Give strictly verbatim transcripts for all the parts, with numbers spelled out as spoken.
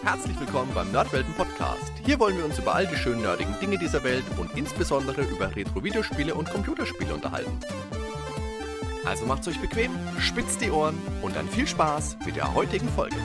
Herzlich willkommen beim Nerdwelten Podcast. Hier wollen wir uns über all die schönen nerdigen Dinge dieser Welt und insbesondere über Retro-Videospiele und Computerspiele unterhalten. Also macht's euch bequem, spitzt die Ohren und dann viel Spaß mit der heutigen Folge.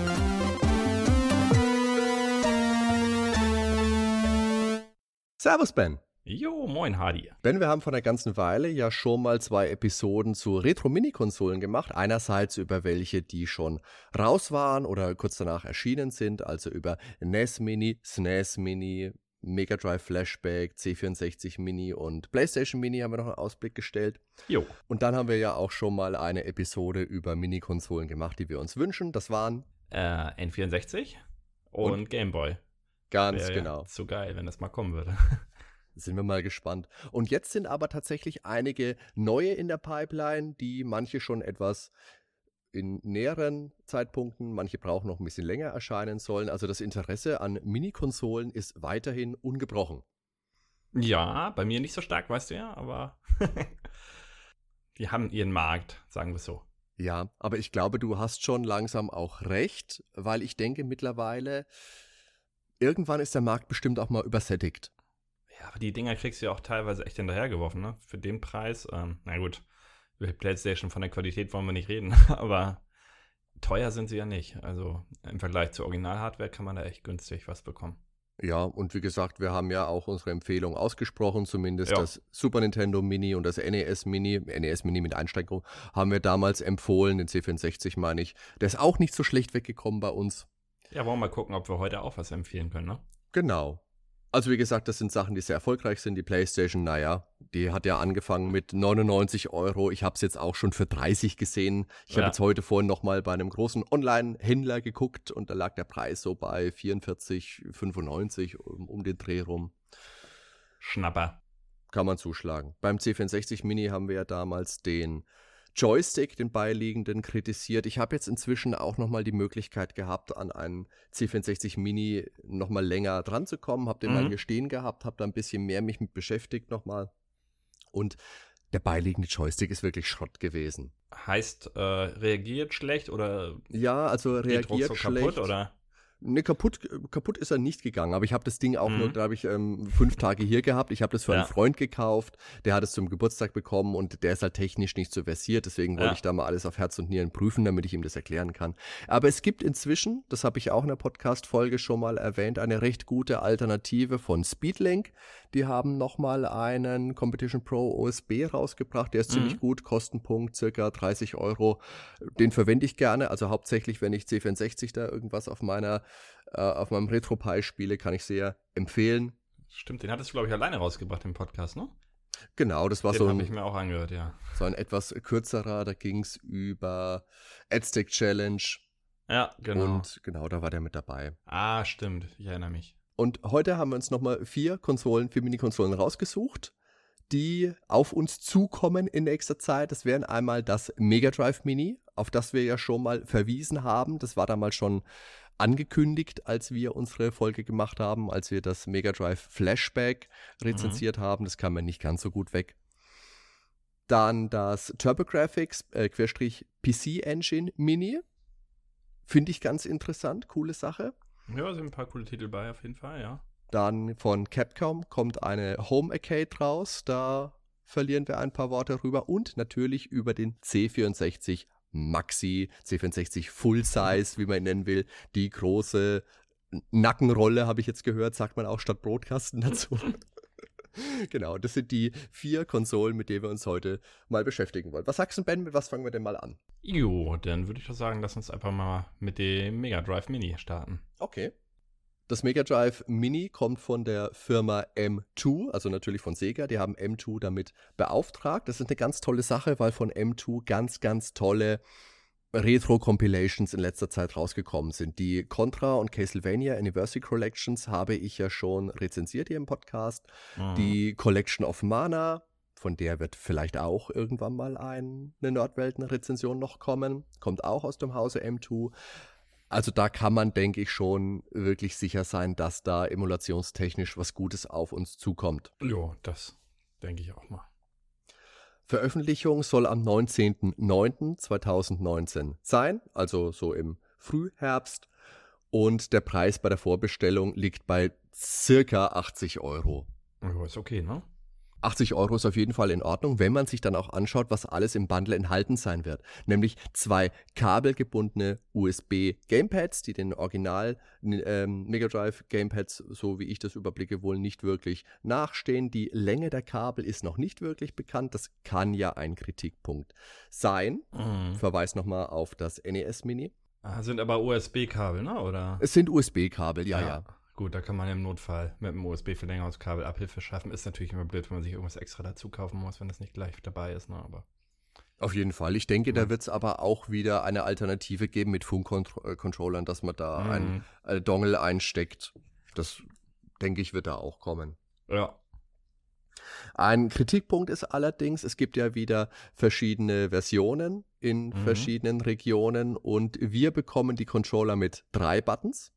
Servus Ben. Jo, moin Hardy. Ben, wir haben vor einer ganzen Weile ja schon mal zwei Episoden zu Retro-Mini-Konsolen gemacht. Einerseits über welche, die schon raus waren oder kurz danach erschienen sind, also über N E S Mini, S N E S Mini, Mega Drive Flashback, C vierundsechzig Mini und PlayStation Mini haben wir noch einen Ausblick gestellt. Jo. Und dann haben wir ja auch schon mal eine Episode über Mini-Konsolen gemacht, die wir uns wünschen. Das waren Äh, N vierundsechzig und, und Game Boy. Ganz Wär genau. Ja zu geil, wenn das mal kommen würde. Sind wir mal gespannt. Und jetzt sind aber tatsächlich einige neue in der Pipeline, die manche schon etwas in näheren Zeitpunkten, manche brauchen noch ein bisschen länger erscheinen sollen. Also das Interesse an Mini-Konsolen ist weiterhin ungebrochen. Ja, bei mir nicht so stark, weißt du ja, aber die haben ihren Markt, sagen wir so. Ja, aber ich glaube, du hast schon langsam auch recht, weil ich denke mittlerweile, irgendwann ist der Markt bestimmt auch mal übersättigt. Ja, aber die Dinger kriegst du ja auch teilweise echt hinterhergeworfen, ne? Für den Preis, ähm, na gut, über PlayStation von der Qualität wollen wir nicht reden, aber teuer sind sie ja nicht. Also im Vergleich zur Original-Hardware kann man da echt günstig was bekommen. Ja, und wie gesagt, wir haben ja auch unsere Empfehlung ausgesprochen, zumindest Ja. das Super Nintendo Mini und das N E S Mini, N E S Mini mit Einschränkung, haben wir damals empfohlen, den C vierundsechzig meine ich. Der ist auch nicht so schlecht weggekommen bei uns. Ja, wollen wir mal gucken, ob wir heute auch was empfehlen können, ne? Genau. Also wie gesagt, das sind Sachen, die sehr erfolgreich sind. Die PlayStation, naja, die hat ja angefangen mit neunundneunzig Euro. Ich habe es jetzt auch schon für dreißig gesehen. Ich Ja. habe jetzt heute vorhin nochmal bei einem großen Online-Händler geguckt und da lag der Preis so bei vierundvierzig, fünfundneunzig um, um den Dreh rum. Schnapper. Kann man zuschlagen. Beim C vierundsechzig Mini haben wir ja damals den Joystick, den beiliegenden, kritisiert. Ich habe jetzt inzwischen auch nochmal die Möglichkeit gehabt, an einen C vierundsechzig Mini nochmal länger dran zu kommen. Habe den Mhm. mal hier stehen gehabt, habe da ein bisschen mehr mich mit beschäftigt nochmal. Und der beiliegende Joystick ist wirklich Schrott gewesen. Heißt, äh, reagiert schlecht oder Ja, also geht reagiert ruckzuck schlecht. kaputt, oder? Ne, kaputt, kaputt ist er nicht gegangen, aber ich habe das Ding auch Mhm. nur, glaube ich, ähm, fünf Tage hier gehabt. Ich habe das für Ja. einen Freund gekauft, der hat es zum Geburtstag bekommen und der ist halt technisch nicht so versiert, deswegen wollte Ja. ich da mal alles auf Herz und Nieren prüfen, damit ich ihm das erklären kann. Aber es gibt inzwischen, das habe ich auch in der Podcast-Folge schon mal erwähnt, eine recht gute Alternative von Speedlink. Die haben nochmal einen Competition Pro O S B rausgebracht, der ist Mhm. ziemlich gut, Kostenpunkt circa dreißig Euro. Den verwende ich gerne, also hauptsächlich, wenn ich C vierundsechzig da irgendwas auf meiner äh, auf meinem RetroPie spiele, kann ich sehr empfehlen. Stimmt, den hattest du, glaube ich, alleine rausgebracht im Podcast, ne? Genau, das war Den so habe ich ein, mir auch angehört, ja. so ein etwas kürzerer, da ging es über Adstack Challenge Ja, genau. und genau, da war der mit dabei. Ah, stimmt, ich erinnere mich. Und heute haben wir uns nochmal vier Konsolen, vier Mini-Konsolen rausgesucht, die auf uns zukommen in nächster Zeit. Das wären einmal das Mega Drive Mini, auf das wir ja schon mal verwiesen haben. Das war damals schon angekündigt, als wir unsere Folge gemacht haben, als wir das Mega Drive Flashback rezensiert haben. Das kam ja nicht ganz so gut weg. Dann das TurboGrafx äh, Querstrich P C Engine Mini. Finde ich ganz interessant, coole Sache. Ja, sind ein paar coole Titel bei, auf jeden Fall, ja. Dann von Capcom kommt eine Home Arcade raus, da verlieren wir ein paar Worte rüber und natürlich über den C vierundsechzig Maxi, C vierundsechzig Full Size, wie man ihn nennen will, die große Nackenrolle, habe ich jetzt gehört, sagt man auch statt Brotkasten dazu. Genau, das sind die vier Konsolen, mit denen wir uns heute mal beschäftigen wollen. Was sagst du, Ben, mit was fangen wir denn mal an? Jo, dann würde ich doch sagen, lass uns einfach mal mit dem Mega Drive Mini starten. Okay. Das Mega Drive Mini kommt von der Firma M zwei, also natürlich von Sega. Die haben M zwei damit beauftragt. Das ist eine ganz tolle Sache, weil von M zwei ganz, ganz tolle Retro-Compilations in letzter Zeit rausgekommen sind. Die Contra und Castlevania Anniversary Collections habe ich ja schon rezensiert hier im Podcast. Mhm. Die Collection of Mana, von der wird vielleicht auch irgendwann mal ein, eine Nerdwelten-Rezension noch kommen, kommt auch aus dem Hause M zwei. Also da kann man, denke ich, schon wirklich sicher sein, dass da emulationstechnisch was Gutes auf uns zukommt. Jo, das denke ich auch mal. Veröffentlichung soll am neunzehnten neunten zweitausendneunzehn sein, also so im Frühherbst. Und der Preis bei der Vorbestellung liegt bei circa achtzig Euro. Oh, ist okay, ne? achtzig Euro ist auf jeden Fall in Ordnung, wenn man sich dann auch anschaut, was alles im Bundle enthalten sein wird. Nämlich zwei kabelgebundene U S B-Gamepads, die den Original ähm, Mega Drive Gamepads, so wie ich das überblicke, wohl nicht wirklich nachstehen. Die Länge der Kabel ist noch nicht wirklich bekannt. Das kann ja ein Kritikpunkt sein. Mhm. Verweis nochmal auf das N E S Mini. Ah, sind aber U S B-Kabel, ne? Oder? Es sind U S B-Kabel, ja, ja. ja. Gut, da kann man im Notfall mit einem U S B-Verlängerungskabel Abhilfe schaffen. Ist natürlich immer blöd, wenn man sich irgendwas extra dazu kaufen muss, wenn das nicht gleich dabei ist, ne? Aber auf jeden Fall. Ich denke, da wird es aber auch wieder eine Alternative geben mit Funkcontrollern, dass man da Mhm. ein, ein Dongle einsteckt. Das, denke ich, wird da auch kommen. ja. Ein Kritikpunkt ist allerdings, es gibt ja wieder verschiedene Versionen in Mhm. verschiedenen Regionen und wir bekommen die Controller mit drei Buttons.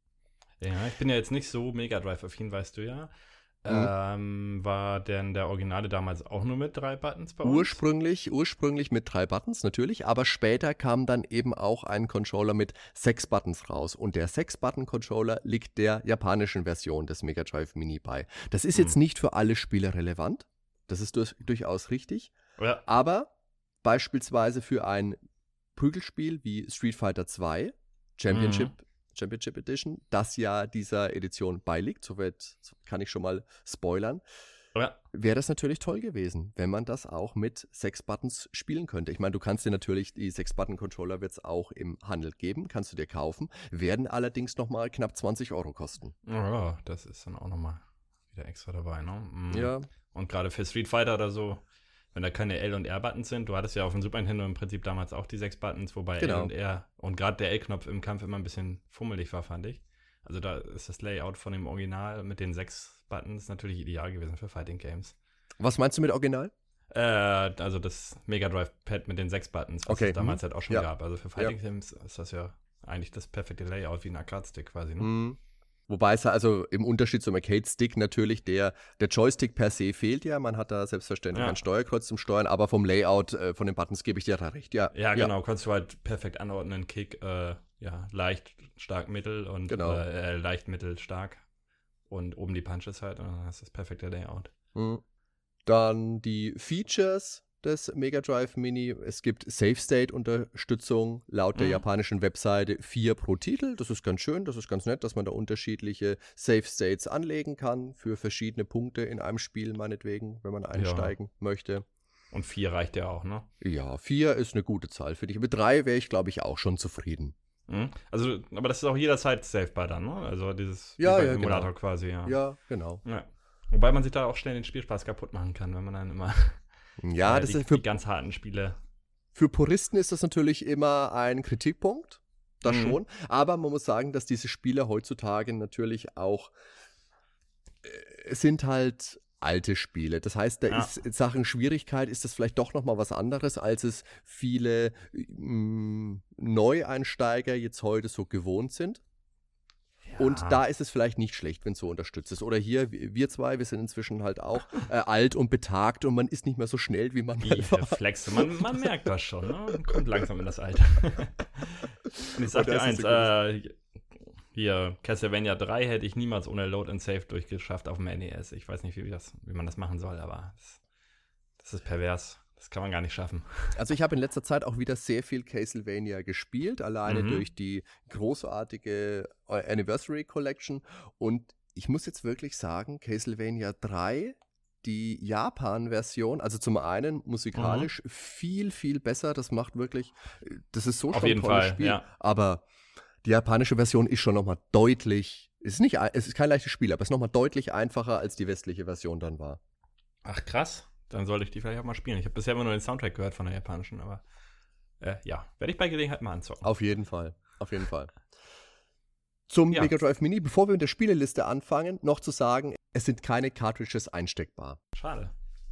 Ja, ich bin ja jetzt nicht so Mega Drive-affin, weißt du ja. Mhm. Ähm, war denn der Originale damals auch nur mit drei Buttons bei uns? Ursprünglich, ursprünglich mit drei Buttons natürlich, aber später kam dann eben auch ein Controller mit sechs Buttons raus. Und der sechs-Button-Controller liegt der japanischen Version des Mega Drive Mini bei. Das ist jetzt Hm. nicht für alle Spieler relevant, das ist durch, durchaus richtig, Ja. aber beispielsweise für ein Prügelspiel wie Street Fighter zwei Championship, Mhm. Championship Edition, das ja dieser Edition beiliegt, soweit kann ich schon mal spoilern, ja. wäre das natürlich toll gewesen, wenn man das auch mit sechs Buttons spielen könnte. Ich meine, du kannst dir natürlich, die sechs-Button-Controller wird es auch im Handel geben, kannst du dir kaufen, werden allerdings nochmal knapp zwanzig Euro kosten. Ja, das ist dann auch nochmal wieder extra dabei, ne? Mhm. Ja, Und gerade für Street Fighter oder so, wenn da keine L- und R-Buttons sind, du hattest ja auf dem Super Nintendo im Prinzip damals auch die sechs Buttons, wobei Genau. L und R und gerade der L-Knopf im Kampf immer ein bisschen fummelig war, fand ich. Also da ist das Layout von dem Original mit den sechs Buttons natürlich ideal gewesen für Fighting Games. was meinst du mit Original? Äh, also das Mega Drive Pad mit den sechs Buttons, was Okay, es damals mhm. halt auch schon Ja. gab. Also für Fighting Games ist das ja eigentlich das perfekte Layout wie ein Arcade-Stick quasi, ne? Mhm. Wobei es also im Unterschied zum Arcade-Stick natürlich der, der Joystick per se fehlt ja. Man hat da selbstverständlich Ja. ein Steuerkreuz zum Steuern, aber vom Layout äh, von den Buttons gebe ich dir da recht. Ja, Ja, genau, kannst du halt perfekt anordnen, Kick, äh, ja, leicht, stark, mittel und Genau. äh, leicht, mittel, stark und oben die Punches halt und dann hast du das perfekte Layout. Mhm. Dann die Features des Mega Drive Mini. Es gibt Save-State-Unterstützung laut der Mhm. japanischen Webseite vier pro Titel. Das ist ganz schön, das ist ganz nett, dass man da unterschiedliche Save-States anlegen kann für verschiedene Punkte in einem Spiel meinetwegen, wenn man einsteigen möchte. Und vier reicht ja auch, ne? Ja, vier ist eine gute Zahl für dich. Mit drei wäre ich, glaube ich, auch schon zufrieden. Mhm. Also, aber das ist auch jederzeit savebar dann, ne? Also dieses Ja, wie beim ja, Emulator genau. quasi, ja. Ja, genau. ja. Wobei man sich da auch schnell den Spielspaß kaputt machen kann, wenn man dann immer Ja, äh, das die, ist für, die ganz harten Spiele. für Puristen ist das natürlich immer ein Kritikpunkt. Das Mhm. schon. Aber man muss sagen, dass diese Spiele heutzutage natürlich auch äh, sind halt alte Spiele. Das heißt, da Ja. ist in Sachen Schwierigkeit ist das vielleicht doch nochmal was anderes, als es viele mh, Neueinsteiger jetzt heute so gewohnt sind. Und Ja. da ist es vielleicht nicht schlecht, wenn es so unterstützt ist. Oder hier, wir zwei, wir sind inzwischen halt auch äh, alt und betagt und man ist nicht mehr so schnell, wie man mal Die war. Reflexe, man, man merkt das schon, ne? Man kommt langsam in das Alter. Und ich sag Und dir das eins, ist ein äh, hier, Castlevania drei hätte ich niemals ohne Load and Save durchgeschafft auf dem N E S. Ich weiß nicht, wie, das, wie man das machen soll, aber das, das ist pervers. Das kann man gar nicht schaffen. Also ich habe in letzter Zeit auch wieder sehr viel Castlevania gespielt, alleine Mhm. durch die großartige Anniversary Collection. Und ich muss jetzt wirklich sagen, Castlevania drei, die Japan-Version, also zum einen musikalisch viel, viel besser. Das macht wirklich, das ist so Auf schon jeden ein tolles Fall, Spiel. ja. Aber die japanische Version ist schon nochmal deutlich, es ist, nicht, ein- es ist kein leichtes Spiel, aber es ist nochmal deutlich einfacher, als die westliche Version dann war. Ach krass, dann sollte ich die vielleicht auch mal spielen. Ich habe bisher immer nur den Soundtrack gehört von der japanischen, aber äh, ja, werde ich bei Gelegenheit mal anzocken. Auf jeden Fall, auf jeden Fall. Zum Ja. Mega Drive Mini, bevor wir mit der Spieleliste anfangen, noch zu sagen, es sind keine Cartridges einsteckbar. Schade.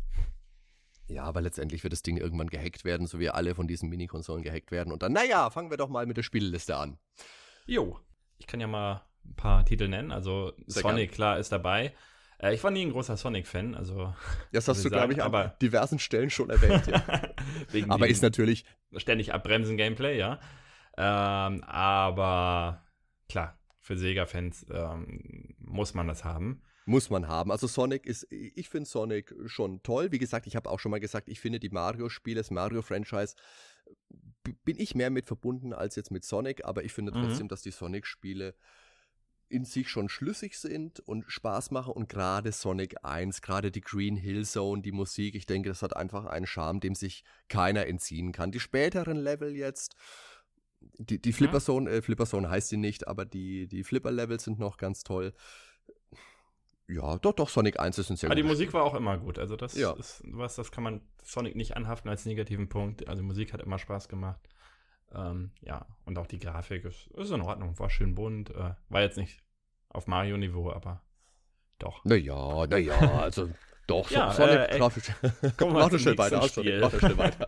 Ja, aber letztendlich wird das Ding irgendwann gehackt werden, so wie alle von diesen Mini-Konsolen gehackt werden. Und dann, naja, fangen wir doch mal mit der Spieleliste an. Jo, ich kann ja mal ein paar Titel nennen. Also Sehr Sonic, klar, ist dabei. Äh, ich war nie ein großer Sonic-Fan, also Das muss hast du, ich sagen, glaube ich, an aber- diversen Stellen schon erwähnt. Ja. wegen Aber dem ist natürlich, ständig abbremsen Gameplay, ja. Ähm, aber klar, für Sega-Fans ähm, muss man das haben. Muss man haben. Also Sonic ist, ich finde Sonic schon toll. Wie gesagt, ich habe auch schon mal gesagt, ich finde die Mario-Spiele, das Mario-Franchise, b- bin ich mehr mit verbunden als jetzt mit Sonic, aber ich finde trotzdem, Mhm. dass die Sonic-Spiele in sich schon schlüssig sind und Spaß machen und gerade Sonic eins, gerade die Green Hill Zone, die Musik, ich denke, das hat einfach einen Charme, dem sich keiner entziehen kann. Die späteren Level jetzt, die, die Flipper Ja. Zone, äh, Flipper Zone heißt sie nicht, aber die, die Flipper-Level sind noch ganz toll. Ja, doch, doch, Sonic eins ist ein sehr Aber die gutes Musik Spiel. war auch immer gut. Also das Ja. ist was, das kann man Sonic nicht anhaften als negativen Punkt. Also Musik hat immer Spaß gemacht. Ähm, ja, und auch die Grafik ist, ist in Ordnung. War schön bunt. Äh, war jetzt nicht auf Mario-Niveau, aber doch. Naja, naja, also doch, Ja, so, Sonic äh, grafisch. Kommen wir Mach zum doch schnell weiter, nächsten aus, Sonic, Spiel. mach doch schnell weiter.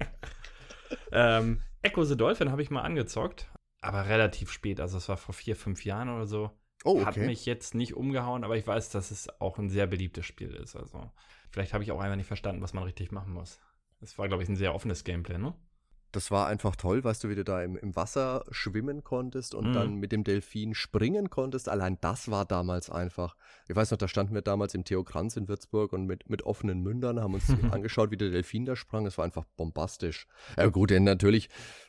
ähm, Echo the Dolphin habe ich mal angezockt, aber relativ spät. Also es war vor vier, fünf Jahren oder so. Oh, Hat okay. mich jetzt nicht umgehauen, aber ich weiß, dass es auch ein sehr beliebtes Spiel ist. Also vielleicht habe ich auch einfach nicht verstanden, was man richtig machen muss. Es war, glaube ich, ein sehr offenes Gameplay, ne? Das war einfach toll, weißt du, wie du da im, im Wasser schwimmen konntest und Mhm. dann mit dem Delfin springen konntest. Allein das war damals einfach. Ich weiß noch, da standen wir damals im Theo Kranz in Würzburg und mit, mit offenen Mündern haben uns angeschaut, wie der Delfin da sprang. Das war einfach bombastisch. Ja gut, denn natürlich,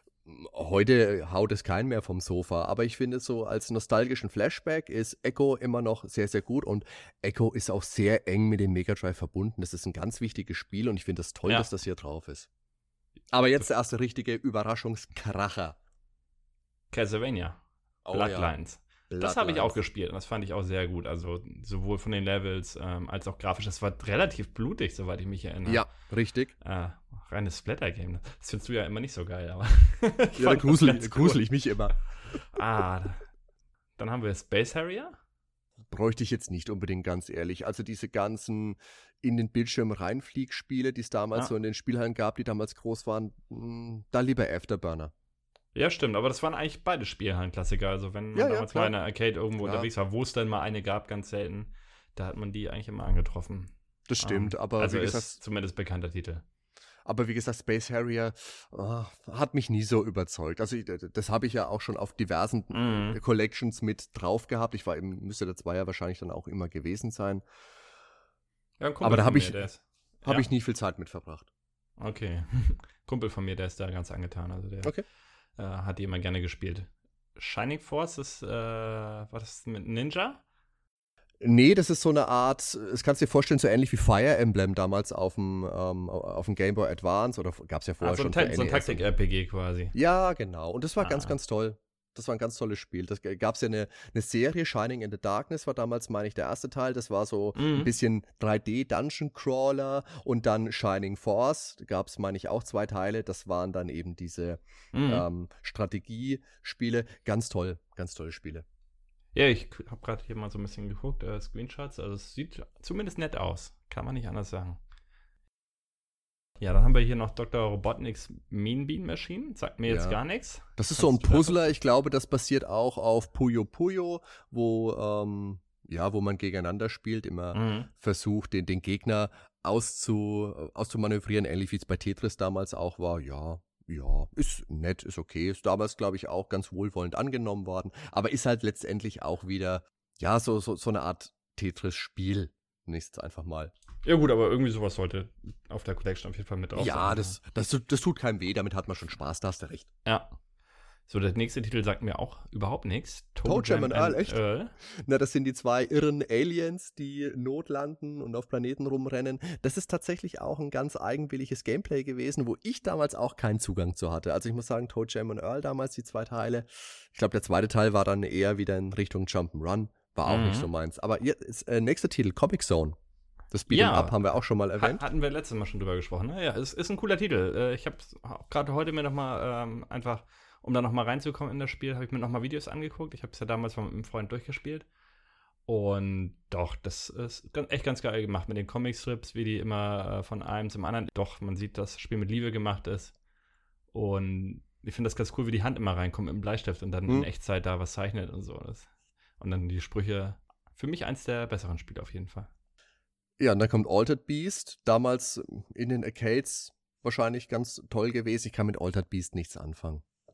heute haut es keinen mehr vom Sofa, aber ich finde so als nostalgischen Flashback ist Echo immer noch sehr, sehr gut und Echo ist auch sehr eng mit dem Mega Drive verbunden. Das ist ein ganz wichtiges Spiel und ich finde es toll, Ja. dass das hier drauf ist. Aber jetzt der erste richtige Überraschungskracher. Castlevania. Oh, Bloodlines. ja. Das habe ich auch Bloodlines. gespielt und das fand ich auch sehr gut. Also sowohl von den Levels ähm, als auch grafisch. Das war relativ blutig, soweit ich mich erinnere. Ja, richtig. Äh, reines Splatter-Game. Das findest du ja immer nicht so geil, aber. ich Ja, da fand das grusel, ganz grusel cool. ich mich immer. Ah, dann haben wir Space Harrier. Bräuchte ich jetzt nicht unbedingt, ganz ehrlich. Also diese ganzen in den Bildschirm reinfliegspiele, die es damals Ja. so in den Spielhallen gab, die damals groß waren, mh, da lieber Afterburner. Ja, stimmt, aber das waren eigentlich beide Spielhallen-Klassiker. Also, wenn man Ja, ja, damals klar. mal in einer Arcade irgendwo Klar. unterwegs war, wo es dann mal eine gab, ganz selten, da hat man die eigentlich immer angetroffen. Das stimmt, Ähm, aber also wie ist gesagt, zumindest bekannter Titel. aber wie gesagt, Space Harrier ah, hat mich nie so überzeugt. Also ich, das habe ich ja auch schon auf diversen Mhm. äh, Collections mit drauf gehabt. Ich war im, müsste der Zweier wahrscheinlich dann auch immer gewesen sein. Ja, ein Kumpel Aber da von hab mir, ich- der ist. Habe ja? ich nie viel Zeit mit verbracht. Okay. Kumpel von mir, der ist da ganz angetan. Also der Okay. äh, hat die immer gerne gespielt. Shining Force ist, äh, war das mit Ninja? Nee, das ist so eine Art, das kannst du dir vorstellen, so ähnlich wie Fire Emblem damals auf dem, ähm, auf dem Game Boy Advance oder gab es ja vorher Ah, so ein, schon Ta für so ein N E S und- Taktik-R P G quasi. Ja, genau. Und das war ganz, Ah. ganz toll. Das war ein ganz tolles Spiel. Das gab es ja eine, eine Serie, Shining in the Darkness war damals, meine ich, der erste Teil. Das war so ein Mhm. bisschen drei D-Dungeon-Crawler und dann Shining Force. Da gab es, meine ich, auch zwei Teile. Das waren dann eben diese Mhm. ähm, Strategiespiele. Ganz toll, ganz tolle Spiele. Ja, ich habe gerade hier mal so ein bisschen geguckt, äh, Screenshots. Also es sieht zumindest nett aus. Kann man nicht anders sagen. Ja, dann haben wir hier noch Doktor Robotniks Mean Bean Machine. Sagt mir jetzt Ja. gar nichts. Das ist so ein Kannst du da was- Puzzler, ich glaube, das basiert auch auf Puyo Puyo, wo, ähm, ja, wo man gegeneinander spielt, immer Mhm. versucht, den, den Gegner auszu, auszumanövrieren, ähnlich wie es bei Tetris damals auch war. Ja, ja, ist nett, ist okay. Ist damals, glaube ich, auch ganz wohlwollend angenommen worden, aber ist halt letztendlich auch wieder, ja, so, so, so eine Art Tetris-Spiel. Nächstes einfach mal. Ja gut, aber irgendwie sowas sollte auf der Collection auf jeden Fall mit drauf sein. Ja, das, das, das tut keinem weh, damit hat man schon Spaß, da hast du recht. Ja. So, der nächste Titel sagt mir auch überhaupt nichts. Toe Jam and Earl, echt? Earl. Na, das sind die zwei irren Aliens, die notlanden und auf Planeten rumrennen. Das ist tatsächlich auch ein ganz eigenwilliges Gameplay gewesen, wo ich damals auch keinen Zugang zu hatte. Also ich muss sagen, Toe Jam und Earl damals, die zwei Teile. Ich glaube, der zweite Teil war dann eher wieder in Richtung Jump'n'Run. War auch Mhm. nicht so meins. Aber jetzt, äh, nächster Titel, Comic Zone. Das Beat'em Ja. Up haben wir auch schon mal Ha erwähnt. hatten wir letztes Mal schon drüber gesprochen. Ne? Ja, es ist ein cooler Titel. Äh, ich habe gerade heute mir noch mal ähm, einfach, um da noch mal reinzukommen in das Spiel, habe ich mir noch mal Videos angeguckt. Ich habe es ja damals mal mit einem Freund durchgespielt. Und doch, das ist ganz, echt ganz geil gemacht mit den Comicstrips, wie die immer äh, von einem zum anderen. Doch, man sieht, dass das Spiel mit Liebe gemacht ist. Und ich finde das ganz cool, wie die Hand immer reinkommt mit dem Bleistift und dann Hm. in Echtzeit da was zeichnet und so. Das, und dann die Sprüche. Für mich eins der besseren Spiele auf jeden Fall. Ja, und dann kommt Altered Beast. Damals in den Arcades wahrscheinlich ganz toll gewesen. Ich kann mit Altered Beast nichts anfangen.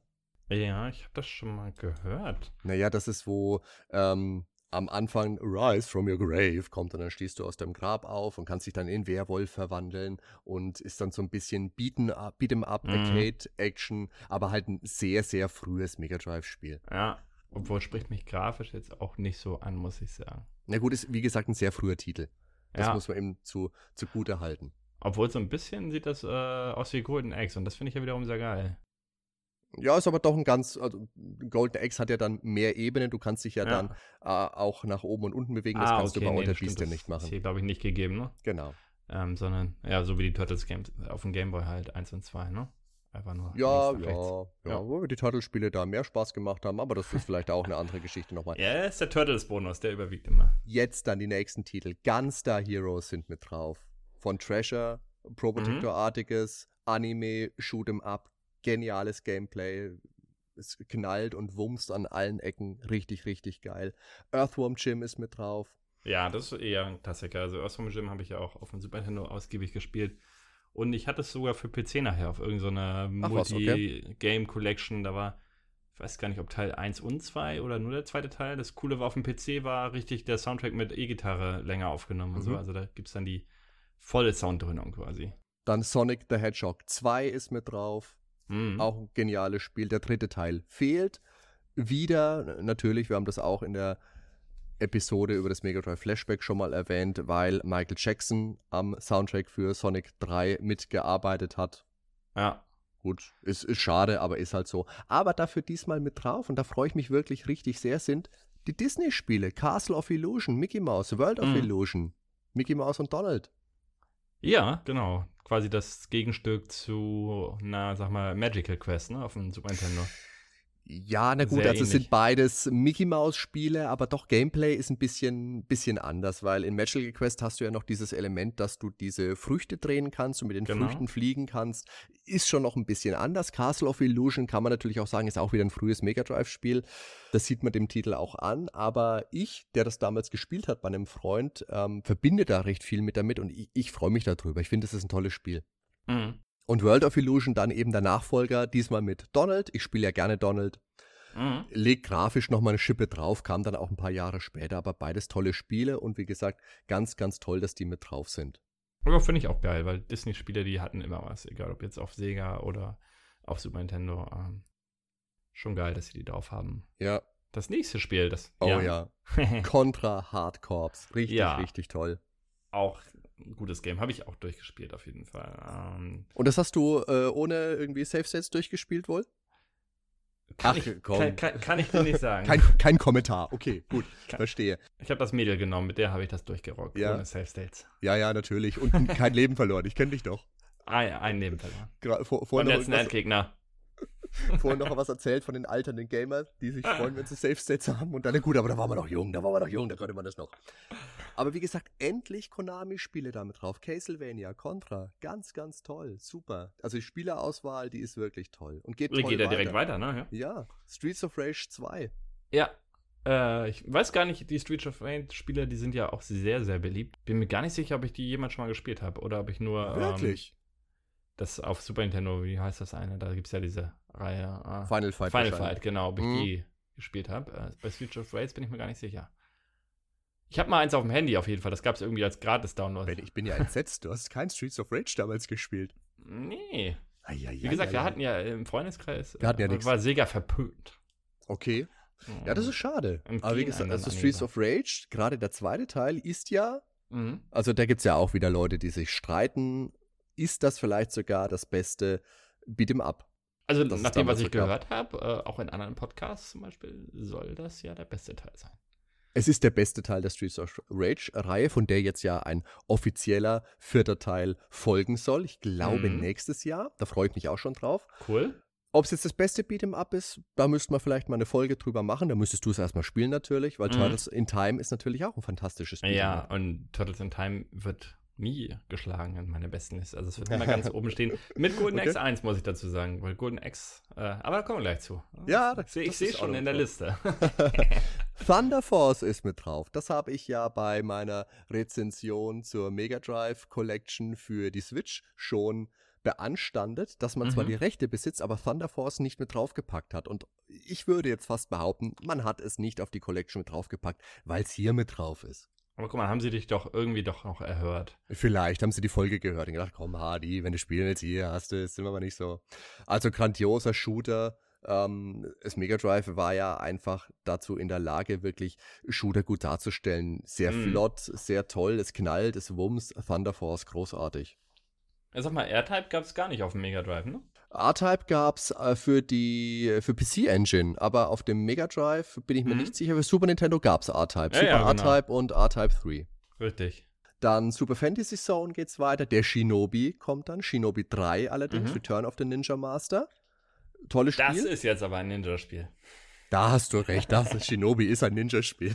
Ja, ich habe das schon mal gehört. Naja, das ist, wo ähm, am Anfang Rise from your grave kommt und dann stehst du aus deinem Grab auf und kannst dich dann in Werwolf verwandeln und ist dann so ein bisschen Beat'em up, Beat'em up Mhm. Arcade-Action, aber halt ein sehr, sehr frühes Mega Drive-Spiel. Ja, obwohl spricht mich grafisch jetzt auch nicht so an, muss ich sagen. Na gut, ist wie gesagt ein sehr früher Titel. Das Ja. muss man eben zu, zugute halten. Obwohl so ein bisschen sieht das äh, aus wie Golden Axe und das finde ich ja wiederum sehr geil. Ja, ist aber doch ein ganz, also Golden Axe hat ja dann mehr Ebenen, du kannst dich ja, Ja. dann äh, auch nach oben und unten bewegen, das Ah, kannst okay, du bei nee, Altered das stimmt, Beast ja das nicht ist machen. hier, glaube ich, nicht gegeben, ne? Genau. Ähm, sondern, ja, so wie die Turtles Games auf dem Gameboy halt eins und zwei, ne? Einfach nur Ja, links nach rechts. ja, ja, Ja. wo wir die Turtle-Spiele da mehr Spaß gemacht haben, aber das ist vielleicht auch eine andere Geschichte nochmal. Ja, ist der Turtles-Bonus, der überwiegt immer. Jetzt dann die nächsten Titel. Gunstar Heroes sind mit drauf. Von Treasure, Pro Protector-artiges, Anime, Shoot'em Up, geniales Gameplay. Es knallt und wumst an allen Ecken. Richtig, richtig geil. Earthworm Jim ist mit drauf. Ja, das ist eher ein Klassiker. Also Earthworm Jim habe ich ja auch auf dem Super Nintendo ausgiebig gespielt. Und ich hatte es sogar für P C nachher auf irgendeiner Ach was, okay. Multi-Game-Collection. Da war, ich weiß gar nicht, ob Teil eins und zwei oder nur der zweite Teil. Das Coole war, auf dem P C war richtig der Soundtrack mit E-Gitarre länger aufgenommen und Mhm. so. Also da gibt es dann die volle Sounddröhnung quasi. Dann Sonic the Hedgehog zwei ist mit drauf. Mhm. Auch ein geniales Spiel. Der dritte Teil fehlt. Wieder, natürlich, wir haben das auch in der Episode über das Mega Drive Flashback schon mal erwähnt, weil Michael Jackson am Soundtrack für Sonic drei mitgearbeitet hat. Ja. Gut, ist, ist schade, aber ist halt so. Aber dafür diesmal mit drauf, und da freue ich mich wirklich richtig sehr, sind die Disney-Spiele. Castle of Illusion, Mickey Mouse, World of Mhm. Illusion, Mickey Mouse und Donald. Ja, genau. Quasi das Gegenstück zu, na, sag mal, Magical Quest, ne, auf dem Super Nintendo. Ja, na gut, Sehr also es ähnlich. sind beides Mickey-Maus-Spiele, aber doch Gameplay ist ein bisschen, bisschen anders, weil in Magical Quest hast du ja noch dieses Element, dass du diese Früchte drehen kannst und mit den Genau. Früchten fliegen kannst. Ist schon noch ein bisschen anders. Castle of Illusion kann man natürlich auch sagen, ist auch wieder ein frühes Mega Drive-Spiel. Das sieht man dem Titel auch an, aber ich, der das damals gespielt hat bei einem Freund, ähm, verbinde da recht viel mit damit und ich, ich freue mich darüber. Ich finde, es ist ein tolles Spiel. Mhm. Und World of Illusion dann eben der Nachfolger, diesmal mit Donald. Ich spiele ja gerne Donald. Mhm. Legt grafisch nochmal eine Schippe drauf, kam dann auch ein paar Jahre später, aber beides tolle Spiele und wie gesagt, ganz, ganz toll, dass die mit drauf sind. Aber finde ich auch geil, weil Disney-Spiele, die hatten immer was, egal ob jetzt auf Sega oder auf Super Nintendo. Ähm, schon geil, dass sie die drauf haben. Ja. Das nächste Spiel, das. Oh ja. Contra Hard Corps. Richtig, Ja. richtig toll. Auch ein gutes Game. Habe ich auch durchgespielt, auf jeden Fall. Ähm, Und das hast du äh, ohne irgendwie Safe States durchgespielt wohl? kann, Ach, ich, komm. kann, kann, kann ich dir nicht sagen. Kein, kein Kommentar. Okay, gut, Kein- verstehe. Ich habe das Mädel genommen, mit der habe ich das durchgerockt. Ja. Ohne Safe States. Ja, ja, natürlich. Und kein Leben verloren. Ich kenne dich doch. Ein, ein Leben verloren. Gra vor, Und vorhin, noch letzten irgendwas, Endgegner. vorhin noch was erzählt von den alternden Gamern, die sich freuen, wenn sie Safe States haben. Und dann, gut, aber da waren wir noch jung, da waren wir noch jung, da konnte man das noch. Aber wie gesagt, endlich Konami-Spiele damit drauf. Castlevania, Contra, ganz, ganz toll, super. Also die Spielerauswahl, die ist wirklich toll. Und geht Geht toll ja weiter. direkt weiter, ne? Ja. Ja, Streets of Rage zwei. Ja. Äh, ich weiß gar nicht, die Streets of Rage-Spiele, die sind ja auch sehr, sehr beliebt. Bin mir gar nicht sicher, ob ich die jemals schon mal gespielt habe oder ob ich nur. Wirklich? Ähm, das auf Super Nintendo, wie heißt das eine? Da gibt es ja diese Reihe. Äh, Final Fight. Final wahrscheinlich. Fight, genau, ob ich Mhm. die gespielt habe. Äh, bei Streets of Rage bin ich mir gar nicht sicher. Ich habe mal eins auf dem Handy auf jeden Fall. Das gab es irgendwie als Gratis-Download. Ben, ich bin ja entsetzt, du hast kein Streets of Rage damals gespielt. Nee. Eieiei, Wie gesagt, wir eieiei. hatten ja im Freundeskreis. Wir hatten ja äh, nix. war Sega verpönt. Okay. Ja, das ist schade. Und Aber wie ging gesagt, einem dann also an Streets den of Rage, gerade der zweite Teil, ist ja, Mhm. also da gibt es ja auch wieder Leute, die sich streiten, ist das vielleicht sogar das beste Beat'em Up? Also Das ist nach dem, was damals ich so gab. gehört habe, äh, auch in anderen Podcasts zum Beispiel, soll das ja der beste Teil sein. Es ist der beste Teil der Streets of Rage-Reihe, von der jetzt ja ein offizieller vierter Teil folgen soll. Ich glaube Mhm. nächstes Jahr. Da freue ich mich auch schon drauf. Cool. Ob es jetzt das beste Beat'em Up ist, da müssten wir vielleicht mal eine Folge drüber machen. Da müsstest du es erstmal spielen natürlich, weil Mhm. Turtles in Time ist natürlich auch ein fantastisches Beat'em Ja, Up. und Turtles in Time wird nie geschlagen in meiner besten Liste. Also es wird immer ganz oben stehen. Mit Golden Okay. Axe eins muss ich dazu sagen, weil Golden Axe, äh, aber da kommen wir gleich zu. Ja, das, das- seh- ich das sehe ist auch schon noch in der so. Liste. Thunder Force ist mit drauf. Das habe ich ja bei meiner Rezension zur Mega Drive Collection für die Switch schon beanstandet, dass man zwar Mhm. die Rechte besitzt, aber Thunder Force nicht mit draufgepackt hat. Und ich würde jetzt fast behaupten, man hat es nicht auf die Collection mit draufgepackt, weil es hier mit drauf ist. Aber guck mal, haben sie dich doch irgendwie doch noch erhört. Vielleicht haben sie die Folge gehört und gedacht, komm Hardy, wenn du spielen willst, hier hast du es, sind wir mal nicht so. Also grandioser Shooter. Ähm, das Mega Drive war ja einfach dazu in der Lage, wirklich Shooter gut darzustellen. Sehr Mhm. flott, sehr toll, es knallt, es wumms, Thunder Force, großartig. Ja, sag mal, R-Type gab es gar nicht auf dem Mega Drive, ne? R-Type gab's äh, für die für P C Engine, aber auf dem Mega Drive bin ich mir Mhm. nicht sicher. Für Super Nintendo gab's R-Type, Ja, Super ja, genau. R-Type und R-Type drei. Richtig. Dann Super Fantasy Zone geht's weiter. Der Shinobi kommt dann, Shinobi drei allerdings, Mhm. Return of the Ninja Master. Tolles Das Spiel. ist jetzt aber ein Ninja-Spiel. Da hast du recht, das ist Shinobi ist ein Ninja-Spiel.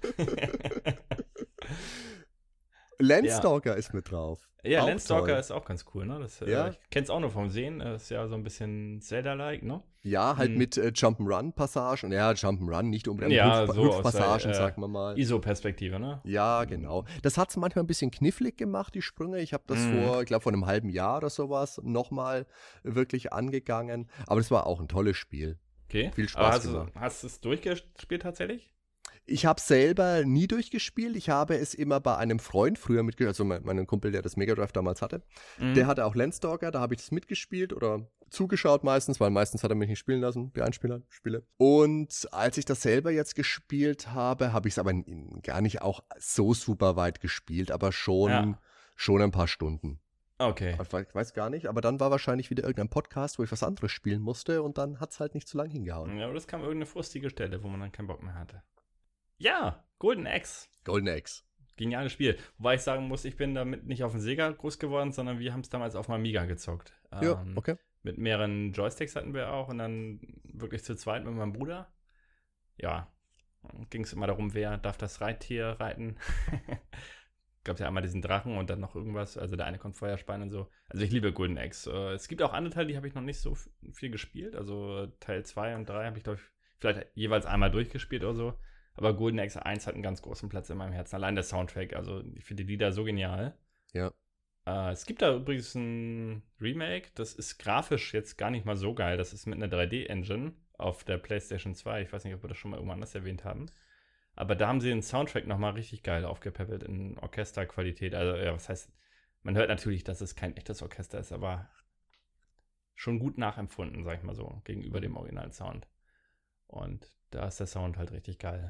Landstalker ist mit drauf. Ja, Auch Landstalker toll. ist auch ganz cool, ne? Das, Ja. äh, ich kenn's auch nur vom Sehen. Das ist ja so ein bisschen Zelda-like, ne? Ja, halt Mhm. mit äh, Jump'n'Run-Passagen. Ja, Jump'n'Run, nicht unbedingt Ja, Hüpf so aus der, Hüpfpassagen, äh, sagen wir mal. I S O-Perspektive, ne? Ja, genau. Das hat's manchmal ein bisschen knifflig gemacht, die Sprünge. Ich habe das Mhm. vor, ich glaube, vor einem halben Jahr oder sowas nochmal wirklich angegangen. Aber das war auch ein tolles Spiel. Okay. Viel Spaß Aber hast, du, gemacht. hast du es durchgespielt tatsächlich? Ich habe selber nie durchgespielt. Ich habe es immer bei einem Freund früher mitgespielt, also mein, meinem Kumpel, der das Mega Drive damals hatte. Mhm. Der hatte auch Landstalker, da habe ich das mitgespielt oder zugeschaut meistens, weil meistens hat er mich nicht spielen lassen, die Einspieler, Spiele. Und als ich das selber jetzt gespielt habe, habe ich es aber n- gar nicht auch so super weit gespielt, aber schon, Ja. schon ein paar Stunden. Okay. Ich we- weiß gar nicht, aber dann war wahrscheinlich wieder irgendein Podcast, wo ich was anderes spielen musste und dann hat es halt nicht so lange hingehauen. Ja, aber das kam irgendeine frustige Stelle, wo man dann keinen Bock mehr hatte. Ja, Golden Axe. Golden Axe. Geniales Spiel. Wobei ich sagen muss, ich bin damit nicht auf dem Sega groß geworden, sondern wir haben es damals auf dem Amiga gezockt. Ja, Ähm, okay. Mit mehreren Joysticks hatten wir auch und dann wirklich zu zweit mit meinem Bruder. Ja, ging es immer darum, wer darf das Reittier reiten. Gab ja einmal diesen Drachen und dann noch irgendwas. Also der eine konnte Feuer speien und so. Also ich liebe Golden Axe. Äh, es gibt auch andere Teile, die habe ich noch nicht so f- viel gespielt. Also Teil zwei und drei habe ich, glaube ich, vielleicht jeweils einmal durchgespielt oder so. Aber Golden Axe eins hat einen ganz großen Platz in meinem Herzen. Allein der Soundtrack. Also ich finde die Lieder so genial. Ja. Äh, es gibt da übrigens ein Remake. Das ist grafisch jetzt gar nicht mal so geil. Das ist mit einer drei D-Engine auf der PlayStation zwei. Ich weiß nicht, ob wir das schon mal irgendwann anders erwähnt haben. Aber da haben sie den Soundtrack nochmal richtig geil aufgepäppelt in Orchesterqualität. Also, ja, was heißt, man hört natürlich, dass es kein echtes Orchester ist, aber schon gut nachempfunden, sag ich mal so, gegenüber dem Original-Sound. Und da ist der Sound halt richtig geil.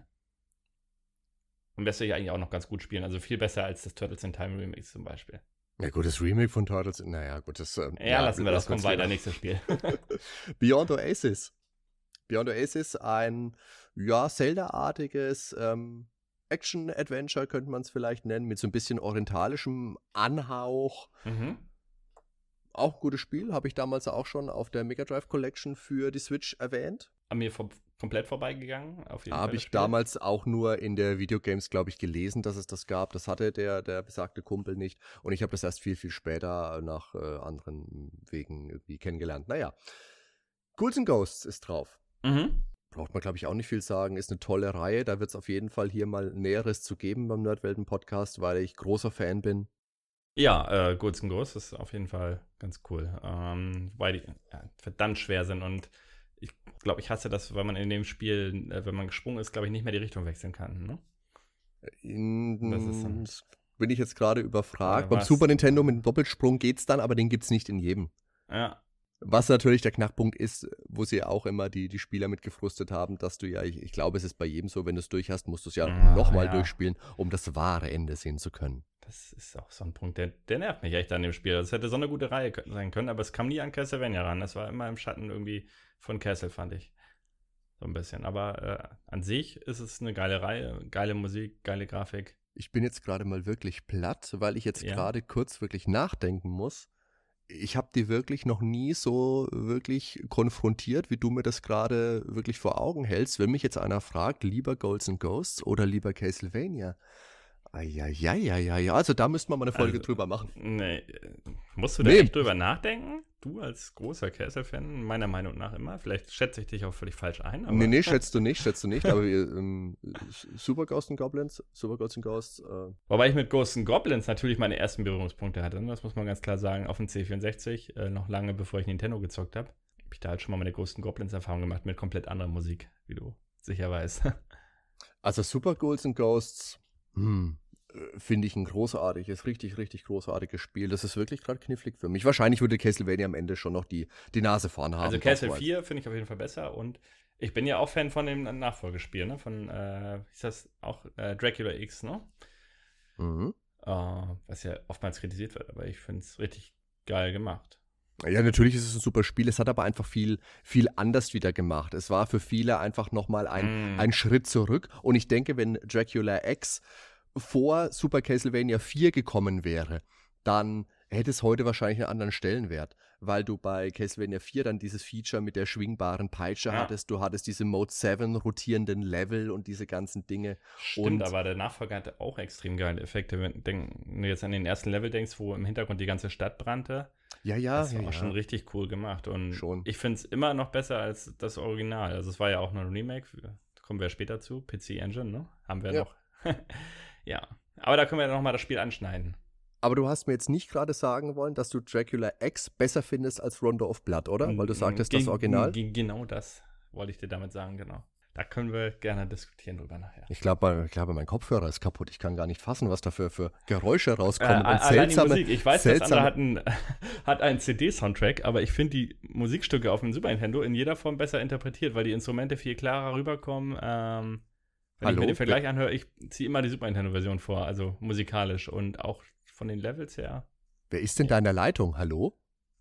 Und lässt sich eigentlich auch noch ganz gut spielen. Also viel besser als das Turtles in Time Remix zum Beispiel. Ja gut, das Remake von Turtles, naja gut, das... äh, Ja, lassen wir das, lassen kommt wir's weiter, lieber. nächstes Spiel. Beyond Oasis. Beyond Oasis, ein, ja, Zelda-artiges ähm, Action-Adventure, könnte man es vielleicht nennen, mit so ein bisschen orientalischem Anhauch. Mhm. Auch ein gutes Spiel, habe ich damals auch schon auf der Mega Drive Collection für die Switch erwähnt. An mir vor, komplett vorbeigegangen, auf jeden Fall. Habe das ich Spiel. damals auch nur in der Videogames, glaube ich, gelesen, dass es das gab. Das hatte der, der besagte Kumpel nicht. Und ich habe das erst viel, viel später nach äh, anderen Wegen irgendwie kennengelernt. Naja, Ghouls and Ghosts ist drauf. Mhm. Braucht man, glaube ich, auch nicht viel sagen. Ist eine tolle Reihe. Da wird es auf jeden Fall hier mal Näheres zu geben beim Nerdwelten-Podcast, weil ich großer Fan bin. Ja, äh, Ghouls and Ghosts ist auf jeden Fall ganz cool. Ähm, wobei die ja, verdammt schwer sind und ich glaube, ich hasse das, weil man in dem Spiel, äh, wenn man gesprungen ist, glaube ich, nicht mehr die Richtung wechseln kann. Ne? In, Das ist dann- bin ich jetzt gerade überfragt. Ja, Beim was? Super Nintendo mit dem Doppelsprung geht's dann, aber den gibt's nicht in jedem. Ja, Was natürlich der Knackpunkt ist, wo sie auch immer die, die Spieler mit gefrustet haben, dass du ja, ich, ich glaube, es ist bei jedem so, wenn du es durch hast, musst du es ja Ah, nochmal ja. durchspielen, um das wahre Ende sehen zu können. das ist auch so ein Punkt, der, der nervt mich echt an dem Spiel. Das hätte so eine gute Reihe kö- sein können, aber es kam nie an Castlevania ran. Das war immer im Schatten irgendwie von Castle, fand ich. So ein bisschen. Aber äh, an sich ist es eine geile Reihe, geile Musik, geile Grafik. Ich bin jetzt gerade mal wirklich platt, weil ich jetzt Ja. gerade kurz wirklich nachdenken muss. Ich habe die wirklich noch nie so wirklich konfrontiert, wie du mir das gerade wirklich vor Augen hältst. Wenn mich jetzt einer fragt, lieber Ghouls and Ghosts oder lieber Castlevania? Ja, ja, ja, ja, ja. Also da müssten wir mal eine Folge Also, drüber machen. Nee, musst du da Nee. echt drüber nachdenken? Du als großer Castle-Fan, meiner Meinung nach immer. Vielleicht schätze ich dich auch völlig falsch ein. Aber Nee, nee, schätzt du nicht, schätzt du nicht. Aber ähm, Super Ghosts and Goblins, Super Ghosts and Ghosts. Äh. Wobei ich mit Ghosts and Goblins natürlich meine ersten Berührungspunkte hatte. Das muss man ganz klar sagen. Auf dem C vierundsechzig, äh, noch lange bevor ich Nintendo gezockt habe. Habe ich da halt schon mal meine Ghosts and Goblins-Erfahrung gemacht mit komplett anderer Musik, wie du sicher weißt. Also Super Ghosts and Ghosts, hm, finde ich ein großartiges, richtig, richtig großartiges Spiel. Das ist wirklich gerade knifflig für mich. Wahrscheinlich würde Castlevania am Ende schon noch die, die Nase vorn haben. Also Castle vier finde ich auf jeden Fall besser und ich bin ja auch Fan von dem Nachfolgespiel, ne? Von, äh, ist das auch äh, Dracula X, ne? Mhm. Uh, was ja oftmals kritisiert wird, aber ich finde es richtig geil gemacht. Ja, natürlich ist es ein super Spiel. Es hat aber einfach viel, viel anders wieder gemacht. Es war für viele einfach nochmal ein, Mm. ein Schritt zurück. Und ich denke, wenn Dracula X vor Super Castlevania vier gekommen wäre, dann hätte es heute wahrscheinlich einen anderen Stellenwert, weil du bei Castlevania vier dann dieses Feature mit der schwingbaren Peitsche Ja. hattest, du hattest diese Mode sieben rotierenden Level und diese ganzen Dinge. Stimmt, Und- aber der Nachfolger hatte auch extrem geile Effekte. Wenn, denk, wenn du jetzt an den ersten Level denkst, wo im Hintergrund die ganze Stadt brannte, Ja, ja, das war ja, auch ja. schon richtig cool gemacht. Und Schon. ich finde es immer noch besser als das Original. Also es war ja auch noch ein Remake, da kommen wir später zu, P C Engine, ne? Haben wir Ja. noch. Ja, aber da können wir nochmal das Spiel anschneiden. Aber du hast mir jetzt nicht gerade sagen wollen, dass du Dracula X besser findest als Rondo of Blood, oder? Weil du sagtest, das Gen- Original. gen- Genau das wollte ich dir damit sagen, genau. Da können wir gerne diskutieren drüber nachher. Ich glaube, ich glaube, mein Kopfhörer ist kaputt. Ich kann gar nicht fassen, was da für, für Geräusche Äh, rauskommen. und allein die seltsame, Musik. Ich weiß, das seltsame, andere hat einen, hat einen C D-Soundtrack, aber ich finde die Musikstücke auf dem Super Nintendo in jeder Form besser interpretiert, weil die Instrumente viel klarer rüberkommen. Ähm, wenn Hallo? ich mir den Vergleich anhöre, ich ziehe immer die Super Nintendo-Version vor, also musikalisch und auch von den Levels her. Wer ist denn da in der Leitung? Hallo?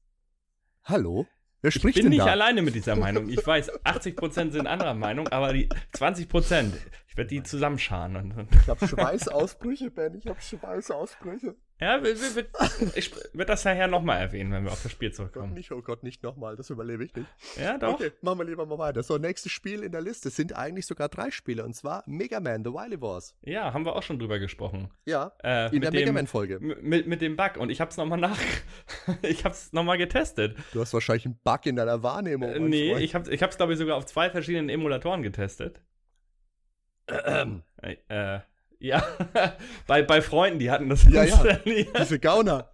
Hallo? Wer Ich spricht bin denn nicht da? alleine mit dieser Meinung. Ich weiß, achtzig Prozent sind anderer Meinung, aber die zwanzig Prozent, ich werde die zusammenscharen. Und, und Ich habe Schweißausbrüche, Ben. Ich habe Schweißausbrüche. ja, wir, wir, wir, ich werde das nachher nochmal erwähnen, wenn wir auf das Spiel Gott zurückkommen. nicht, oh Gott, nicht nochmal. Das überlebe ich nicht. Ja, doch. Okay, machen wir lieber mal weiter. So, nächstes Spiel in der Liste sind eigentlich sogar drei Spiele. Und zwar Mega Man, The Wily Wars. Ja, haben wir auch schon drüber gesprochen. Ja, Äh, in der mit Mega dem- Man-Folge. M- Mit, mit dem Bug und ich hab's nochmal nach. ich hab's nochmal getestet. Du hast wahrscheinlich einen Bug in deiner Wahrnehmung. Äh, mein nee, Freund. ich hab's, ich hab's glaube ich sogar auf zwei verschiedenen Emulatoren getestet. Äh, äh, ja, bei, bei Freunden, die hatten das Ja, ja. installiert. Diese Gauner.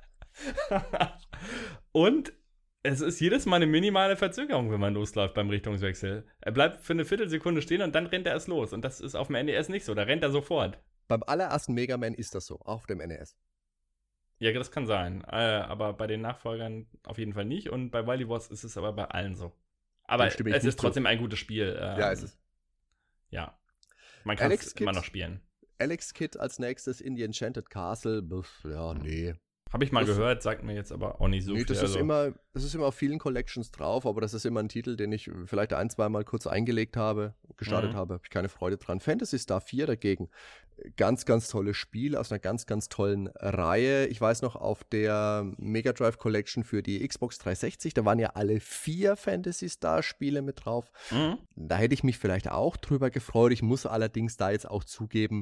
Und es ist jedes Mal eine minimale Verzögerung, wenn man losläuft beim Richtungswechsel. Er bleibt für eine Viertelsekunde stehen und dann rennt er erst los. Und das ist auf dem N E S nicht so, da rennt er sofort. Beim allerersten Mega Man ist das so, auch auf dem N E S. Ja, das kann sein. Äh, aber bei den Nachfolgern auf jeden Fall nicht. Und bei Wily Wars ist es aber bei allen so. Aber Dem stimme ich es nicht ist trotzdem ein gutes Spiel. Ähm, Ja, ist es. Ja. Man kann Alex es immer Kidd? noch spielen. Alex Kidd als nächstes in The Enchanted Castle. Buff, ja, nee. Habe ich mal Das- gehört, sagt mir jetzt aber auch nicht so nee, viel. das ist, also, immer, das ist immer auf vielen Collections drauf, aber das ist immer ein Titel, den ich vielleicht ein, zwei Mal kurz eingelegt habe, gestartet Mhm. habe, habe ich keine Freude dran. Phantasy Star vier dagegen, ganz, ganz tolles Spiel aus einer ganz, ganz tollen Reihe. Ich weiß noch, auf der Mega Drive Collection für die Xbox dreihundertsechzig, da waren ja alle vier Phantasy Star Spiele mit drauf. Mhm. Da hätte ich mich vielleicht auch drüber gefreut. Ich muss allerdings da jetzt auch zugeben,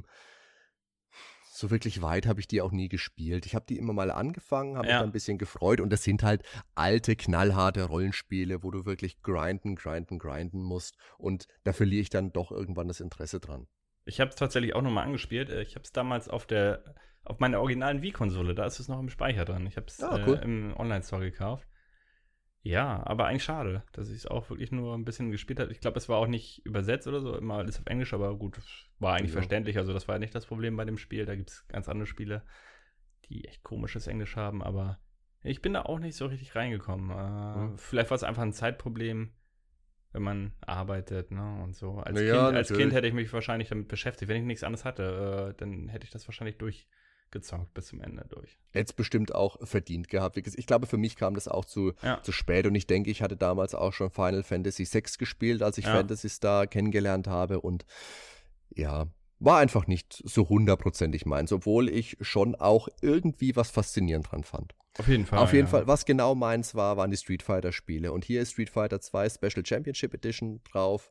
so wirklich weit habe ich die auch nie gespielt. Ich habe die immer mal angefangen, habe mich Ja. da ein bisschen gefreut und das sind halt alte, knallharte Rollenspiele, wo du wirklich grinden, grinden, grinden musst und da verliere ich dann doch irgendwann das Interesse dran. Ich habe es tatsächlich auch nochmal angespielt. Äh, Ich habe es damals auf der auf meiner originalen Wii-Konsole, da ist es noch im Speicher dran. Ich habe es Ah, cool. äh, im Online-Store gekauft. Ja, aber eigentlich schade, dass ich es auch wirklich nur ein bisschen gespielt habe. Ich glaube, es war auch nicht übersetzt oder so, immer alles auf Englisch, aber gut, war eigentlich Ja. verständlich. Also das war ja nicht das Problem bei dem Spiel. Da gibt es ganz andere Spiele, die echt komisches Englisch haben, aber ich bin da auch nicht so richtig reingekommen. Äh, Hm. Vielleicht war es einfach ein Zeitproblem, wenn man arbeitet, ne, und so. Als, Naja, kind, als natürlich. Kind hätte ich mich wahrscheinlich damit beschäftigt. Wenn ich nichts anderes hatte, äh, dann hätte ich das wahrscheinlich durchgezockt bis zum Ende durch. Hätte es bestimmt auch verdient gehabt. Wie gesagt, ich glaube, für mich kam das auch zu, Ja. zu spät und ich denke, ich hatte damals auch schon Final Fantasy sechs gespielt, als ich Ja. Phantasy Star kennengelernt habe und ja, war einfach nicht so hundertprozentig meins, obwohl ich schon auch irgendwie was faszinierend dran fand. Auf jeden Fall. Auf jeden ja. Fall, was genau meins war, waren die Street Fighter Spiele und hier ist Street Fighter zwei Special Championship Edition drauf.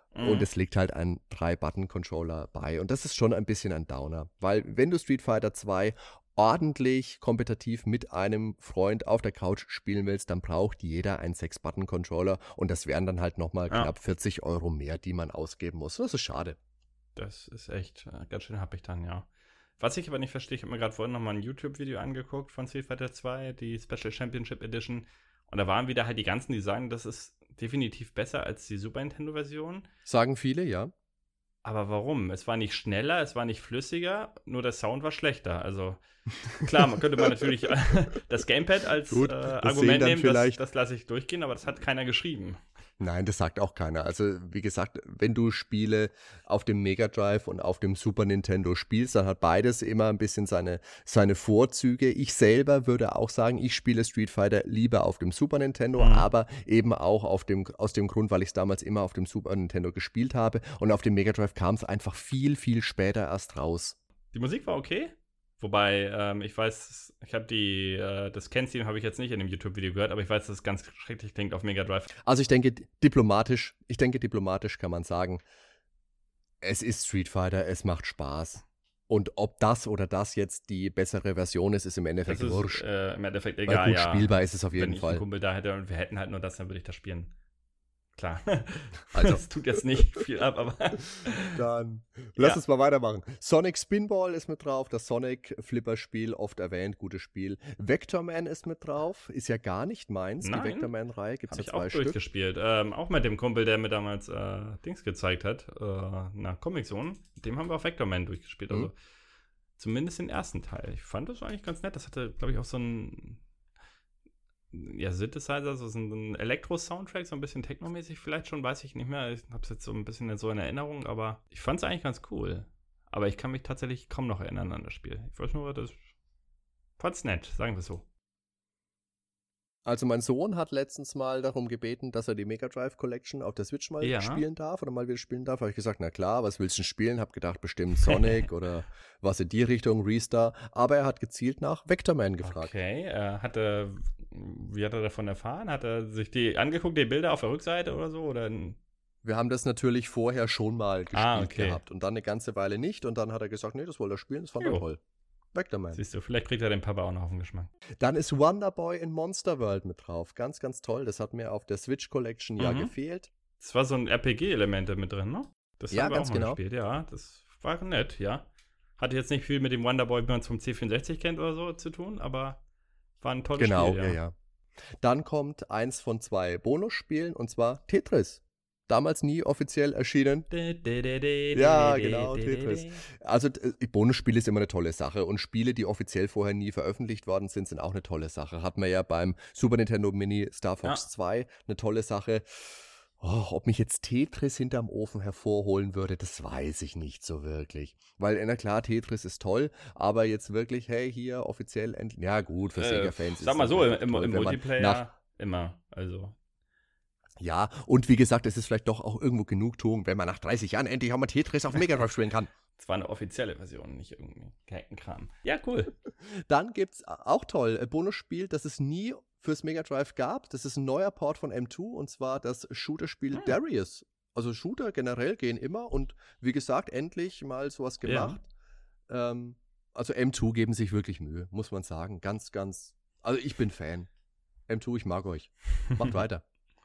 Mhm. Und es liegt halt ein drei Button Controller bei. Und das ist schon ein bisschen ein Downer. Weil wenn du Street Fighter zwei ordentlich kompetitiv mit einem Freund auf der Couch spielen willst, dann braucht jeder einen sechs Button Controller. Und das wären dann halt nochmal Ja. knapp vierzig Euro mehr, die man ausgeben muss. Das ist schade. Das ist echt äh, ganz schön happig dann, ja. Was ich aber nicht verstehe, ich habe mir gerade vorhin nochmal ein YouTube-Video angeguckt von Street Fighter zwei, die Special Championship Edition. Und da waren wieder halt die ganzen, die sagen, das ist definitiv besser als die Super Nintendo-Version. Sagen viele, ja. Aber warum? Es war nicht schneller, es war nicht flüssiger, nur der Sound war schlechter. Also klar, man könnte man natürlich das Gamepad als Gut, äh, das Argument sehen dann nehmen, das, vielleicht- das lasse ich durchgehen, aber das hat keiner geschrieben. Nein, das sagt auch keiner. Also, wie gesagt, wenn du Spiele auf dem Mega Drive und auf dem Super Nintendo spielst, dann hat beides immer ein bisschen seine, seine Vorzüge. Ich selber würde auch sagen, ich spiele Street Fighter lieber auf dem Super Nintendo, Mhm. aber eben auch auf dem, aus dem Grund, weil ich es damals immer auf dem Super Nintendo gespielt habe. Und auf dem Mega Drive kam es einfach viel, viel später erst raus. Die Musik war okay. Wobei, ähm, ich weiß, ich habe die, äh, das Ken-Theme habe ich jetzt nicht in dem YouTube-Video gehört, aber ich weiß, dass es ganz schrecklich klingt auf Mega Drive. Also ich denke, diplomatisch, ich denke, diplomatisch kann man sagen, es ist Street Fighter, es macht Spaß. Und ob das oder das jetzt die bessere Version ist, ist im Das Endeffekt ist wurscht. äh, im Endeffekt Weil egal, gut ja. spielbar ist es auf Wenn jeden ich Fall. einen Kumpel da hätte und wir hätten halt nur das, dann würde ich das spielen. Klar. Also. Das tut jetzt nicht viel ab, aber Dann lass Ja. uns mal weitermachen. Sonic Spinball ist mit drauf, das Sonic Flipper-Spiel, oft erwähnt, gutes Spiel. Vector Man ist mit drauf, ist ja gar nicht meins. Nein. Die Vector Man-Reihe gibt es habe ja ich auch zwei Stück. durchgespielt. Ähm, auch mit dem Kumpel, der mir damals äh, Dings gezeigt hat, äh, na, Comic Zone. Mit dem haben wir auch Vector Man durchgespielt. Also Mhm. zumindest den ersten Teil. Ich fand das eigentlich ganz nett. Das hatte, glaube ich, auch so ein ja, Synthesizer, so ein Elektro-Soundtrack, so ein bisschen technomäßig vielleicht schon, weiß ich nicht mehr. Ich habe es jetzt so ein bisschen so in Erinnerung, aber ich fand es eigentlich ganz cool. Aber ich kann mich tatsächlich kaum noch erinnern an das Spiel. Ich weiß nur, das fand's nett, sagen wir es so. Also mein Sohn hat letztens mal darum gebeten, dass er die Mega Drive Collection auf der Switch mal Ja. spielen darf oder mal wieder spielen darf. Habe ich gesagt, na klar, was willst du denn spielen? Hab gedacht, bestimmt Sonic oder was in die Richtung, Restar. Aber er hat gezielt nach Vector Man gefragt. Okay, äh, hat er, wie hat er davon erfahren? Hat er sich die angeguckt, die Bilder auf der Rückseite oder so? Oder ein, Wir haben das natürlich vorher schon mal gespielt Ah, okay. gehabt und dann eine ganze Weile nicht. Und dann hat er gesagt, nee, das wollte er spielen, das fand Jo. er toll. Vector Man. siehst du, vielleicht kriegt er den Papa auch noch auf den Geschmack. Dann ist Wonder Boy in Monster World mit drauf. Ganz, ganz toll. Das hat mir auf der Switch Collection ja Mhm. gefehlt. Das war so ein R P G-Elemente mit drin, ne? Das Ja, haben wir ganz auch mal genau. gespielt, ja. Das war nett, ja. Hatte jetzt nicht viel mit dem Wonderboy, wie man es vom C vierundsechzig kennt oder so, zu tun, aber war ein tolles Genau, Spiel, ja, ja. Dann kommt eins von zwei Bonusspielen und zwar Tetris. Damals nie offiziell erschienen. Ja, genau, Tetris. Also äh, Bonusspiel ist immer eine tolle Sache und Spiele, die offiziell vorher nie veröffentlicht worden sind, sind auch eine tolle Sache. Hat man ja beim Super Nintendo Mini Star Fox Ja. zwei eine tolle Sache. Oh, ob mich jetzt Tetris hinterm Ofen hervorholen würde, das weiß ich nicht so wirklich. Weil, na klar, Tetris ist toll, aber jetzt wirklich, hey, hier offiziell endlich. Ja, gut, für Äh, Sega-Fans ist Sag mal das so, im, natürlich im, toll, im wenn man Multiplayer nach- immer, also. Ja, und wie gesagt, es ist vielleicht doch auch irgendwo Genugtuung, wenn man nach dreißig Jahren endlich auch mal Tetris auf dem Mega Drive spielen kann. Es war eine offizielle Version, nicht irgendwie gehackten Kram. Ja, cool. Dann gibt's auch toll, ein Bonusspiel, das es nie fürs Mega Drive gab. Das ist ein neuer Port von M zwei und zwar das Shooter-Spiel Hm. Darius. Also Shooter generell gehen immer und wie gesagt, endlich mal sowas gemacht. Ähm, also M zwei geben sich wirklich Mühe, muss man sagen. Ganz, ganz, also ich bin Fan. M zwei, ich mag euch. Macht weiter.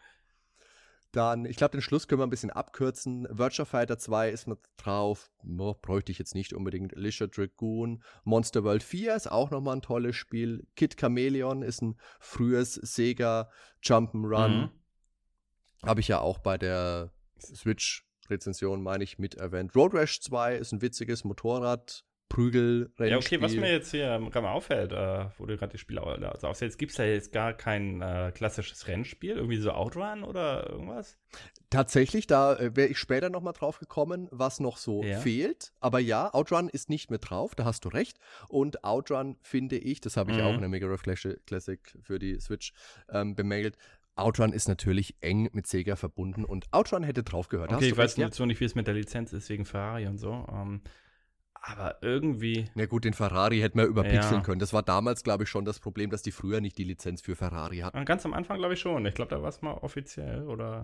Dann, ich glaube, den Schluss können wir ein bisschen abkürzen. Virtua Fighter zwei ist mit drauf. No, bräuchte ich jetzt nicht unbedingt. Alicia Dragoon. Monster World vier ist auch nochmal ein tolles Spiel. Kid Chameleon ist ein frühes Sega Jump'n'Run. Mhm. Habe ich ja auch bei der Switch-Rezension, meine ich, mit erwähnt. Road Rash zwei ist ein witziges Motorrad. Prügel-Rennspiel. Ja, okay, was mir jetzt hier gerade mal auffällt, äh, wo du gerade die Spiele also auszählst, gibt es da jetzt gar kein äh, klassisches Rennspiel, irgendwie so Outrun oder irgendwas? Tatsächlich, da äh, wäre ich später nochmal drauf gekommen, was noch so Ja. fehlt. Aber ja, Outrun ist nicht mit drauf, da hast du recht. Und Outrun finde ich, das habe ich Mhm. auch in der Mega Drive Classic- Classic für die Switch ähm, bemängelt. Outrun ist natürlich eng mit Sega verbunden und Outrun hätte drauf gehört. Da Okay, hast ich du weiß recht, ja. jetzt so nicht, wie es mit der Lizenz ist, wegen Ferrari und so. Ähm, aber irgendwie, Na gut, den Ferrari hätten wir überpixeln Ja. können. Das war damals, glaube ich, schon das Problem, dass die früher nicht die Lizenz für Ferrari hatten. äh, ganz am Anfang glaube ich schon. Ich glaube, da war es mal offiziell oder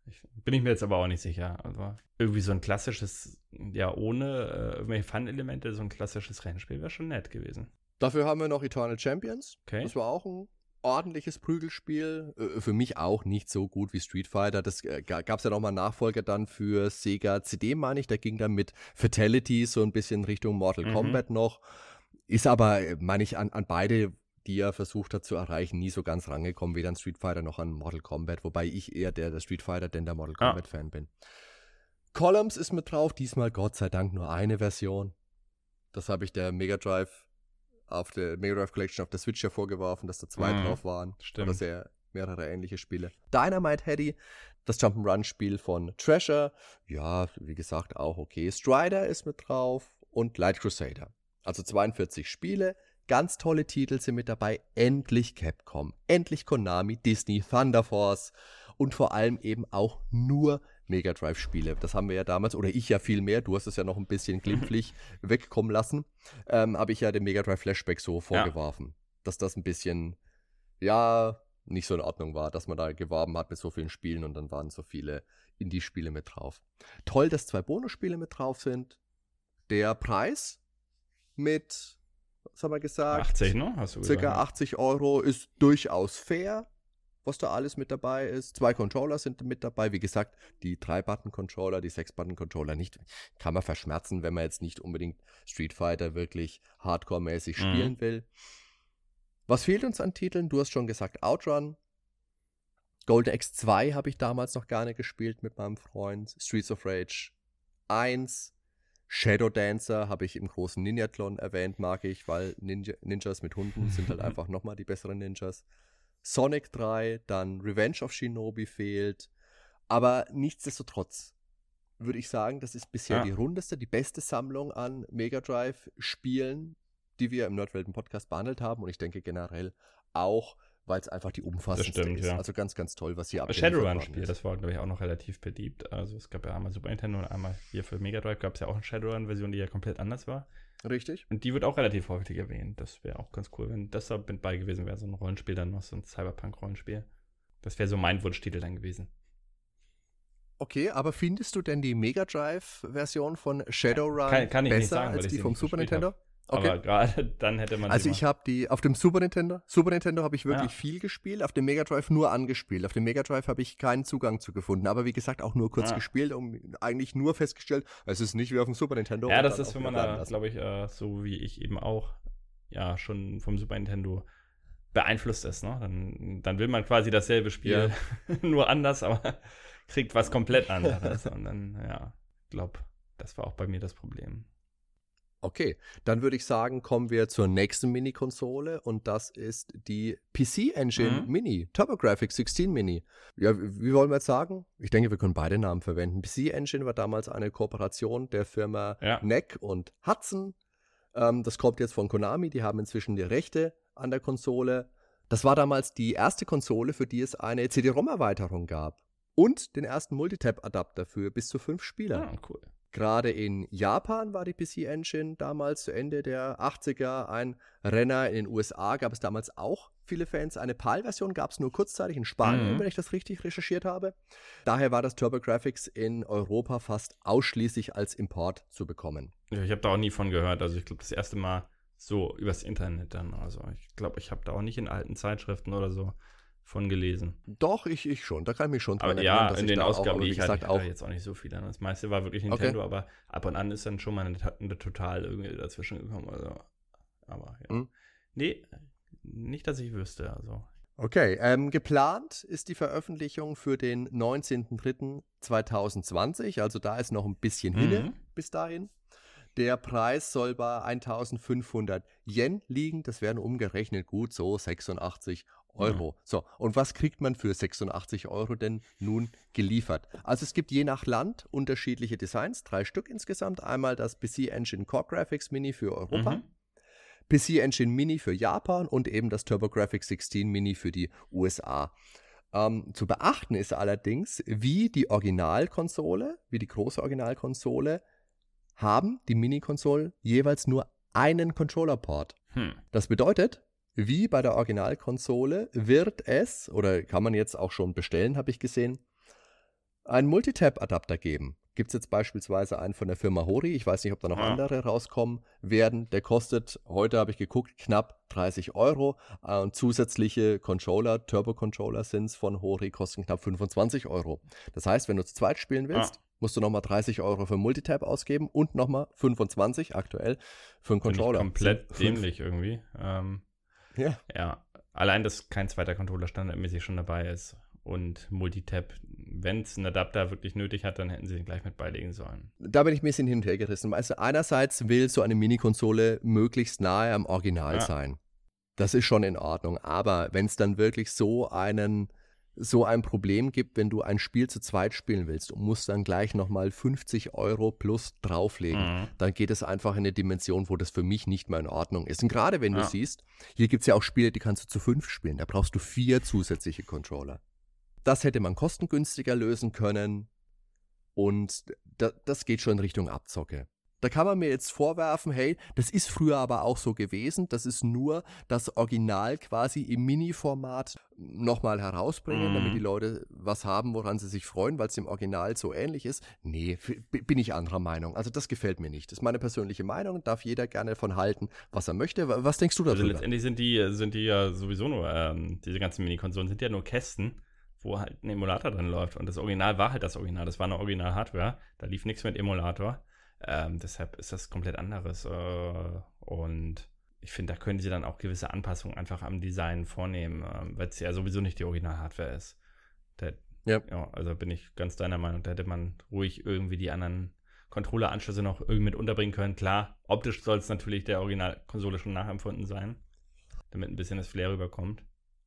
Ich, bin ich mir jetzt aber auch nicht sicher. Also irgendwie so ein klassisches, ja, ohne äh, irgendwelche Fun-Elemente, so ein klassisches Rennspiel wäre schon nett gewesen. Dafür haben wir noch Eternal Champions. Okay. Das war auch ein ordentliches Prügelspiel. Äh, für mich auch nicht so gut wie Street Fighter. Das äh, gab es ja noch mal einen Nachfolger dann für Sega C D, meine ich. Der ging dann mit Fatality so ein bisschen Richtung Mortal Mhm. Kombat noch. Ist aber, äh, meine ich, an, an beide, die er versucht hat zu erreichen, nie so ganz rangekommen, weder an Street Fighter noch an Mortal Kombat, wobei ich eher der, der Street Fighter, denn der Mortal Ah. Kombat Fan bin. Columns ist mit drauf, diesmal Gott sei Dank nur eine Version. Das habe ich der Mega Drive auf der Mega Drive Collection auf der Switch ja vorgeworfen, dass da zwei Mhm. drauf waren. Stimmt. Oder sehr mehrere ähnliche Spiele. Dynamite Heady, das Jump'n'Run-Spiel von Treasure, ja, wie gesagt, auch okay. Strider ist mit drauf und Light Crusader. Also zweiundvierzig Spiele, ganz tolle Titel sind mit dabei. Endlich Capcom, endlich Konami, Disney, Thunder Force und vor allem eben auch nur Mega Drive-Spiele. Das haben wir ja damals, oder ich ja viel mehr, du hast es ja noch ein bisschen glimpflich wegkommen lassen, ähm, habe ich ja den Mega Drive Flashback so vorgeworfen, ja. Dass das ein bisschen, ja, nicht so in Ordnung war, dass man da geworben hat mit so vielen Spielen und dann waren so viele Indie-Spiele mit drauf. Toll, dass zwei Bonusspiele mit drauf sind. Der Preis mit, was haben wir gesagt? achtzig, ne? Hast du Circa gesagt. achtzig Euro ist durchaus fair, was da alles mit dabei ist. Zwei Controller sind mit dabei. Wie gesagt, die drei Button Controller, die sechs Button Controller nicht. Kann man verschmerzen, wenn man jetzt nicht unbedingt Street Fighter wirklich hardcore-mäßig Mhm. spielen will. Was fehlt uns an Titeln? Du hast schon gesagt, Outrun. Golden Axe zwei habe ich damals noch gar nicht gespielt mit meinem Freund. Streets of Rage eins. Shadow Dancer habe ich im großen Ninjathlon erwähnt, mag ich, weil Ninja, Ninjas mit Hunden sind halt einfach nochmal die besseren Ninjas. Sonic drei, dann Revenge of Shinobi fehlt. Aber nichtsdestotrotz würde ich sagen, das ist bisher Ja. die rundeste, die beste Sammlung an Mega Drive-Spielen, die wir im Nerdwelten-Podcast behandelt haben. Und ich denke generell auch, weil es einfach die umfassendste stimmt, ist. ja. Also ganz, ganz toll, was hier Das abgeliefert worden Shadowrun-Spiel, ist. das war, glaube ich, auch noch relativ beliebt. Also es gab ja einmal Super Nintendo und einmal hier für Mega Drive gab es ja auch eine Shadowrun-Version, die ja komplett anders war. Richtig? Und die wird auch relativ häufig erwähnt. Das wäre auch ganz cool, wenn das da mit bei gewesen wäre, so ein Rollenspiel dann noch, so ein Cyberpunk-Rollenspiel. Das wäre so mein Wunschtitel dann gewesen. Okay, aber findest du denn die Mega Drive-Version von Shadowrun Kann- kann ich nicht besser sagen, weil als ich die sie vom nicht Super gespielt Nintendo? Okay. Aber gerade dann hätte man Also sie ich mal- habe die auf dem Super Nintendo, Super Nintendo habe ich wirklich Ja. viel gespielt, auf dem Mega Drive nur angespielt. Auf dem Mega Drive habe ich keinen Zugang zu gefunden, aber wie gesagt auch nur kurz Ja. gespielt und eigentlich nur festgestellt, es ist nicht wie auf dem Super Nintendo. Ja, und das dann ist, auch wenn wieder man bleiben da, lassen. glaube ich, äh, so wie ich eben auch, ja, schon vom Super Nintendo beeinflusst ist, ne? Dann, dann will man quasi dasselbe Spiel, nur anders, aber kriegt was komplett anderes. Und dann, ja, ich glaube, das war auch bei mir das Problem. Okay, dann würde ich sagen, kommen wir zur nächsten Mini-Konsole und das ist die P C Engine Mhm. Mini, TurboGrafx sechzehn Mini. Ja, wie wollen wir jetzt sagen? Ich denke, wir können beide Namen verwenden. P C Engine war damals eine Kooperation der Firma Ja. N E C und Hudson. Ähm, das kommt jetzt von Konami, die haben inzwischen die Rechte an der Konsole. Das war damals die erste Konsole, für die es eine C D-ROM-Erweiterung gab und den ersten Multitap-Adapter für bis zu fünf Spieler. Ah, cool. Gerade in Japan war die P C Engine damals zu Ende der achtziger ein Renner. In den U S A gab es damals auch viele Fans. Eine PAL-Version gab es nur kurzzeitig in Spanien, Mhm. wenn ich das richtig recherchiert habe. Daher war das TurboGrafx in Europa fast ausschließlich als Import zu bekommen. Ja, ich habe da auch nie von gehört. Also ich glaube, das erste Mal so übers Internet dann. Also ich glaube, ich habe da auch nicht in alten Zeitschriften oder so von gelesen. Doch, ich, ich schon. Da kann ich mich schon dran Aber erinnern, ja, dass in ich den da auch, Ausgaben, aber die wie ich hatte, gesagt, ich auch hatte jetzt auch nicht so viel. Das meiste war wirklich Nintendo, aber ab und an ist dann schon mal eine, eine total irgendwie dazwischen gekommen. Also, aber ja. Hm. Nee, nicht, dass ich wüsste. Also. Okay, ähm, geplant ist die Veröffentlichung für den neunzehnten dritten zweitausendzwanzig, also da ist noch ein bisschen Mhm. hinne bis dahin. Der Preis soll bei eintausendfünfhundert Yen liegen, das wären umgerechnet gut so sechsundachtzig Euro. So, und was kriegt man für sechsundachtzig Euro denn nun geliefert? Also es gibt je nach Land unterschiedliche Designs, drei Stück insgesamt. Einmal das P C Engine Core Graphics Mini für Europa, Mhm. P C Engine Mini für Japan und eben das TurboGrafx sechzehn Mini für die U S A. Ähm, zu beachten ist allerdings, wie die Originalkonsole, wie die große Originalkonsole, haben die Mini-Konsolen jeweils nur einen Controller-Port. Hm. Das bedeutet, wie bei der Originalkonsole wird es, oder kann man jetzt auch schon bestellen, habe ich gesehen, einen Multitap-Adapter geben. Gibt es jetzt beispielsweise einen von der Firma Hori, ich weiß nicht, ob da noch Ja. andere rauskommen werden, der kostet, heute habe ich geguckt, knapp dreißig Euro äh, und zusätzliche Controller, Turbo-Controller sind es von Hori, kosten knapp fünfundzwanzig Euro. Das heißt, wenn du zu zweit spielen willst, Ja. musst du nochmal dreißig Euro für Multitap ausgeben und nochmal fünfundzwanzig aktuell für einen Finde ich Controller. komplett Sind fünf- dämlich irgendwie. Ähm, Ja. ja, allein, dass kein zweiter Controller standardmäßig schon dabei ist und Multitap, wenn es einen Adapter wirklich nötig hat, dann hätten sie den gleich mit beilegen sollen. Da bin ich ein bisschen hin und her gerissen. Weißt du, einerseits will so eine Mini-Konsole möglichst nahe am Original Ja. sein. Das ist schon in Ordnung. Aber wenn es dann wirklich so einen, so ein Problem gibt, wenn du ein Spiel zu zweit spielen willst und musst dann gleich nochmal fünfzig Euro plus drauflegen, Mhm. dann geht es einfach in eine Dimension, wo das für mich nicht mehr in Ordnung ist. Und gerade wenn du Ja. siehst, hier gibt es ja auch Spiele, die kannst du zu fünf spielen. Da brauchst du vier zusätzliche Controller. Das hätte man kostengünstiger lösen können und da, das geht schon in Richtung Abzocke. Da kann man mir jetzt vorwerfen, hey, das ist früher aber auch so gewesen, das ist nur das Original quasi im Mini-Format nochmal herausbringen, Mhm. damit die Leute was haben, woran sie sich freuen, weil es im Original so ähnlich ist. Nee, f- bin ich anderer Meinung. Also das gefällt mir nicht. Das ist meine persönliche Meinung, darf jeder gerne von halten, was er möchte. Was denkst du Also darüber? letztendlich sind die, sind die ja sowieso nur, ähm, diese ganzen Mini-Konsolen sind ja nur Kästen, wo halt ein Emulator drin läuft. Und das Original war halt das Original. Das war eine Original-Hardware. Da lief nichts mit Emulator. Ähm, deshalb ist das komplett anderes. Äh, und ich finde, da können sie dann auch gewisse Anpassungen einfach am Design vornehmen, ähm, weil es ja sowieso nicht die Original-Hardware ist. Da, Ja. ja, also bin ich ganz deiner Meinung. Da hätte man ruhig irgendwie die anderen Controller-Anschlüsse noch irgendwie mit unterbringen können. Klar, optisch soll es natürlich der Originalkonsole schon nachempfunden sein, damit ein bisschen das Flair rüberkommt.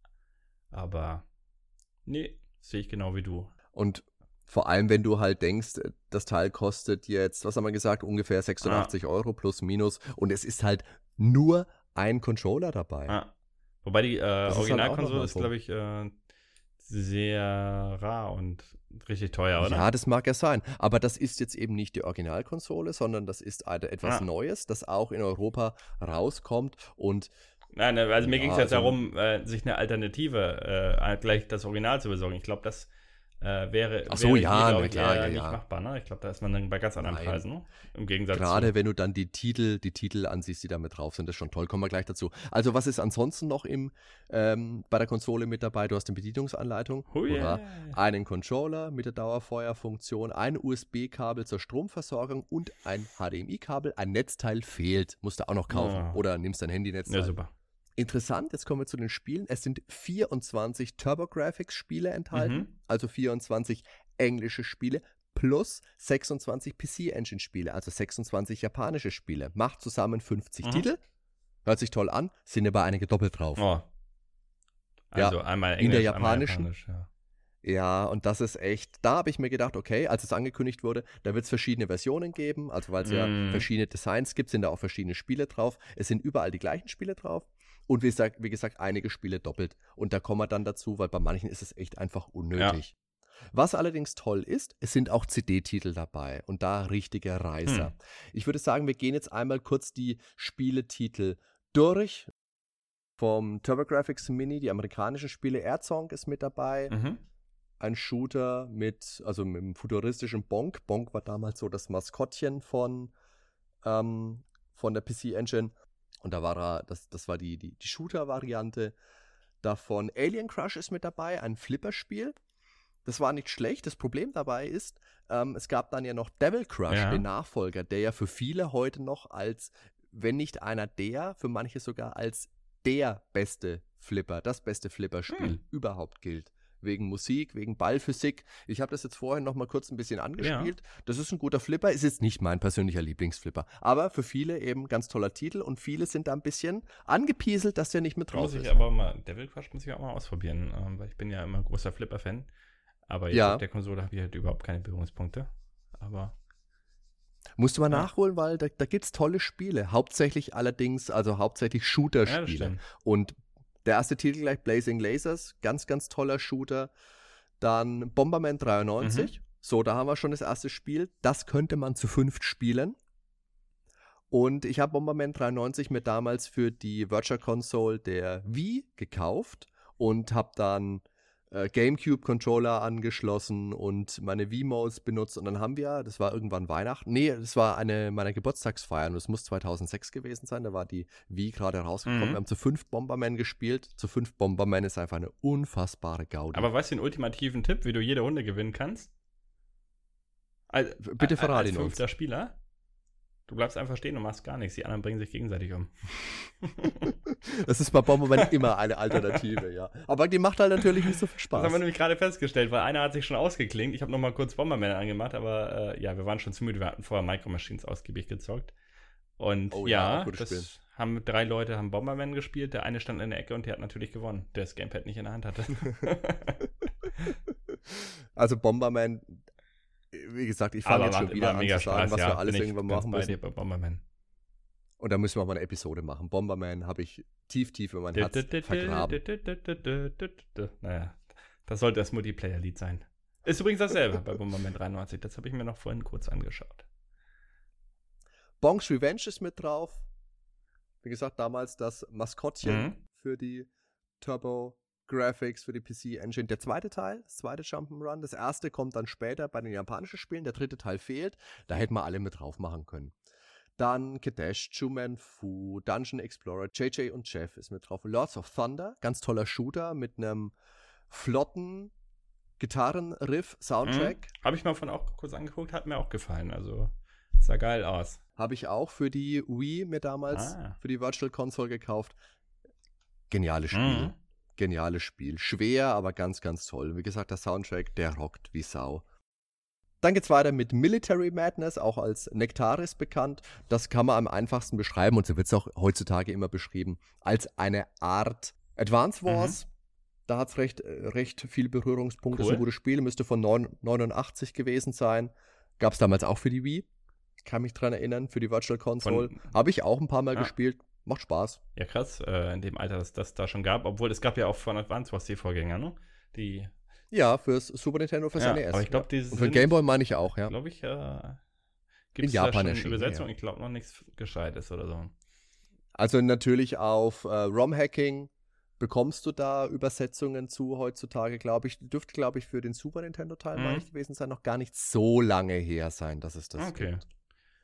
Aber nee, sehe ich genau wie du. Und vor allem, wenn du halt denkst, das Teil kostet jetzt, was haben wir gesagt, ungefähr sechsundachtzig Euro plus minus und es ist halt nur ein Controller dabei. Ah. Wobei die äh, Das ist halt auch Originalkonsole noch ist, mal glaube ich, äh, sehr rar und richtig teuer, oder? Ja, das mag ja sein, aber das ist jetzt eben nicht die Originalkonsole, sondern das ist eine, etwas Ah. Neues, das auch in Europa rauskommt und Nein, also mir Ja, ging es jetzt also- darum, äh, sich eine Alternative, äh, gleich das Original zu besorgen. Ich glaube, das äh, wäre, Ach so, wäre ja, hier, glaub na ich, klar, eher ja, nicht ja. machbar. Ne? Ich glaube, da ist man dann bei ganz anderen Nein. Preisen. Ne? Im Gegensatz gerade zu. wenn du dann die Titel, die Titel ansiehst, die da mit drauf sind, das ist schon toll. Kommen wir gleich dazu. Also was ist ansonsten noch im, ähm, bei der Konsole mit dabei? Du hast eine Bedienungsanleitung, Oh hurra, yeah. einen Controller mit der Dauerfeuerfunktion, ein U S B-Kabel zur Stromversorgung und ein H D M I-Kabel. Ein Netzteil fehlt, musst du auch noch kaufen Ja. oder nimmst dein Handynetzteil. Ja, super. Interessant, jetzt kommen wir zu den Spielen. Es sind vierundzwanzig TurboGrafx-Spiele enthalten, Mhm. also vierundzwanzig englische Spiele plus sechsundzwanzig P C-Engine-Spiele, also sechsundzwanzig japanische Spiele. Macht zusammen fünfzig Mhm. Titel. Hört sich toll an, sind aber einige doppelt drauf. Oh. Also einmal Englisch, in der einmal japanischen. Japanisch, ja. Ja, und das ist echt, da habe ich mir gedacht, okay, als es angekündigt wurde, da wird es verschiedene Versionen geben, also weil es ja Mm. verschiedene Designs gibt, sind da auch verschiedene Spiele drauf. Es sind überall die gleichen Spiele drauf und wie gesagt, wie gesagt einige Spiele doppelt. Und da kommen wir dann dazu, weil bei manchen ist es echt einfach unnötig. Was allerdings toll ist, es sind auch C D-Titel dabei und da richtige Reißer. Hm. Ich würde sagen, wir gehen jetzt einmal kurz die Spieletitel durch. Vom TurboGrafx Mini, die amerikanischen Spiele, Erzong ist mit dabei. Mhm. Ein Shooter mit, also mit einem futuristischen Bonk. Bonk war damals so das Maskottchen von, ähm, von der P C-Engine. Und da war er, das, das war die, die, die Shooter-Variante davon. Alien Crush ist mit dabei, ein Flipperspiel. Das war nicht schlecht. Das Problem dabei ist, ähm, es gab dann ja noch Devil Crush, Ja. den Nachfolger, der ja für viele heute noch als, wenn nicht einer der, für manche sogar als der beste Flipper, das beste Flipperspiel Hm. überhaupt gilt. Wegen Musik, wegen Ballphysik. Ich habe das jetzt vorhin noch mal kurz ein bisschen angespielt. Das ist ein guter Flipper, ist jetzt nicht mein persönlicher Lieblingsflipper. Aber für viele eben ganz toller Titel und viele sind da ein bisschen angepieselt, dass der nicht mit Da muss drauf ich ist. aber mal, Devil Crush muss ich auch mal ausprobieren, ähm, weil ich bin ja immer großer Flipper-Fan. Aber jetzt Ja. auf der Konsole habe ich halt überhaupt keine Berührungspunkte. Aber Musst du mal Ja. nachholen, weil da, da gibt es tolle Spiele. Hauptsächlich allerdings, also hauptsächlich ja, das Shooter-Spiele. stimmt. Und der erste Titel gleich Blazing Lasers, ganz, ganz toller Shooter. Dann Bomberman dreiundneunzig. Mhm. So, da haben wir schon das erste Spiel. Das könnte man zu fünft spielen. Und ich habe Bomberman dreiundneunzig mir damals für die Virtual Console der Wii gekauft und habe dann äh, GameCube-Controller angeschlossen und meine Wiimotes benutzt. Und dann haben wir, das war irgendwann Weihnachten, nee, das war eine meiner Geburtstagsfeiern und es muss zweitausendsechs gewesen sein, da war die Wii gerade rausgekommen. Mhm. Wir haben zu fünf Bomberman gespielt. Zu fünf Bomberman ist einfach eine unfassbare Gaudi. Aber weißt du den ultimativen Tipp, wie du jede Runde gewinnen kannst? Als, Bitte verrate ihn als uns. fünfter Spieler? Du bleibst einfach stehen und machst gar nichts. Die anderen bringen sich gegenseitig um. Das ist bei Bomberman immer eine Alternative, ja. Aber die macht halt natürlich nicht so viel Spaß. Das haben wir nämlich gerade festgestellt, weil einer hat sich schon ausgeklingt. Ich habe nochmal kurz Bomberman angemacht, aber äh, ja, wir waren schon zu müde. Wir hatten vorher Micro Machines ausgiebig gezockt. Und Oh ja, ja, gutes das Spiel. haben drei Leute haben Bomberman gespielt. Der eine stand in der Ecke und der hat natürlich gewonnen, der das Gamepad nicht in der Hand hatte. Also Bomberman, wie gesagt, ich fange Aber jetzt schon macht wieder immer an mega zu sagen, Spaß, was ja, wir alles bin ich irgendwann ganz machen bei müssen. dir bei Bomberman. Und da müssen wir mal eine Episode machen. Bomberman habe ich tief, tief in mein Herz vergraben. Naja, das sollte das Multiplayer-Lied sein. Ist übrigens dasselbe bei Bomberman dreiundneunzig. Das habe ich mir noch vorhin kurz angeschaut. Bonks Revenge ist mit drauf. Wie gesagt, damals das Maskottchen Mhm. für die Turbo Graphics, für die P C Engine. Der zweite Teil, das zweite Jump'n'Run. Das erste kommt dann später bei den japanischen Spielen. Der dritte Teil fehlt. Da hätten wir alle mit drauf machen können. Dann Kadesh, Juman Fu, Dungeon Explorer, J J und Jeff ist mit drauf. Lords of Thunder, ganz toller Shooter mit einem flotten Gitarrenriff-Soundtrack. Mhm. Habe ich mal von auch kurz angeguckt, hat mir auch gefallen. Also sah geil aus. Habe ich auch für die Wii mir damals Ah. für die Virtual Console gekauft. Geniales Spiel. Mhm. Geniales Spiel. Schwer, aber ganz, ganz toll. Wie gesagt, der Soundtrack, der rockt wie Sau. Dann geht's weiter mit Military Madness, auch als Nectaris bekannt. Das kann man am einfachsten beschreiben, und so wird es auch heutzutage immer beschrieben, als eine Art Advance Wars. Mhm. Da hat es recht, recht viele Berührungspunkte. Cool. Das ist ein gutes Spiel, müsste von neunundachtzig gewesen sein. Gab es damals auch für die Wii. Kann mich dran erinnern, für die Virtual Console. Habe ich auch ein paar Mal ja. gespielt. Macht Spaß. Ja, krass, äh, in dem Alter, dass das da schon gab. Obwohl, es gab ja auch von Advance Wars die Vorgänger, ne? Die Ja, fürs Super Nintendo, fürs ja, N E S. Aber ich glaube, ja. die Und für den Game Boy meine ich auch, ja. Glaube ich, äh, gibt es in Japan da schon erschienen, Übersetzung. ja. Ich glaube noch nichts Gescheites oder so. Also natürlich auf äh, ROM-Hacking bekommst du da Übersetzungen zu heutzutage, glaube ich. Dürfte, glaube ich, für den Super Nintendo-Teil, Mhm. meine ich, gewesen sein, noch gar nicht so lange her sein, dass es das Okay. gibt.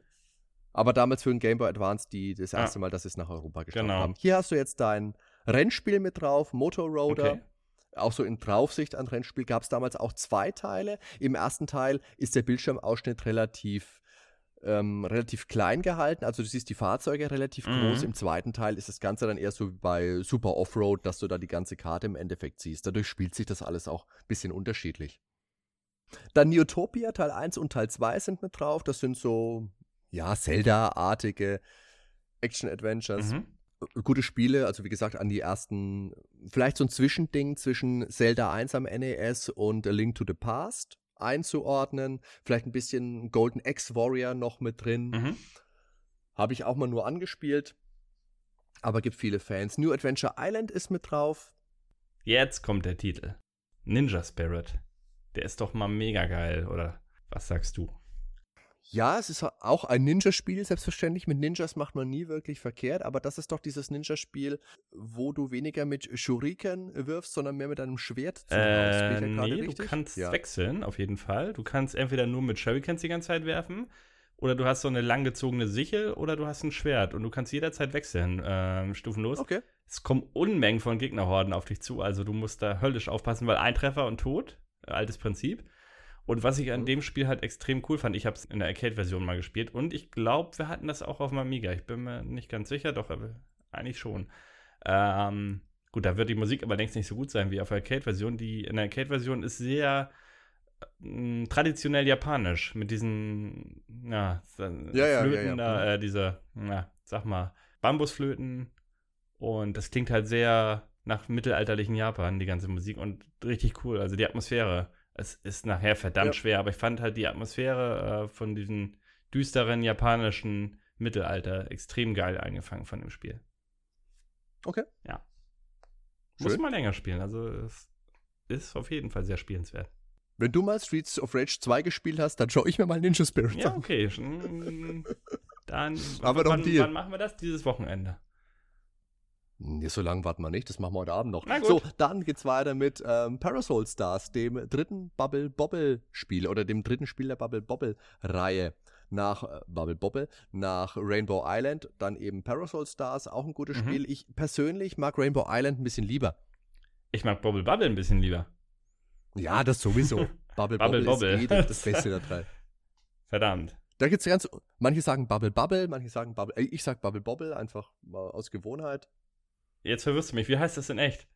Aber damals für den Game Boy Advance die, das Ja. erste Mal, dass sie es nach Europa geschafft Genau. haben. Hier hast du jetzt dein Rennspiel mit drauf, Motor Roader. Okay. Auch so in Draufsicht an Rennspiel gab es damals auch zwei Teile. Im ersten Teil ist der Bildschirmausschnitt relativ, ähm, relativ klein gehalten. Also du siehst die Fahrzeuge relativ Mhm. groß. Im zweiten Teil ist das Ganze dann eher so wie bei Super Offroad, dass du da die ganze Karte im Endeffekt siehst. Dadurch spielt sich das alles auch ein bisschen unterschiedlich. Dann Neotopia Teil eins und Teil zwei sind mit drauf. Das sind so, ja, Zelda-artige Action-Adventures. Mhm. Gute Spiele, also wie gesagt, an die ersten, vielleicht so ein Zwischending zwischen Zelda eins am N E S und A Link to the Past einzuordnen. Vielleicht ein bisschen Golden Axe Warrior noch mit drin. Mhm. Habe ich auch mal nur angespielt, aber gibt viele Fans. New Adventure Island ist mit drauf. Jetzt kommt der Titel. Ninja Spirit. Der ist doch mal mega geil, oder was sagst du? Ja, es ist auch ein Ninja-Spiel, selbstverständlich. Mit Ninjas macht man nie wirklich verkehrt, aber das ist doch dieses Ninja-Spiel, wo du weniger mit Shuriken wirfst, sondern mehr mit einem Schwert zuhaust. Bin ich Äh, da gerade nee, richtig? du kannst Ja. wechseln, auf jeden Fall. Du kannst entweder nur mit Shurikens die ganze Zeit werfen, oder du hast so eine langgezogene Sichel, oder du hast ein Schwert. Und du kannst jederzeit wechseln, ähm, stufenlos. Okay. Es kommen Unmengen von Gegnerhorden auf dich zu, also du musst da höllisch aufpassen, weil ein Treffer und tot, äh, altes Prinzip. Und was ich an Mhm. dem Spiel halt extrem cool fand, ich habe es in der Arcade-Version mal gespielt und ich glaube, wir hatten das auch auf dem Amiga. Ich bin mir nicht ganz sicher, doch aber eigentlich schon. Ähm, gut, da wird die Musik aber längst nicht so gut sein wie auf der Arcade-Version. Die in der Arcade-Version ist sehr äh, traditionell japanisch mit diesen ja, Ja, ja, Flöten ja, ja. da, äh, diese, na, sag mal, Bambusflöten. Und das klingt halt sehr nach mittelalterlichen Japan, die ganze Musik. Und richtig cool, also die Atmosphäre. Es ist nachher verdammt Ja. schwer, aber ich fand halt die Atmosphäre äh, von diesem düsteren japanischen Mittelalter extrem geil eingefangen von dem Spiel. Okay. Ja. Muss Schön. man länger spielen, also es ist auf jeden Fall sehr spielenswert. Wenn du mal Streets of Rage zwei gespielt hast, dann schaue ich mir mal Ninja Spirit Ja, an. okay. Mm, Dann, Aber doch ein wann, Deal. wann machen wir das? Dieses Wochenende. Nee, so lange warten wir nicht, das machen wir heute Abend noch. Na gut. So, dann geht's weiter mit ähm, Parasol Stars, dem dritten Bubble Bobble Spiel oder dem dritten Spiel der Bubble Bobble Reihe. Nach äh, Bubble Bobble, nach Rainbow Island, dann eben Parasol Stars, auch ein gutes Mhm. Spiel. Ich persönlich mag Rainbow Island ein bisschen lieber. Ich mag Bobble Bubble ein bisschen lieber. Ja, das sowieso. Bubble Bubble Bobble, Bobble. ist eh das, das Beste der drei. Verdammt. Da gibt's ganz, manche sagen Bubble Bubble, manche sagen Bubble, äh, ich sag Bubble Bobble, einfach mal aus Gewohnheit. Jetzt verwirrst du mich. Wie heißt das in echt?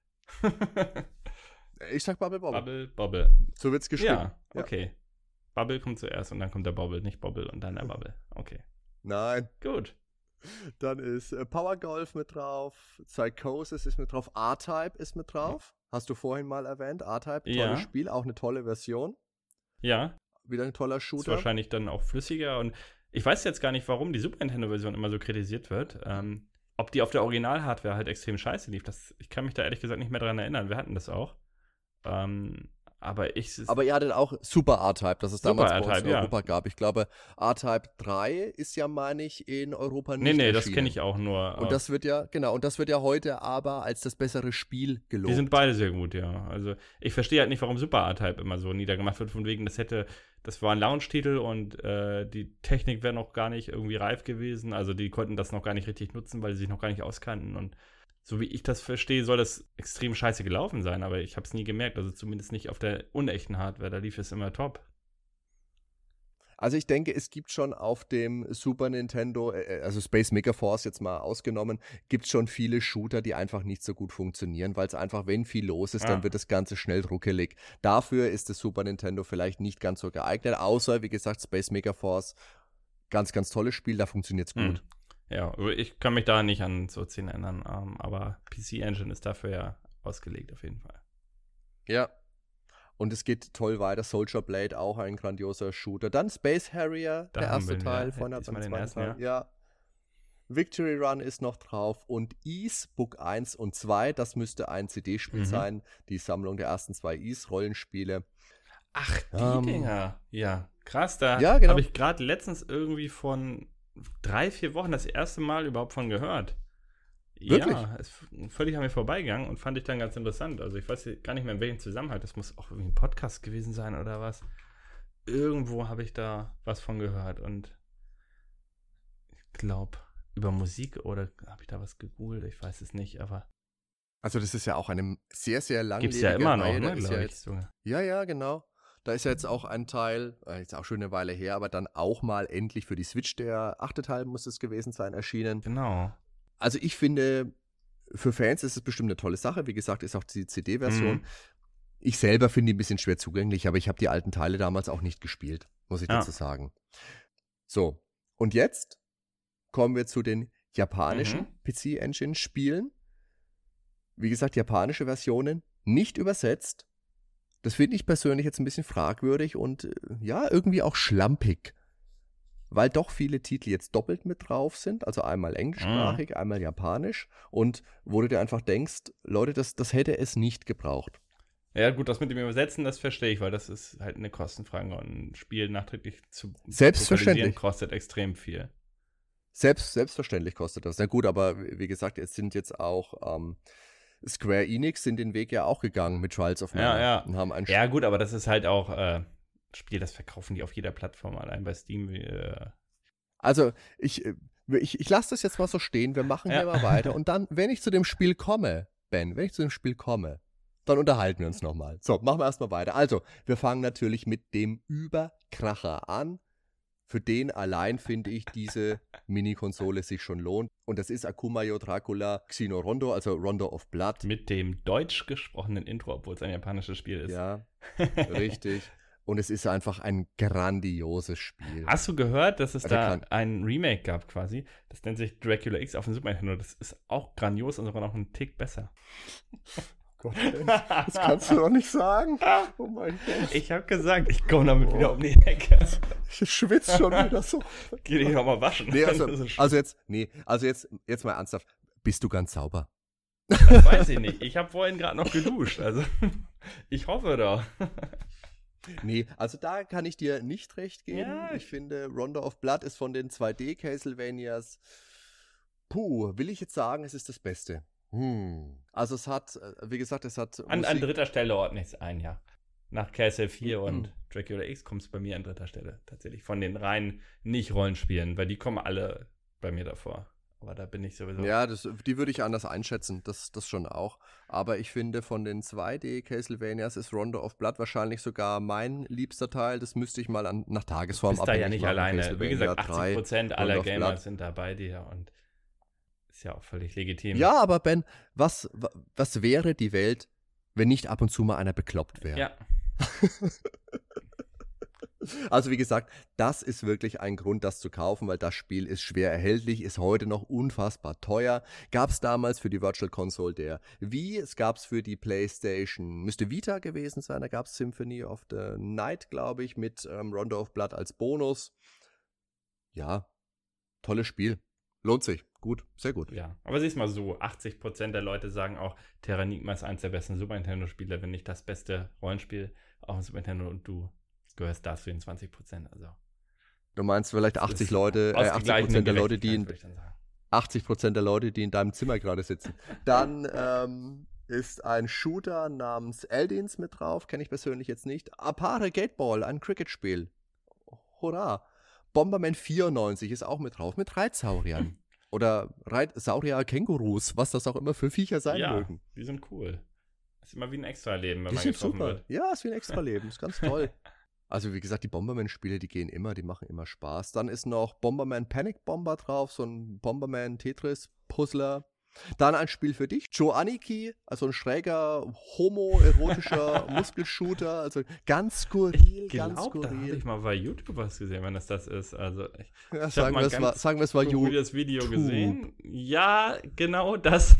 Ich sag Bubble Bobble. Bubble Bobble. So wird's geschrieben. Ja, okay. Bubble kommt zuerst und dann kommt der Bobble, nicht Bobble und dann der Bubble. Okay. Nein. Gut. Dann ist äh, Power Golf mit drauf, Psychosis ist mit drauf, R-Type ist mit drauf. Hast du vorhin mal erwähnt, R-Type, tolles Ja. Spiel, auch eine tolle Version. Ja, Wieder ein toller ist Shooter. wahrscheinlich dann auch flüssiger und ich weiß jetzt gar nicht, warum die Super Nintendo-Version immer so kritisiert wird. Ähm, ob die auf der Original-Hardware halt extrem scheiße lief, das, ich kann mich da ehrlich gesagt nicht mehr dran erinnern. Wir hatten das auch. Ähm, aber ich... Aber ihr hattet auch Super R-Type, das es Super damals bei uns R-Type, in ja. Europa gab. Ich glaube, R-Type drei ist ja, meine ich, in Europa nicht nee, nee, das erschienen. kenne ich auch nur. Und das wird ja, genau, und das wird ja heute aber als das bessere Spiel gelobt. Die sind beide sehr gut, ja. Also ich verstehe halt nicht, warum Super R-Type immer so niedergemacht wird, von wegen, das hätte, das war ein Launch-Titel und äh, die Technik wäre noch gar nicht irgendwie reif gewesen. Also die konnten das noch gar nicht richtig nutzen, weil sie sich noch gar nicht auskannten. Und so wie ich das verstehe, soll das extrem scheiße gelaufen sein, aber ich habe es nie gemerkt. Also zumindest nicht auf der unechten Hardware, da lief es immer top. Also ich denke, es gibt schon auf dem Super Nintendo, äh, also Space Megaforce jetzt mal ausgenommen, gibt es schon viele Shooter, die einfach nicht so gut funktionieren, weil es einfach, wenn viel los ist, Ja. dann wird das Ganze schnell ruckelig. Dafür ist das Super Nintendo vielleicht nicht ganz so geeignet, außer, wie gesagt, Space Megaforce, ganz, ganz tolles Spiel, da funktioniert es gut. Hm. Ja, aber ich kann mich da nicht an so Szenen erinnern, ähm, aber P C Engine ist dafür ja ausgelegt auf jeden Fall. Ja. Und es geht toll weiter. Soldier Blade, auch ein grandioser Shooter. Dann Space Harrier, Da der haben erste wir ihn Teil wieder. von der Diesmal den zweiten ersten, Teil. Ja. Victory Run ist noch drauf und Ys, Book eins und zwei, das müsste ein C D-Spiel Mhm. sein. Die Sammlung der ersten zwei Ys-Rollenspiele. Ach, die Ähm, Dinger. Ja, krass. Da Ja, genau. habe ich gerade letztens irgendwie von drei, vier Wochen das erste Mal überhaupt von gehört. Wirklich? Ja, ist völlig an mir vorbeigegangen und fand ich dann ganz interessant. Also ich weiß gar nicht mehr, in welchem Zusammenhang. Das muss auch irgendwie ein Podcast gewesen sein oder was. Irgendwo habe ich da was von gehört und ich glaube, über Musik oder habe ich da was gegoogelt? Ich weiß es nicht, aber Also das ist ja auch eine sehr, sehr langlebige gibt es ja immer noch, Reihe. Da ne, ist ja glaube ich. jetzt, sogar. ja, ja, genau. Da ist ja jetzt auch ein Teil, äh, jetzt auch schon eine Weile her, aber dann auch mal endlich für die Switch, der achte Teil muss es gewesen sein, erschienen. Genau. Also ich finde, für Fans ist es bestimmt eine tolle Sache. Wie gesagt, ist auch die C D-Version. Mhm. Ich selber finde die ein bisschen schwer zugänglich, aber ich habe die alten Teile damals auch nicht gespielt, muss ich Ja. dazu sagen. So, und jetzt kommen wir zu den japanischen Mhm. P C-Engine-Spielen. Wie gesagt, japanische Versionen, nicht übersetzt. Das finde ich persönlich jetzt ein bisschen fragwürdig und äh, ja, irgendwie auch schlampig. Weil doch viele Titel jetzt doppelt mit drauf sind, also einmal englischsprachig, einmal japanisch. Und wo du dir einfach denkst, Leute, das, das hätte es nicht gebraucht. Ja, gut, das mit dem Übersetzen, das verstehe ich, weil das ist halt eine Kostenfrage und ein Spiel nachträglich zu Selbstverständlich. lokalisieren kostet extrem viel. Selbst, selbstverständlich kostet das. Na gut, aber wie gesagt, es sind jetzt auch ähm, Square Enix sind den Weg ja auch gegangen mit Trials of Mana. Ja, ja. Und haben ein Ja, gut, aber das ist halt auch äh, ein Spiel, das verkaufen die auf jeder Plattform, allein bei Steam. Wie, äh, Also, ich, äh, ich, ich lasse das jetzt mal so stehen, wir machen Ja. hier mal weiter. Und dann, wenn ich zu dem Spiel komme, Ben, wenn ich zu dem Spiel komme, dann unterhalten wir uns nochmal. So, machen wir erstmal weiter. Also, wir fangen natürlich mit dem Überkracher an. Für den allein finde ich diese Mini-Konsole sich schon lohnt. Und das ist Akumayo Dracula Xeno Rondo, also Rondo of Blood. mit dem deutsch gesprochenen Intro, obwohl es ein japanisches Spiel ist. Ja, richtig. Und es ist einfach ein grandioses Spiel. Hast du gehört, dass es Also da kann- ein Remake gab quasi? Das nennt sich Dracula X auf dem Super Nintendo. Das ist auch grandios und sogar noch einen Tick besser. Gott, das kannst du doch nicht sagen. Oh mein Gott. Ich habe gesagt, ich komme damit Oh. wieder um die Ecke. Ich schwitze schon wieder so. Geh dich noch mal waschen. Nee, also, Das ist schlimm. also jetzt, nee, also jetzt, jetzt mal ernsthaft. Bist du ganz sauber? Das weiß ich nicht. Ich habe vorhin gerade noch geduscht. Also ich hoffe doch. Nee, also da kann ich dir nicht recht geben. Ja. Ich finde, Rondo of Blood ist von den zwei D Castlevanias, puh, will ich jetzt sagen, es ist das Beste. Hm. Also es hat, wie gesagt, es hat An, an dritter Stelle ordne ich es ein, ja. Nach K S L vier mhm. und Dracula X kommt es bei mir an dritter Stelle tatsächlich. Von den reinen Nicht-Rollenspielen, weil die kommen alle bei mir davor. Aber da bin ich sowieso. Ja, das, die würde ich anders einschätzen, das, das schon auch. Aber ich finde, von den zwei D Castlevanias ist Rondo of Blood wahrscheinlich sogar mein liebster Teil. Das müsste ich mal an, nach Tagesform abhängig machen. Du bist da ja nicht alleine. Wie gesagt, achtzig Prozent aller Gamer Blood. sind da bei dir und ist ja auch völlig legitim. Ja, aber Ben, was, was wäre die Welt, wenn nicht ab und zu mal einer bekloppt wäre? Ja. Also wie gesagt, das ist wirklich ein Grund, das zu kaufen, weil das Spiel ist schwer erhältlich, ist heute noch unfassbar teuer. Gab es damals für die Virtual Console der Wii, es gab es für die PlayStation, müsste Vita gewesen sein, da gab es Symphony of the Night, glaube ich, mit ähm, Rondo of Blood als Bonus. Ja, tolles Spiel. Lohnt sich. Gut, sehr gut. Ja, aber siehst mal so, achtzig Prozent der Leute sagen auch, Terranigma ist eins der besten Super Nintendo-Spiele, wenn nicht das beste Rollenspiel auf dem Super Nintendo und du gehörst da zu den zwanzig Prozent. Also, du meinst vielleicht achtzig Leute, äh, achtzig Prozent der Leute, die in, achtzig Prozent der Leute, die in deinem Zimmer gerade sitzen. Dann ähm, ist ein Shooter namens Eldins mit drauf, kenne ich persönlich jetzt nicht. Apare Gateball, ein Cricket-Spiel. Hurra. Bomberman vierundneunzig ist auch mit drauf, mit Reitsauriern. Oder Reit- Saurier-Kängurus, was das auch immer für Viecher sein ja, mögen. Die sind cool. Das ist immer wie ein Extra-Leben, wenn die man sind getroffen super. wird. Ja, ist wie ein Extra-Leben, ist ganz toll. Also wie gesagt, die Bomberman-Spiele, die gehen immer, die machen immer Spaß. Dann ist noch Bomberman Panic Bomber drauf, so ein Bomberman-Tetris-Puzzler. Dann ein Spiel für dich, Joe Aniki, also ein schräger, homoerotischer Muskelshooter, also ganz skurril, ich glaub, ganz skurril. Da habe ich mal bei YouTube was gesehen, wenn das das ist. Also ich, ja, ich sagen, wir es war, sagen wir es war YouTube. das Video gesehen. Ja, genau das.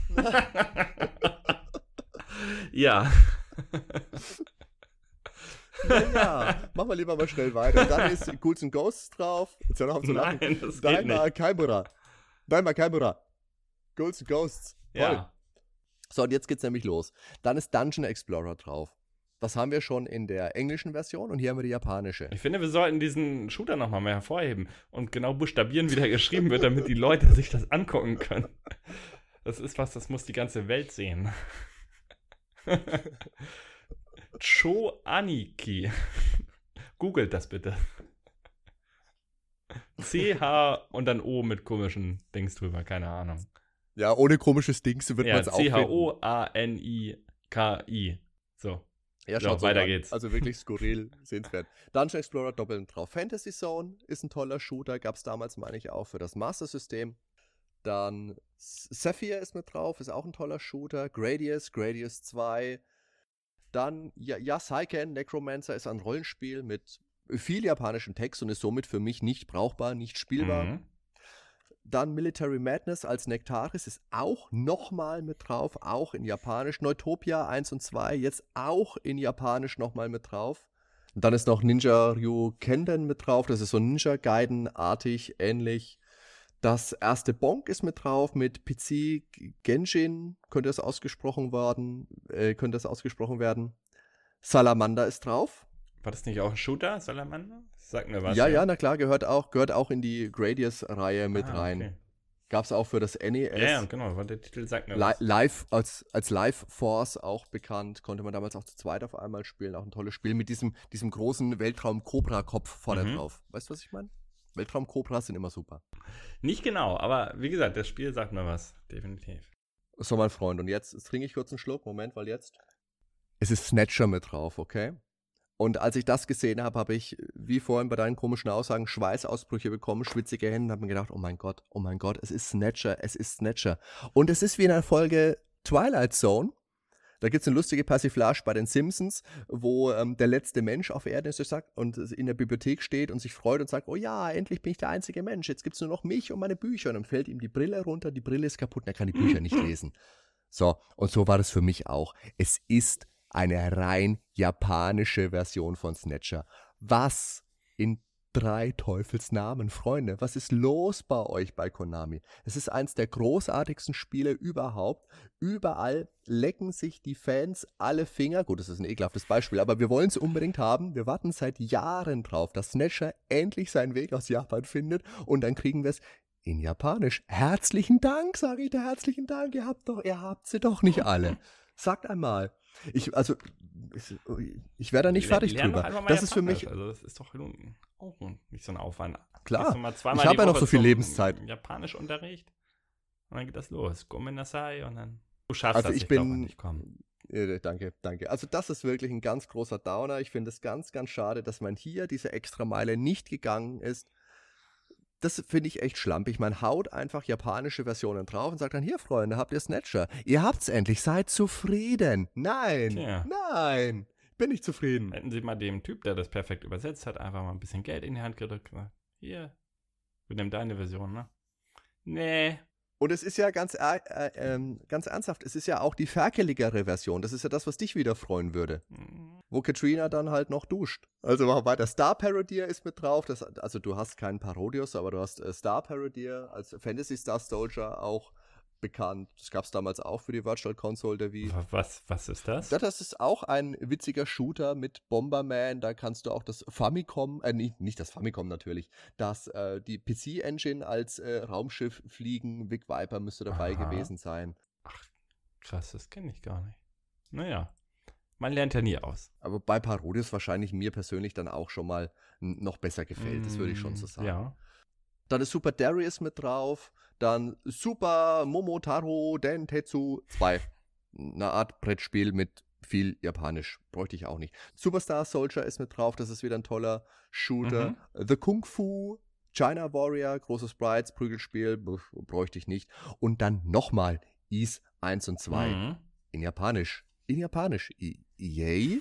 ja. Naja, machen wir lieber mal schnell weiter. Dann ist Ghouls and Ghosts drauf. Jetzt hör auf zu lachen. Nein, das geht Daima nicht. Kaimura. Daima Kaimura. Ghouls and Ghosts. Toll. Ja. So, und jetzt geht's nämlich los. Dann ist Dungeon Explorer drauf. Das haben wir schon in der englischen Version und hier haben wir die japanische. Ich finde, wir sollten diesen Shooter nochmal mehr hervorheben und genau buchstabieren, wie der geschrieben wird, damit die Leute sich das angucken können. Das ist was, das muss die ganze Welt sehen. Cho Aniki. Googelt das bitte. C H und dann O mit komischen Dings drüber, keine Ahnung. Ja, ohne komisches Dings wird ja, man es auch C H O A N I K I. So. Ja, schaut so, weiter an. geht's. Also wirklich skurril, sehenswert. Dungeon Explorer doppelt drauf. Fantasy Zone ist ein toller Shooter, gab es damals, meine ich, auch für das Master System. Dann Sapphire ist mit drauf, ist auch ein toller Shooter. Gradius, Gradius zwei. Dann, ja, ja Seiken, Necromancer ist ein Rollenspiel mit viel japanischen Text und ist somit für mich nicht brauchbar, nicht spielbar. Mhm. Dann Military Madness als Nektaris ist auch nochmal mit drauf, auch in Japanisch. Neutopia eins und zwei, jetzt auch in Japanisch nochmal mit drauf. Und dann ist noch Ninja Ryu Kenden mit drauf, das ist so Ninja Gaiden-artig, ähnlich. Das erste Bonk ist mit drauf, mit Pizi Genshin, könnte das ausgesprochen werden, äh, könnte das ausgesprochen werden. Salamander ist drauf. War das nicht auch ein Shooter, Salamander? Sag mir was. Ja, ja, ja, na klar, gehört auch, gehört auch in die Gradius-Reihe mit ah, rein. Okay. Gab es auch für das N E S. Ja, ja, genau, der Titel sagt mir Li- was. Live, als, als Live Force auch bekannt, konnte man damals auch zu zweit auf einmal spielen. Auch ein tolles Spiel mit diesem, diesem großen Weltraum-Cobra-Kopf vorne Mhm. drauf. Weißt du, was ich meine? Weltraum-Cobras sind immer super. Nicht genau, aber wie gesagt, das Spiel sagt mir was. Definitiv. So, mein Freund. Und jetzt, jetzt trinke ich kurz einen Schluck. Moment, weil jetzt. Es ist Snatcher mit drauf, okay? Und als ich das gesehen habe, habe ich, wie vorhin bei deinen komischen Aussagen, Schweißausbrüche bekommen, schwitzige Hände, und habe mir gedacht, oh mein Gott, oh mein Gott, es ist Snatcher, es ist Snatcher. Und es ist wie in der Folge Twilight Zone. Da gibt es eine lustige Persiflage bei den Simpsons, wo ähm, der letzte Mensch auf Erden ist sagt, und in der Bibliothek steht und sich freut und sagt, oh ja, endlich bin ich der einzige Mensch, jetzt gibt es nur noch mich und meine Bücher. Und dann fällt ihm die Brille runter, die Brille ist kaputt und er kann die Bücher nicht lesen. So, und so war das für mich auch. Es ist eine rein japanische Version von Snatcher. Was in drei Teufelsnamen, Freunde, was ist los bei euch bei Konami? Es ist eins der großartigsten Spiele überhaupt. Überall lecken sich die Fans alle Finger. Gut, das ist ein ekelhaftes Beispiel, aber wir wollen es unbedingt haben. Wir warten seit Jahren drauf, dass Snatcher endlich seinen Weg aus Japan findet und dann kriegen wir es in Japanisch. Herzlichen Dank, sage ich dir, herzlichen Dank. Ihr habt doch, ihr habt sie doch nicht alle. Sagt einmal. Ich, also, ich, ich wäre da nicht fertig Lern drüber. Doch mal das ist für mich. Also, das ist doch auch nicht so ein Aufwand. Klar. Mal ich habe ja noch so viel Lebenszeit. Japanischunterricht. Und dann geht das los. Gomen Nasai und dann. Du schaffst also das, ich, ich bin, nicht kommen. Äh, danke, danke. Also das ist wirklich ein ganz großer Downer. Ich finde es ganz, ganz schade, dass man hier diese Extrameile nicht gegangen ist. Das finde ich echt schlampig. Man haut einfach japanische Versionen drauf und sagt dann, hier Freunde, habt ihr Snatcher? Ihr habt's endlich, seid zufrieden. Nein, Tja. nein, bin ich zufrieden. Hätten Sie mal dem Typ, der das perfekt übersetzt hat, einfach mal ein bisschen Geld in die Hand gedrückt. Hier, wir nehmen deine Version, ne? Nee. Und es ist ja ganz, äh, äh, ganz ernsthaft, es ist ja auch die ferkeligere Version. Das ist ja das, was dich wieder freuen würde. Mhm. Wo Katrina dann halt noch duscht. Also weiter. Star Parodier ist mit drauf. Das, also du hast keinen Parodius, aber du hast äh, Star Parodier als Fantasy Star Soldier auch bekannt. Das gab es damals auch für die Virtual Console der Wii. Was, was ist das? Ja, das ist auch ein witziger Shooter mit Bomberman. Da kannst du auch das Famicom, äh, nicht, nicht das Famicom natürlich, das, äh, die P C-Engine als äh, Raumschiff fliegen. Vic Viper müsste dabei Aha. gewesen sein. Ach, krass, das kenne ich gar nicht. Naja, man lernt ja nie aus. Aber bei Parodius wahrscheinlich mir persönlich dann auch schon mal noch besser gefällt. Mm, das würde ich schon so sagen. Ja. Dann ist Super Darius mit drauf. Dann Super Momotaro Dentetsu zwei. Eine Art Brettspiel mit viel Japanisch. Bräuchte ich auch nicht. Superstar Soldier ist mit drauf. Das ist wieder ein toller Shooter. Mhm. The Kung Fu China Warrior, großes Sprites, Prügelspiel. Bräuchte ich nicht. Und dann nochmal Ys eins und zwei. Mhm. In Japanisch. In Japanisch. I- yay.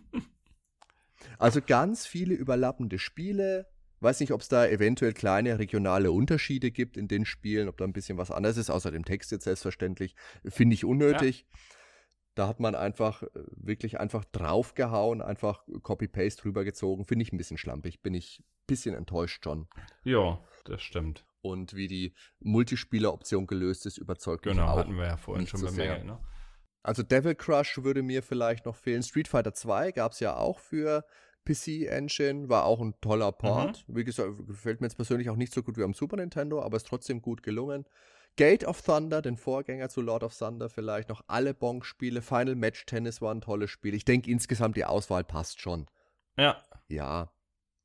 Also ganz viele überlappende Spiele. Weiß nicht, ob es da eventuell kleine regionale Unterschiede gibt in den Spielen, ob da ein bisschen was anderes ist, außer dem Text jetzt selbstverständlich. Finde ich unnötig. Ja. Da hat man einfach wirklich einfach draufgehauen, einfach Copy-Paste rübergezogen. Finde ich ein bisschen schlampig. Bin ich ein bisschen enttäuscht schon. Ja, das stimmt. Und wie die Multispieler-Option gelöst ist, überzeugt genau, mich auch. Genau, hatten wir ja vorhin schon so bemängelt, ne? Also Devil Crush würde mir vielleicht noch fehlen. Street Fighter zwei gab es ja auch für P C-Engine, war auch ein toller Port. Mhm. Wie gesagt, gefällt mir jetzt persönlich auch nicht so gut wie am Super Nintendo, aber ist trotzdem gut gelungen. Gate of Thunder, den Vorgänger zu Lord of Thunder vielleicht, noch alle Bonk-Spiele. Final Match Tennis war ein tolles Spiel. Ich denke insgesamt, die Auswahl passt schon. Ja. Ja.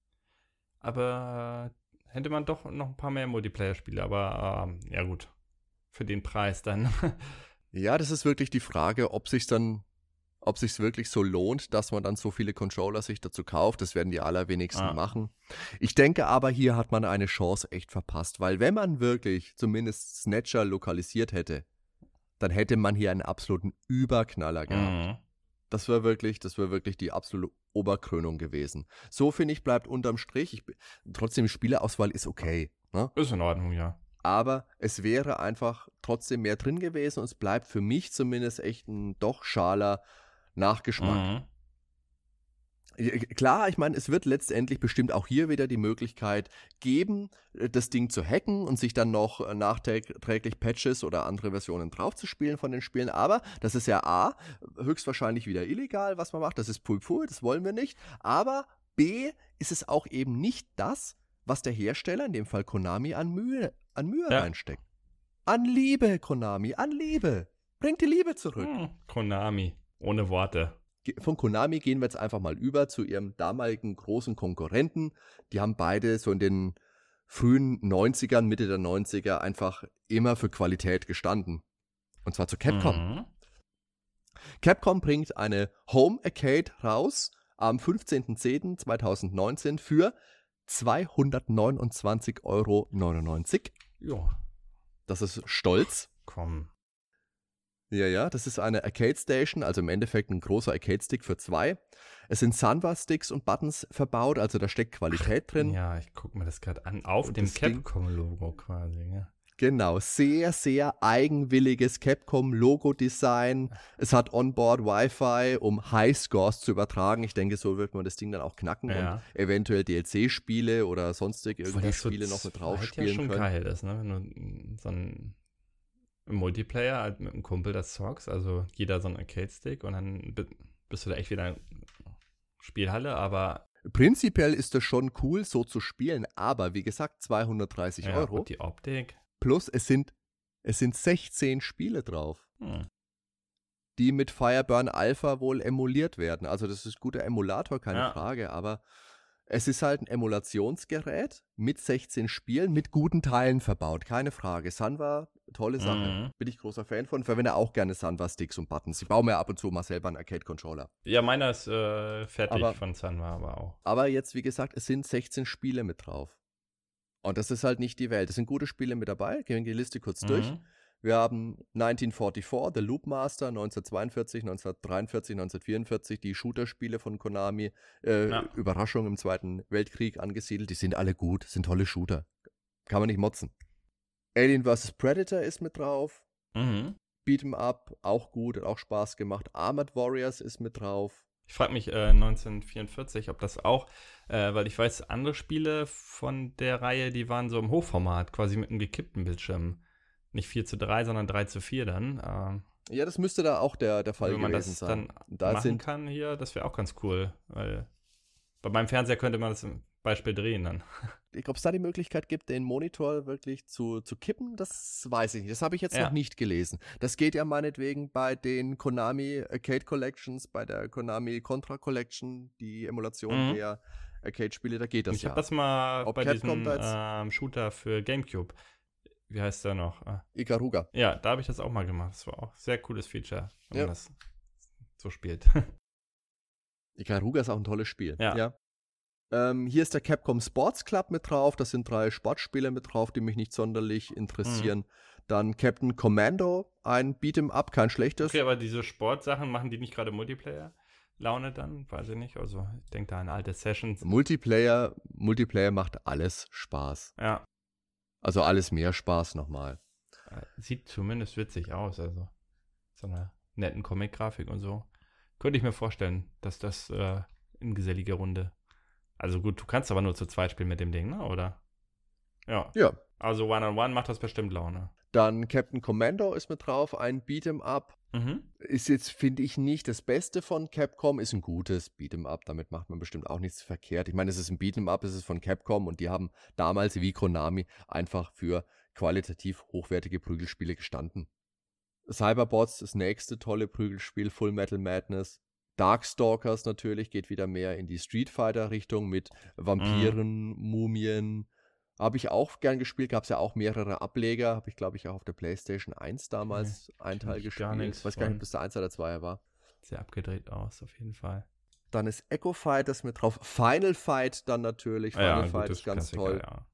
Aber hätte man doch noch ein paar mehr Multiplayer-Spiele, aber ähm, ja gut, für den Preis dann. Ja, das ist wirklich die Frage, ob sich's dann ob sich's wirklich so lohnt, dass man dann so viele Controller sich dazu kauft. Das werden die allerwenigsten ah. machen. Ich denke aber, hier hat man eine Chance echt verpasst, weil wenn man wirklich zumindest Snatcher lokalisiert hätte, dann hätte man hier einen absoluten Überknaller gehabt. Mhm. Das wäre wirklich, das wäre wirklich die absolute Oberkrönung gewesen. So, finde ich, bleibt unterm Strich. Ich, trotzdem, die Spieleauswahl ist okay. Ne? Ist in Ordnung, ja. Aber es wäre einfach trotzdem mehr drin gewesen und es bleibt für mich zumindest echt ein doch schaler Nachgeschmack. Mhm. Klar, ich meine, es wird letztendlich bestimmt auch hier wieder die Möglichkeit geben, das Ding zu hacken und sich dann noch nachträglich Patches oder andere Versionen draufzuspielen von den Spielen. Aber das ist ja A, höchstwahrscheinlich wieder illegal, was man macht. Das ist pui-pui, das wollen wir nicht. Aber B, ist es auch eben nicht das, was der Hersteller, in dem Fall Konami, an Mühe, an Mühe ja. reinsteckt. An Liebe, Konami, an Liebe. Bringt die Liebe zurück. Hm, Konami. Ohne Worte. Von Konami gehen wir jetzt einfach mal über zu ihrem damaligen großen Konkurrenten. Die haben beide so in den frühen neunzigern, Mitte der neunziger einfach immer für Qualität gestanden. Und zwar zu Capcom. Mhm. Capcom bringt eine Home Arcade raus am fünfzehnten zehnten zweitausendneunzehn für zweihundertneunundzwanzig Euro neunundneunzig. Ja. Das ist stolz. Komm. Ja, ja, das ist eine Arcade Station, also im Endeffekt ein großer Arcade-Stick für zwei. Es sind Sunbar-Sticks und Buttons verbaut, also da steckt Qualität drin. Ja, ich gucke mir das gerade an, auf und dem Capcom-Logo quasi. Ja. Genau, sehr, sehr eigenwilliges Capcom-Logo-Design. Es hat Onboard Wi-Fi, um Highscores zu übertragen. Ich denke, so wird man das Ding dann auch knacken ja. und eventuell D L C-Spiele oder sonstige irgendwelche Spiele noch mit drauf spielen können. Das ja schon geil ist, ne? Wenn du so ein im Multiplayer halt mit einem Kumpel das zockst, also jeder so ein Arcade-Stick und dann bist du da echt wieder in Spielhalle, aber Prinzipiell ist das schon cool, so zu spielen, aber wie gesagt, zweihundertdreißig Ja, Euro. und die Optik. Plus es sind, es sind sechzehn Spiele drauf, Hm. die mit Fireburn Alpha wohl emuliert werden. Also das ist ein guter Emulator, keine Ja. Frage, aber es ist halt ein Emulationsgerät mit sechzehn Spielen, mit guten Teilen verbaut, keine Frage. Sanwa, tolle Sache. Mhm. Bin ich großer Fan von, verwende auch gerne Sanwa-Sticks und Buttons. Ich baue mir ab und zu mal selber einen Arcade-Controller. Ja, meiner ist äh, fertig Aber- von Sanwa, aber auch. Aber jetzt, wie gesagt, es sind sechzehn Spiele mit drauf. Und das ist halt nicht die Welt. Es sind gute Spiele mit dabei. Gehen wir die Liste kurz durch. Mhm. Wir haben neunzehnhundertvierundvierzig, The Loop Master, neunzehnhundertzweiundvierzig, neunzehnhundertdreiundvierzig, neunzehnhundertvierundvierzig, die Shooter-Spiele von Konami, äh, Ja. Überraschung im Zweiten Weltkrieg angesiedelt. Die sind alle gut, sind tolle Shooter. Kann man nicht motzen. Alien versus. Predator ist mit drauf. Mhm. Beat'em Up, auch gut, hat auch Spaß gemacht. Armored Warriors ist mit drauf. Ich frage mich äh, neunzehnhundertvierundvierzig, ob das auch, äh, weil ich weiß, andere Spiele von der Reihe, die waren so im Hochformat, quasi mit einem gekippten Bildschirm. Nicht vier zu drei, sondern drei zu vier dann. Ähm, Ja, das müsste da auch der, der Fall wenn man gewesen das sein. dann Da machen sind kann hier, das wäre auch ganz cool. Weil bei meinem Fernseher könnte man das zum Beispiel drehen dann. Ob es da die Möglichkeit gibt, den Monitor wirklich zu, zu kippen, das weiß ich nicht. Das habe ich jetzt Ja. noch nicht gelesen. Das geht ja meinetwegen bei den Konami Arcade Collections, bei der Konami Contra Collection, die Emulation Mhm. der Arcade-Spiele, da geht das ich ja. habe das mal Ob bei Capcom diesem da jetzt- ähm, Shooter für GameCube. Wie heißt der noch? Ah, Ikaruga. ja, da habe ich das auch mal gemacht. Das war auch ein sehr cooles Feature, wenn Ja. man das so spielt. Ikaruga ist auch ein tolles Spiel. Ja. Ähm, hier ist der Capcom Sports Club mit drauf. Das sind drei Sportspiele mit drauf, die mich nicht sonderlich interessieren. Dann Captain Commando, ein Beat'em Up, kein schlechtes. Okay, aber diese Sportsachen, machen die nicht gerade Multiplayer-Laune dann? Weiß ich nicht. Also, ich denke da an alte Sessions. Multiplayer, Multiplayer macht alles Spaß. Ja, Also alles mehr Spaß nochmal. äh, sieht zumindest witzig aus. Also, so einer netten Comic-Grafik und so. Könnte ich mir vorstellen, dass das äh, in geselliger Runde. Also gut, du kannst aber nur zu zweit spielen mit dem Ding, ne? Oder? Ja. Ja. Also One-on-One macht das bestimmt Laune. Dann Captain Commando ist mit drauf, ein Beat'em Up. Mhm. Ist jetzt, finde ich, nicht das Beste von Capcom, ist ein gutes Beat'em Up, damit macht man bestimmt auch nichts verkehrt. Ich meine, es ist ein Beat'em Up, es ist von Capcom und die haben damals wie Konami einfach für qualitativ hochwertige Prügelspiele gestanden. Cyberbots, das nächste tolle Prügelspiel, Full Metal Madness. Darkstalkers natürlich, geht wieder mehr in die Street Fighter-Richtung mit Vampiren, Mumien. Habe ich auch gern gespielt, gab es ja auch mehrere Ableger. Habe ich, glaube ich, auch auf der PlayStation eins damals einen kenn Teil ich gespielt. gar nichts Ich weiß gar nicht, von. ob das der eins oder zweier war. Sehr abgedreht aus, auf jeden Fall. Dann ist Echo Fighters mit drauf. Final Fight dann natürlich. Ah Final ja, Fight gutes ist ganz Klassiker, toll. Ja.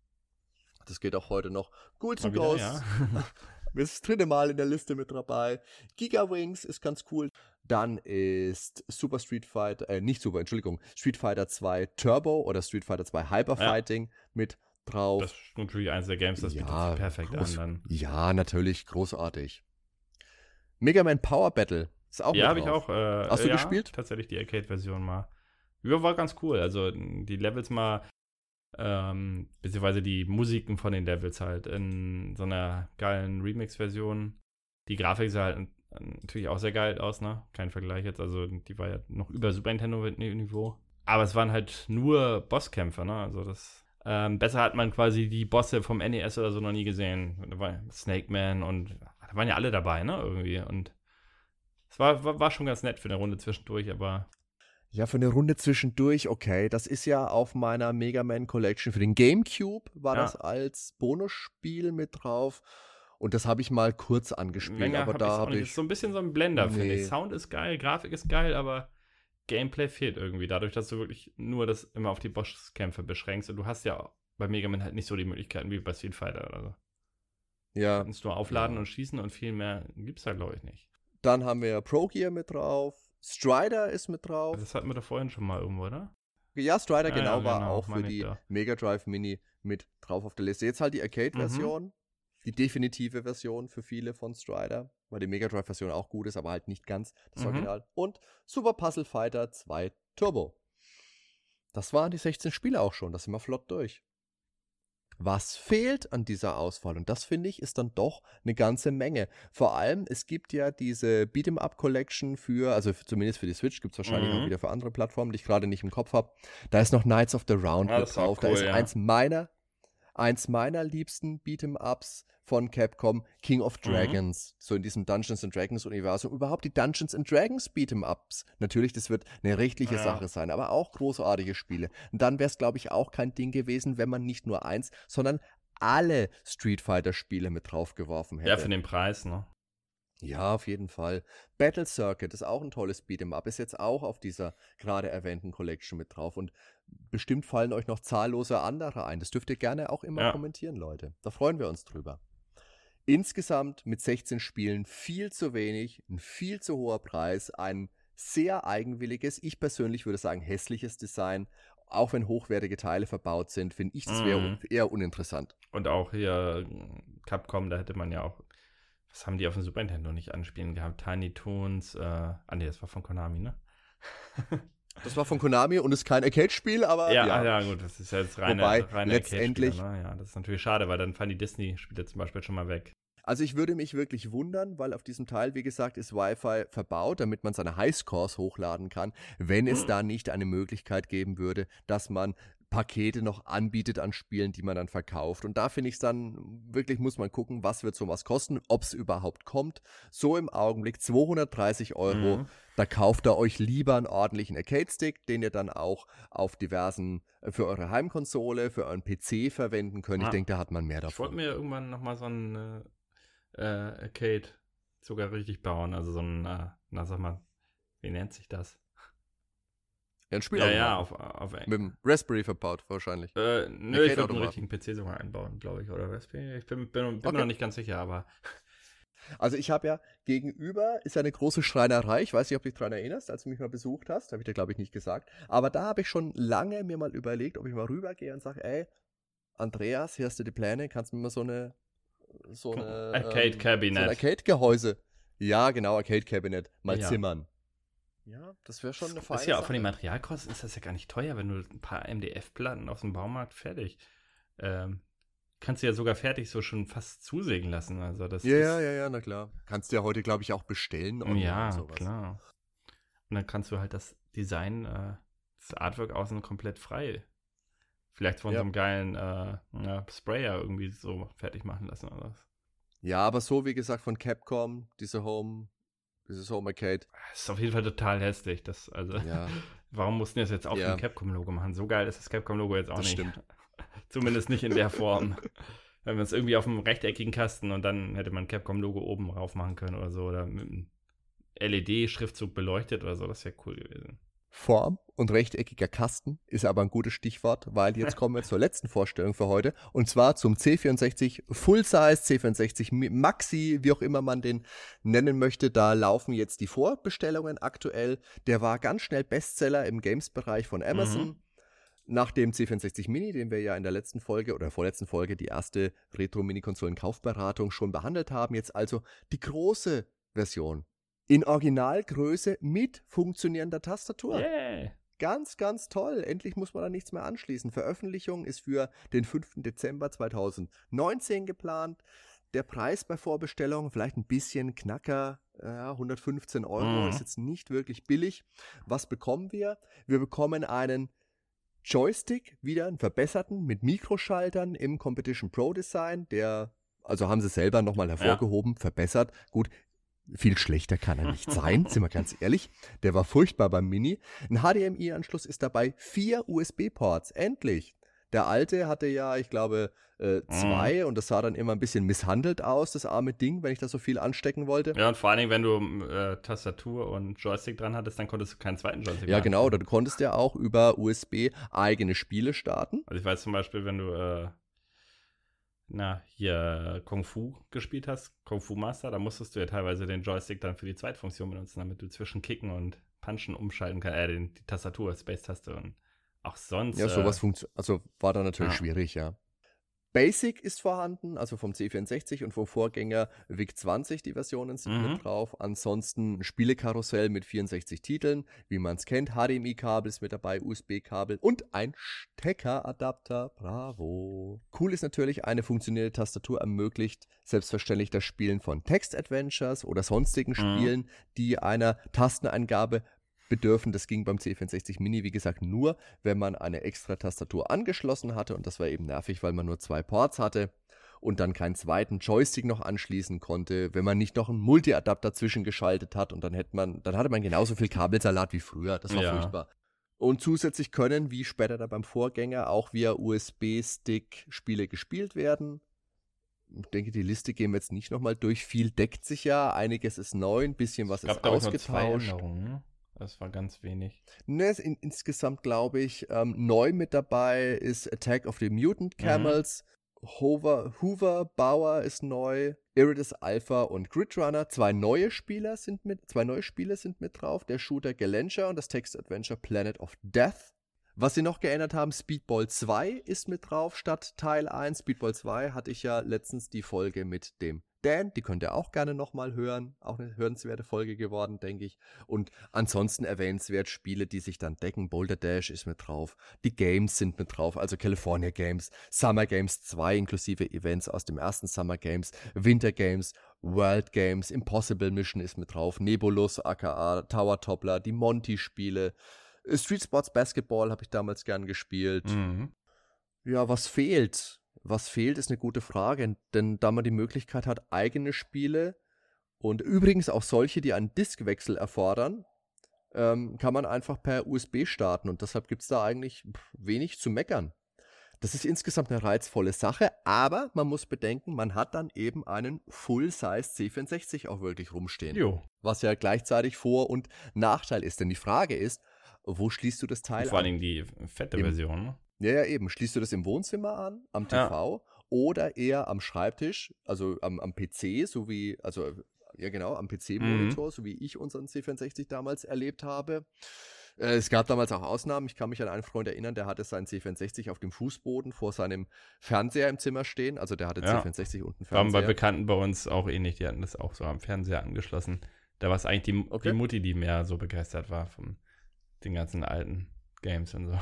Das geht auch heute noch. Ghouls Mal and wieder, Ghosts. ja. Ist das dritte Mal in der Liste mit dabei. Giga Wings ist ganz cool. Dann ist Super Street Fighter, äh, nicht Super, Entschuldigung, Street Fighter zwei Turbo oder Street Fighter zwei Hyper Fighting mit drauf. Das ist natürlich eins der Games, das bietet Ja, sich perfekt groß- an. Dann. Ja, natürlich, großartig. Mega Man Power Battle ist auch Ja, mit habe ich drauf. auch. Äh, Hast du ja, gespielt? Tatsächlich die Arcade-Version mal. Ja, war ganz cool. Also die Levels mal, ähm, beziehungsweise die Musiken von den Levels halt in so einer geilen Remix-Version. Die Grafik sah halt natürlich auch sehr geil aus, ne? Kein Vergleich jetzt. Also die war ja noch über Super Nintendo-Niveau. Aber es waren halt nur Bosskämpfe, ne? Also das ähm, besser hat man quasi die Bosse vom N E S oder so noch nie gesehen. Da war Snake Man und da waren ja alle dabei, ne? Irgendwie. Und es war, war, war schon ganz nett für eine Runde zwischendurch, aber Ja, für eine Runde zwischendurch, okay. Das ist ja auf meiner Mega Man Collection für den GameCube, war Ja. das als Bonusspiel mit drauf. Und das habe ich mal kurz angespielt, länger aber hab da ich's auch habe nicht. ich. Ist so ein bisschen so ein Blender, finde Nee. ich. Sound ist geil, Grafik ist geil, aber Gameplay fehlt irgendwie. Dadurch, dass du wirklich nur das immer auf die Bosskämpfe beschränkst. Und du hast ja bei Mega Man halt nicht so die Möglichkeiten wie bei Street Fighter oder so. Ja. Du kannst nur aufladen Ja. und schießen und viel mehr gibt's da, glaube ich, nicht. Dann haben wir Pro Gear mit drauf. Strider ist mit drauf. Das hatten wir doch vorhin schon mal irgendwo, oder? Ja, Strider Ja, genau ja, war genau, auch für meine ich die da. Mega Drive Mini mit drauf auf der Liste. Jetzt halt die Arcade-Version. Mhm. Die definitive Version für viele von Strider, weil die Mega Drive-Version auch gut ist, aber halt nicht ganz das Mhm. Original. Und Super Puzzle Fighter zwei Turbo. Das waren die sechzehn Spiele auch schon, das sind wir flott durch. Was fehlt an dieser Auswahl? Und das finde ich ist dann doch eine ganze Menge. Vor allem, es gibt ja diese Beat'em-up Collection für, also f- zumindest für die Switch, gibt es wahrscheinlich auch Mhm. wieder für andere Plattformen, die ich gerade nicht im Kopf habe. Da ist noch Knights of the Round Ja, mit das ist auch drauf. Da cool, ist ja. eins meiner, eins meiner liebsten Beat'em-ups von Capcom, King of Mhm. Dragons, so in diesem Dungeons and Dragons Universum. Überhaupt die Dungeons and Dragons Beat'em-ups. Natürlich, das wird eine rechtliche Ja. Sache sein, aber auch großartige Spiele. Und dann wäre es, glaube ich, auch kein Ding gewesen, wenn man nicht nur eins, sondern alle Street Fighter-Spiele mit draufgeworfen hätte. Ja, für den Preis, ne? Ja, auf jeden Fall. Battle Circuit ist auch ein tolles Beat'em-up, ist jetzt auch auf dieser gerade erwähnten Collection mit drauf und bestimmt fallen euch noch zahllose andere ein. Das dürft ihr gerne auch immer Ja. kommentieren, Leute. Da freuen wir uns drüber. Insgesamt mit sechzehn Spielen viel zu wenig, ein viel zu hoher Preis, ein sehr eigenwilliges, ich persönlich würde sagen hässliches Design. Auch wenn hochwertige Teile verbaut sind, finde ich das wäre Mhm. eher uninteressant. Und auch hier äh, Capcom, da hätte man ja auch, was haben die auf dem Super Nintendo nicht anspielen gehabt? Tiny Toons, äh, ah nee, das war von Konami, ne? Das war von Konami und ist kein Arcade-Spiel, aber ja, ja. ah, ja, gut, das ist ja jetzt reine, Wobei, reine letztendlich- Arcade-Spiele, ne? Ja, das ist natürlich schade, weil dann fallen die Disney-Spiele zum Beispiel schon mal weg. Also ich würde mich wirklich wundern, weil auf diesem Teil, wie gesagt, ist Wi-Fi verbaut, damit man seine Highscores hochladen kann, wenn es Hm. da nicht eine Möglichkeit geben würde, dass man Pakete noch anbietet an Spielen, die man dann verkauft. Und da finde ich es dann, wirklich muss man gucken, was wird sowas kosten, ob es überhaupt kommt. So im Augenblick zweihundertdreißig Euro, Mhm. da kauft ihr euch lieber einen ordentlichen Arcade-Stick, den ihr dann auch auf diversen, äh, für eure Heimkonsole, für euren P C verwenden könnt. Ich Ja. denke, da hat man mehr Ich wollte davon. mir irgendwann nochmal so ein äh, äh, Arcade sogar richtig bauen, also so ein, äh, na sag mal, wie nennt sich das? Ja, ein Spiel Ja, ja, auf, auf mit dem Raspberry verbaut wahrscheinlich. Äh, nö, ich würde einen Arcade-Automaten. richtigen P C sogar einbauen, glaube ich, oder Raspberry. Ich bin, bin, bin Okay. mir noch nicht ganz sicher, aber Also ich habe ja gegenüber, ist ja eine große Schreinerei, ich weiß nicht, ob du dich daran erinnerst, als du mich mal besucht hast, habe ich dir glaube ich nicht gesagt, aber da habe ich schon lange mir mal überlegt, ob ich mal rübergehe und sage, ey, Andreas, hier hast du die Pläne, kannst du mir mal so eine, so eine, Arcade ähm, Cabinet. so ein Arcade-Gehäuse, ja genau, Arcade-Cabinet, mal Ja. zimmern. Ja, das wäre schon eine feine ist ja auch von den Sache. Materialkosten ist das ja gar nicht teuer, wenn du ein paar M D F-Platten aus dem Baumarkt fertig. Ähm, kannst du ja sogar fertig so schon fast zusägen lassen. Also das Ja, ist, ja, ja, ja, na klar. Kannst du ja heute, glaube ich, auch bestellen online ja, und sowas. klar. Und dann kannst du halt das Design, äh, das Artwork außen komplett frei. Vielleicht von Ja. so einem geilen äh, ja, Sprayer irgendwie so fertig machen lassen oder was. Ja, aber so wie gesagt von Capcom, diese Home, dieses Home Arcade, Das ist auf jeden Fall total hässlich. Das, also, ja, warum mussten die das jetzt auch Ja. ein Capcom-Logo machen? So geil ist das Capcom-Logo jetzt auch Das nicht. stimmt. Zumindest nicht in der Form. Wenn man es irgendwie auf einem rechteckigen Kasten und dann hätte man Capcom-Logo oben rauf machen können oder so. Oder mit einem L E D-Schriftzug beleuchtet oder so. Das wäre cool gewesen. Form und rechteckiger Kasten ist aber ein gutes Stichwort, weil jetzt kommen wir zur letzten Vorstellung für heute und zwar zum C vierundsechzig Full-Size, C vierundsechzig Maxi, wie auch immer man den nennen möchte. Da laufen jetzt die Vorbestellungen aktuell. Der war ganz schnell Bestseller im Games-Bereich von Amazon. Mhm. Nach dem C vierundsechzig Mini, den wir ja in der letzten Folge oder vorletzten Folge die erste Retro-Mini-Konsolen-Kaufberatung schon behandelt haben, jetzt also die große Version. In Originalgröße mit funktionierender Tastatur. Yeah. Ganz, ganz toll. Endlich muss man da nichts mehr anschließen. Veröffentlichung ist für den fünften Dezember zweitausendneunzehn geplant. Der Preis bei Vorbestellung vielleicht ein bisschen knacker, ja, hundertfünfzehn Euro, Mhm. ist jetzt nicht wirklich billig. Was bekommen wir? Wir bekommen einen Joystick, wieder einen verbesserten mit Mikroschaltern im Competition Pro Design, der, also haben sie selber nochmal hervorgehoben, verbessert. Gut, viel schlechter kann er nicht sein, sind wir ganz ehrlich. Der war furchtbar beim Mini. Ein H D M I-Anschluss ist dabei, vier U S B-Ports, endlich. Der alte hatte ja, ich glaube, äh, zwei und das sah dann immer ein bisschen misshandelt aus, das arme Ding, wenn ich da so viel anstecken wollte. Ja, und vor allen Dingen, wenn du äh, Tastatur und Joystick dran hattest, dann konntest du keinen zweiten Joystick Ja, mehr genau, anschließen. da konntest du ja auch über U S B eigene Spiele starten. Also ich weiß zum Beispiel, wenn du äh, na, hier Kung Fu gespielt hast, Kung Fu Master, da musstest du ja teilweise den Joystick dann für die Zweitfunktion benutzen, damit du zwischen Kicken und Punchen umschalten kannst, äh, den, die Tastatur, Space-Taste und auch sonst. Ja, sowas äh, funktioniert, also war da natürlich ja. schwierig, ja. Basic ist vorhanden, also vom C vierundsechzig und vom Vorgänger V I C zwanzig, die Versionen sind Mhm. mit drauf. Ansonsten ein Spielekarussell mit vierundsechzig Titeln, wie man es kennt. H D M I-Kabel ist mit dabei, U S B-Kabel und ein Steckeradapter. Bravo. Cool ist natürlich, eine funktionierende Tastatur ermöglicht selbstverständlich das Spielen von Text-Adventures oder sonstigen Mhm. Spielen, die einer Tasteneingabe bedürfen. Das ging beim C vierundsechzig Mini, wie gesagt, nur, wenn man eine extra Tastatur angeschlossen hatte, und das war eben nervig, weil man nur zwei Ports hatte und dann keinen zweiten Joystick noch anschließen konnte, wenn man nicht noch einen Multi-Adapter zwischengeschaltet hat, und dann hätte man, dann hatte man genauso viel Kabelsalat wie früher. Das war Ja. furchtbar. Und zusätzlich können, wie später da beim Vorgänger, auch via U S B-Stick Spiele gespielt werden. Ich denke, die Liste gehen wir jetzt nicht nochmal durch. Viel deckt sich ja, einiges ist neu, ein bisschen was Es gab, ist glaube ich, nur zwei ausgetauscht. Änderungen. Ne? Das war ganz wenig. Ne, ist in, insgesamt glaube ich, ähm, neu mit dabei ist Attack of the Mutant Camels, Hoover, Hoover Bauer ist neu, Iridis Alpha und Gridrunner. Zwei neue Spieler sind mit, zwei neue Spiele sind mit drauf, der Shooter Galentia und das Text-Adventure Planet of Death. Was sie noch geändert haben, Speedball zwei ist mit drauf statt Teil eins. Speedball zwei hatte ich ja letztens die Folge mit dem Dan, die könnt ihr auch gerne nochmal hören. Auch eine hörenswerte Folge geworden, denke ich. Und ansonsten erwähnenswert Spiele, die sich dann decken. Boulder Dash ist mit drauf. Die Games sind mit drauf, also California Games, Summer Games zwei inklusive Events aus dem ersten Summer Games, Winter Games, World Games, Impossible Mission ist mit drauf, Nebulus, aka Tower Toppler, die Monty-Spiele, Street Sports Basketball habe ich damals gern gespielt. Mhm. Ja, was fehlt? Was fehlt, ist eine gute Frage, denn da man die Möglichkeit hat, eigene Spiele und übrigens auch solche, die einen Diskwechsel erfordern, ähm, kann man einfach per U S B starten, und deshalb gibt es da eigentlich wenig zu meckern. Das ist insgesamt eine reizvolle Sache, aber man muss bedenken, man hat dann eben einen Full-Size C vierundsechzig auch wirklich rumstehen. Jo. Was ja gleichzeitig Vor- und Nachteil ist, denn die Frage ist, wo schließt du das Teil Und vor an? allem die fette Im- Version. Ne? Ja, ja, eben. Schließt du das im Wohnzimmer an, am T V, oder eher am Schreibtisch, also am, am P C, so wie, also, ja genau, am P C-Monitor, so wie ich unseren C vierundsechzig damals erlebt habe. Äh, es gab damals auch Ausnahmen. Ich kann mich an einen Freund erinnern, der hatte seinen C vierundsechzig auf dem Fußboden vor seinem Fernseher im Zimmer stehen. Also der hatte Ja. C vierundsechzig und einen Waren bei Fernseher. Bekannten bei uns auch ähnlich. Die hatten das auch so am Fernseher angeschlossen. Da war es eigentlich die, Okay. die Mutti, die mehr so begeistert war von den ganzen alten Games und so.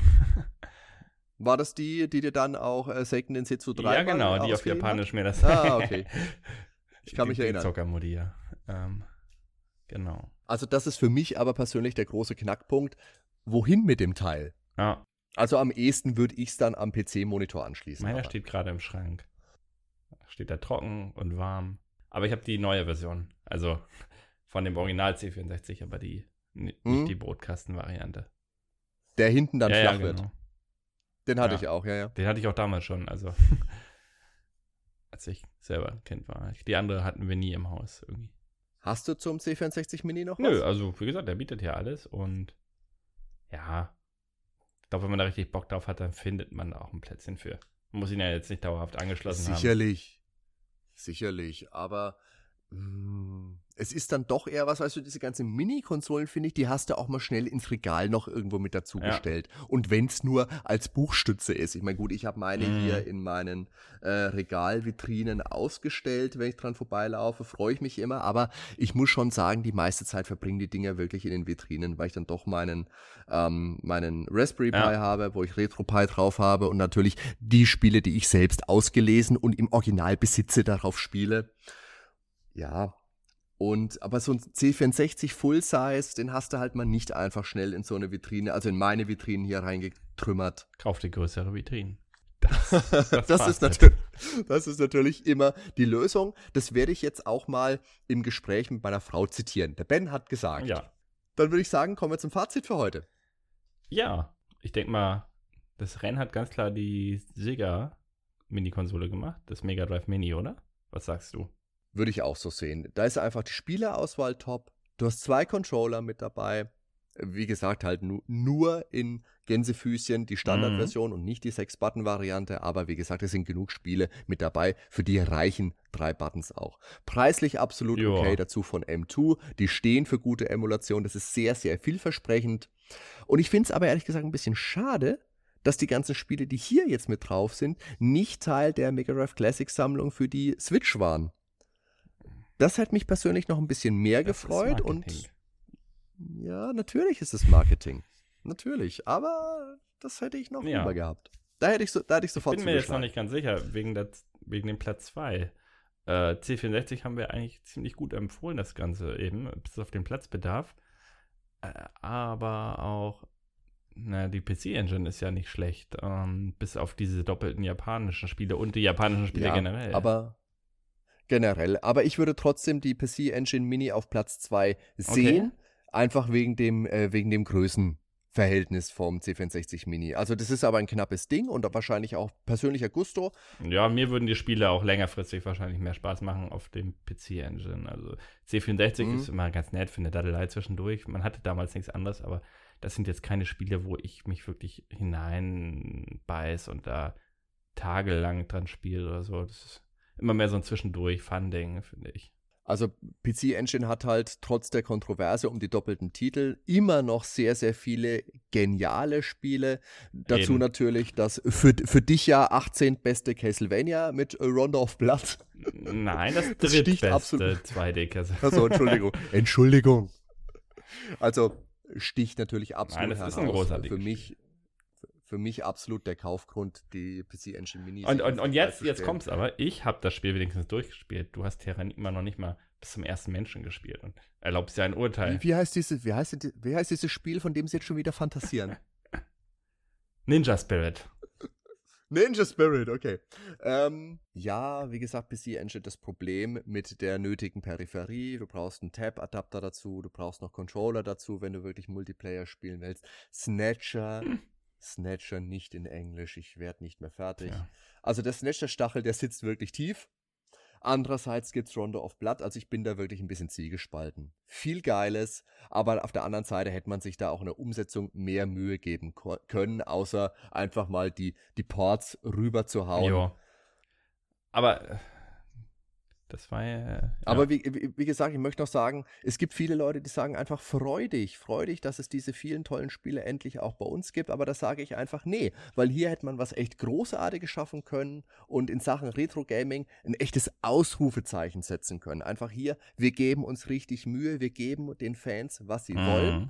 War das die, die dir dann auch äh, Seiken Densetsu drei Ja, genau, die auf ausgeliehen Japanisch mir das. Ah, okay. Ich kann die, mich die erinnern. Zockermutti, ja. Ähm, genau. Also das ist für mich aber persönlich der große Knackpunkt. Wohin mit dem Teil? Ja, Also am ehesten würde ich es dann am P C-Monitor anschließen. meiner aber. steht gerade im Schrank. Steht da trocken und warm. Aber ich habe die neue Version. Also von dem Original C vierundsechzig, aber die n- Hm? nicht die Brotkasten-Variante. Der hinten dann ja, flach ja, wird. genau. Den hatte Ja. ich auch, ja, ja. Den hatte ich auch damals schon, also als ich selber ein Kind war. Die andere hatten wir nie im Haus irgendwie. Hast du zum C vierundsechzig Mini noch Nö, was? also wie gesagt, der bietet hier alles und ja, ich glaube, wenn man da richtig Bock drauf hat, dann findet man da auch ein Plätzchen für. Man muss ihn ja jetzt nicht dauerhaft angeschlossen haben. Sicherlich. Sicherlich, aber mh, es ist dann doch eher was, weißt du, diese ganzen Mini-Konsolen, finde ich, die hast du auch mal schnell ins Regal noch irgendwo mit dazu Ja. gestellt. Und wenn es nur als Buchstütze ist. Ich meine, gut, ich habe meine Mhm. hier in meinen äh, Regalvitrinen ausgestellt, wenn ich dran vorbeilaufe, freue ich mich immer. Aber ich muss schon sagen, die meiste Zeit verbringen die Dinger wirklich in den Vitrinen, weil ich dann doch meinen, ähm, meinen Raspberry Pi Ja. habe, wo ich RetroPie drauf habe und natürlich die Spiele, die ich selbst ausgelesen und im Original besitze, darauf spiele. Ja, und aber so ein C vierundsechzig Full-Size, den hast du halt mal nicht einfach schnell in so eine Vitrine, also in meine Vitrinen hier reingetrümmert. Kauf dir größere Vitrinen. Das, das, Das war's ist, mit. natürlich, das ist natürlich immer die Lösung. Das werde ich jetzt auch mal im Gespräch mit meiner Frau zitieren. Der Ben hat gesagt. Ja. Dann würde ich sagen, kommen wir zum Fazit für heute. Ja, ich denke mal, das Rennen hat ganz klar die Sega Mini-Konsole gemacht, das Mega Drive Mini, oder? Was sagst du? Würde ich auch so sehen. Da ist einfach die Spielerauswahl top. Du hast zwei Controller mit dabei. Wie gesagt, halt nu- nur in Gänsefüßchen die Standardversion und nicht die sechs-Button-Variante. Aber wie gesagt, es sind genug Spiele mit dabei. Für die reichen drei Buttons auch. Preislich absolut Joa. okay. Dazu von M zwei. Die stehen für gute Emulation. Das ist sehr, sehr vielversprechend. Und ich finde es aber ehrlich gesagt ein bisschen schade, dass die ganzen Spiele, die hier jetzt mit drauf sind, nicht Teil der Mega Drive Classic Sammlung für die Switch waren. Das hat mich persönlich noch ein bisschen mehr das gefreut und ja, natürlich ist es Marketing. Natürlich, aber das hätte ich noch ja. lieber gehabt. Da hätte ich, so, da hätte ich sofort Ich bin mir jetzt noch nicht ganz sicher, wegen, der, wegen dem Platz zwei. Äh, C vierundsechzig haben wir eigentlich ziemlich gut empfohlen, das Ganze eben, bis auf den Platzbedarf. Äh, aber auch, na, die P C-Engine ist ja nicht schlecht, ähm, bis auf diese doppelten japanischen Spiele und die japanischen Spiele ja, generell. aber generell. Aber ich würde trotzdem die P C-Engine Mini auf Platz zwei sehen, okay. einfach wegen dem, äh, wegen dem Größenverhältnis vom C vierundsechzig Mini. Also das ist aber ein knappes Ding und wahrscheinlich auch persönlicher Gusto. Ja, mir würden die Spiele auch längerfristig wahrscheinlich mehr Spaß machen auf dem P C-Engine. Also C vierundsechzig mhm. ist immer ganz nett für eine Dattelei zwischendurch. Man hatte damals nichts anderes, aber das sind jetzt keine Spiele, wo ich mich wirklich hineinbeiß und da tagelang dran spiele oder so. Das ist immer mehr so ein Zwischendurch-Fun-Ding, finde ich. Also P C-Engine hat halt trotz der Kontroverse um die doppelten Titel immer noch sehr, sehr viele geniale Spiele. Dazu Eben. natürlich das für, für dich ja achtzehnte Castlevania mit Rondo of Blood. Nein, das drittbeste zwei D Castlevania. Also Entschuldigung. Entschuldigung. Also sticht natürlich absolut Nein, das heraus. Ist ein großartiges für mich Für mich absolut der Kaufgrund, die P C-Engine Mini. Und, und, und jetzt, jetzt kommt's aber, ich habe das Spiel wenigstens durchgespielt. Du hast Terran immer noch nicht mal bis zum ersten Menschen gespielt und erlaubst ja ein Urteil. Wie, wie, heißt diese, wie, heißt, wie heißt dieses Spiel, von dem sie jetzt schon wieder fantasieren? Ninja Spirit. Ninja Spirit, okay. Ähm, ja, wie gesagt, P C-Engine das Problem mit der nötigen Peripherie. Du brauchst einen Tab-Adapter dazu, du brauchst noch Controller dazu, wenn du wirklich Multiplayer spielen willst. Snatcher. Hm. Snatcher nicht in Englisch, ich werde nicht mehr fertig. Ja. Also der Snatcher-Stachel, der sitzt wirklich tief. Andererseits gibt's Rondo of Blood, also ich bin da wirklich ein bisschen zwiegespalten. Viel Geiles, aber auf der anderen Seite hätte man sich da auch in der Umsetzung mehr Mühe geben ko- können, außer einfach mal die, die Ports rüber zu hauen. Jo. Aber das war ja... ja. Aber wie, wie, wie gesagt, ich möchte noch sagen, es gibt viele Leute, die sagen einfach freudig, freudig, dass es diese vielen tollen Spiele endlich auch bei uns gibt, aber da sage ich einfach nee, weil hier hätte man was echt Großartiges schaffen können und in Sachen Retro-Gaming ein echtes Ausrufezeichen setzen können. Einfach hier, wir geben uns richtig Mühe, wir geben den Fans, was sie mhm. wollen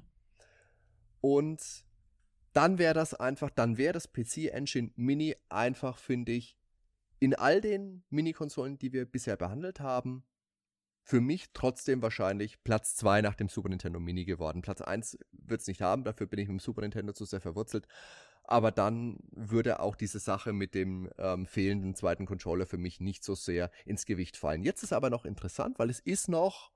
und dann wäre das einfach, dann wäre das P C-Engine Mini einfach, finde ich, in all den Mini-Konsolen, die wir bisher behandelt haben, für mich trotzdem wahrscheinlich Platz zwei nach dem Super Nintendo Mini geworden. Platz eins wird es nicht haben, dafür bin ich mit dem Super Nintendo zu sehr verwurzelt. Aber dann würde auch diese Sache mit dem ähm, fehlenden zweiten Controller für mich nicht so sehr ins Gewicht fallen. Jetzt ist aber noch interessant, weil es ist noch,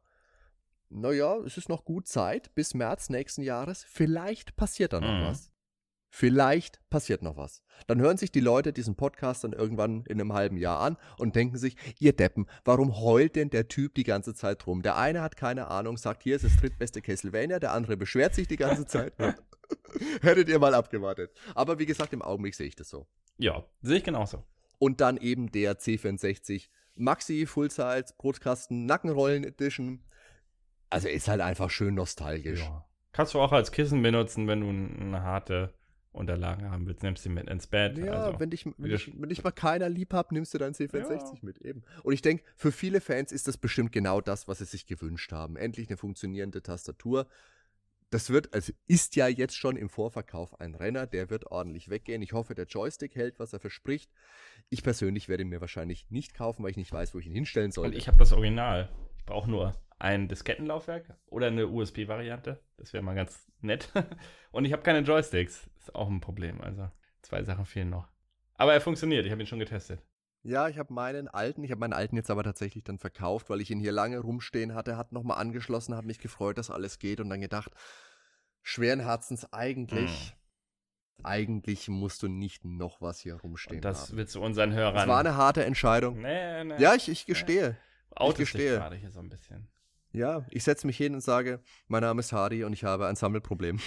naja, es ist noch gut Zeit bis März nächsten Jahres. Vielleicht passiert da noch mhm. was. Vielleicht passiert noch was. Dann hören sich die Leute diesen Podcast dann irgendwann in einem halben Jahr an und denken sich, ihr Deppen, warum heult denn der Typ die ganze Zeit rum? Der eine hat keine Ahnung, sagt, hier ist das drittbeste Castlevania, der andere beschwert sich die ganze Zeit. Hättet ihr mal abgewartet. Aber wie gesagt, im Augenblick sehe ich das so. Ja, sehe ich genauso. Und dann eben der C vierundsechzig Maxi Full-Size Brotkasten Nackenrollen Edition. Also ist halt einfach schön nostalgisch. Ja. Kannst du auch als Kissen benutzen, wenn du eine harte Unterlagen haben willst, nimmst du mit ins Bett. Ja, also, wenn dich, wenn, dich, wenn dich mal keiner lieb hat, nimmst du dein C vierundsechzig ja. mit, eben. Und ich denke, für viele Fans ist das bestimmt genau das, was sie sich gewünscht haben. Endlich eine funktionierende Tastatur. Das wird, also ist ja jetzt schon im Vorverkauf ein Renner, der wird ordentlich weggehen. Ich hoffe, der Joystick hält, was er verspricht. Ich persönlich werde ihn mir wahrscheinlich nicht kaufen, weil ich nicht weiß, wo ich ihn hinstellen soll. Und ich habe das Original. Ich brauche nur ein Diskettenlaufwerk oder eine U S B-Variante. Das wäre mal ganz nett. Und ich habe keine Joysticks. Ist auch ein Problem. Also zwei Sachen fehlen noch. Aber er funktioniert. Ich habe ihn schon getestet. Ja, ich habe meinen alten, ich habe meinen alten jetzt aber tatsächlich dann verkauft, weil ich ihn hier lange rumstehen hatte, hat nochmal angeschlossen, hat mich gefreut, dass alles geht und dann gedacht, schweren Herzens eigentlich, mm. eigentlich musst du nicht noch was hier rumstehen und das haben. willst du unseren Hörern... Das war eine harte Entscheidung. Nee, nee. Ja, ich, ich gestehe. Nee. Outet ich gestehe. gerade hier so ein bisschen. Ja, ich setze mich hin und sage, mein Name ist Hardy und ich habe ein Sammelproblem.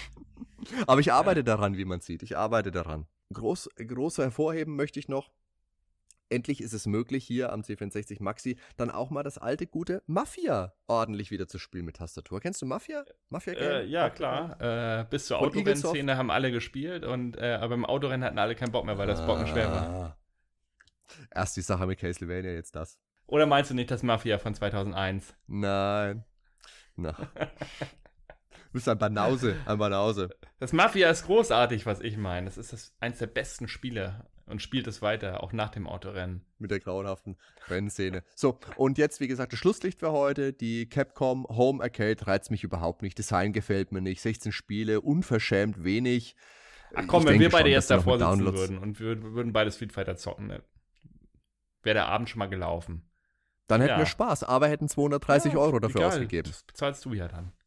Aber ich arbeite ja. daran, wie man sieht. Ich arbeite daran. Groß, groß hervorheben möchte ich noch, endlich ist es möglich, hier am C vierundsechzig Maxi dann auch mal das alte, gute Mafia ordentlich wieder zu spielen mit Tastatur. Kennst du Mafia? Mafia Game? Äh, ja, klar. Äh, bis zur Von Autorennszene haben alle gespielt, und äh, aber im Autorennen hatten alle keinen Bock mehr, weil das Bocken schwer war. Ah. Erst die Sache mit Castlevania, jetzt das. Oder meinst du nicht das Mafia von zweitausendeins? Nein. Na. Du bist ein Banause, ein Banause. Das Mafia ist großartig, was ich meine. Das ist das, eins der besten Spiele und spielt es weiter, auch nach dem Autorennen. Mit der grauenhaften Rennszene. So, und jetzt, wie gesagt, das Schlusslicht für heute. Die Capcom Home Arcade reizt mich überhaupt nicht. Design gefällt mir nicht. sechzehn Spiele, unverschämt wenig. Ach komm, Ich wenn denke wir beide schon, jetzt dass sie noch davor mit sitzen Downloads- würden und wir würden beide Street Fighter zocken, ne? Wäre der Abend schon mal gelaufen. Dann hätten Ja. wir Spaß, aber hätten zweihundertdreißig Ja, Euro dafür egal, ausgegeben. Das bezahlst du ja dann.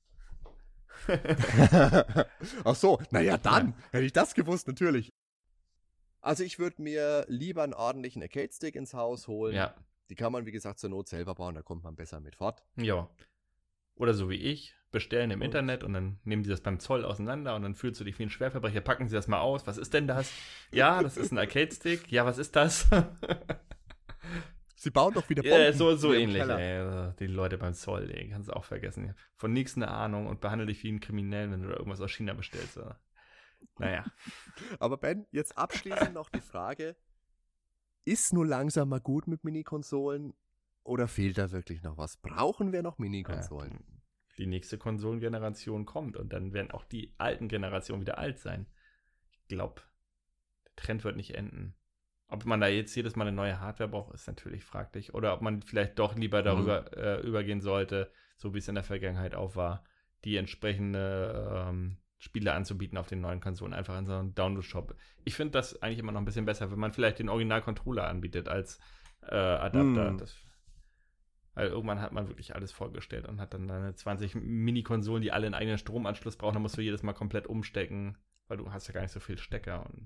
Ach so, naja, dann hätte ich das gewusst, natürlich. Also ich würde mir lieber einen ordentlichen Arcade-Stick ins Haus holen. Ja. Die kann man, wie gesagt, zur Not selber bauen, da kommt man besser mit fort. Ja. Oder so wie ich, bestellen im Und- Internet und dann nehmen sie das beim Zoll auseinander und dann fühlst du dich wie ein Schwerverbrecher, packen sie das mal aus. Was ist denn das? Ja, das ist ein Arcade-Stick. Ja, was ist das? Sie bauen doch wieder Bomben. Ja, so, so in ihrem ähnlich, Keller. ey. Die Leute beim Zoll, ey, kannst du auch vergessen. Von nichts eine Ahnung und behandle dich wie einen Kriminellen, wenn du da irgendwas aus China bestellst. Oder? Naja. Aber Ben, jetzt abschließend noch die Frage, ist nur langsam mal gut mit Minikonsolen oder fehlt da wirklich noch was? Brauchen wir noch Minikonsolen? Die nächste Konsolengeneration kommt und dann werden auch die alten Generationen wieder alt sein. Ich glaube, der Trend wird nicht enden. Ob man da jetzt jedes Mal eine neue Hardware braucht, ist natürlich fraglich. Oder ob man vielleicht doch lieber darüber mhm. äh, übergehen sollte, so wie es in der Vergangenheit auch war, die entsprechende ähm, Spiele anzubieten auf den neuen Konsolen, einfach in so einem Download-Shop. Ich finde das eigentlich immer noch ein bisschen besser, wenn man vielleicht den Original-Controller anbietet als äh, Adapter. Mhm. Das, weil irgendwann hat man wirklich alles vorgestellt und hat dann deine zwanzig Mini-Konsolen, die alle einen eigenen Stromanschluss brauchen, dann musst du jedes Mal komplett umstecken, weil du hast ja gar nicht so viel Stecker und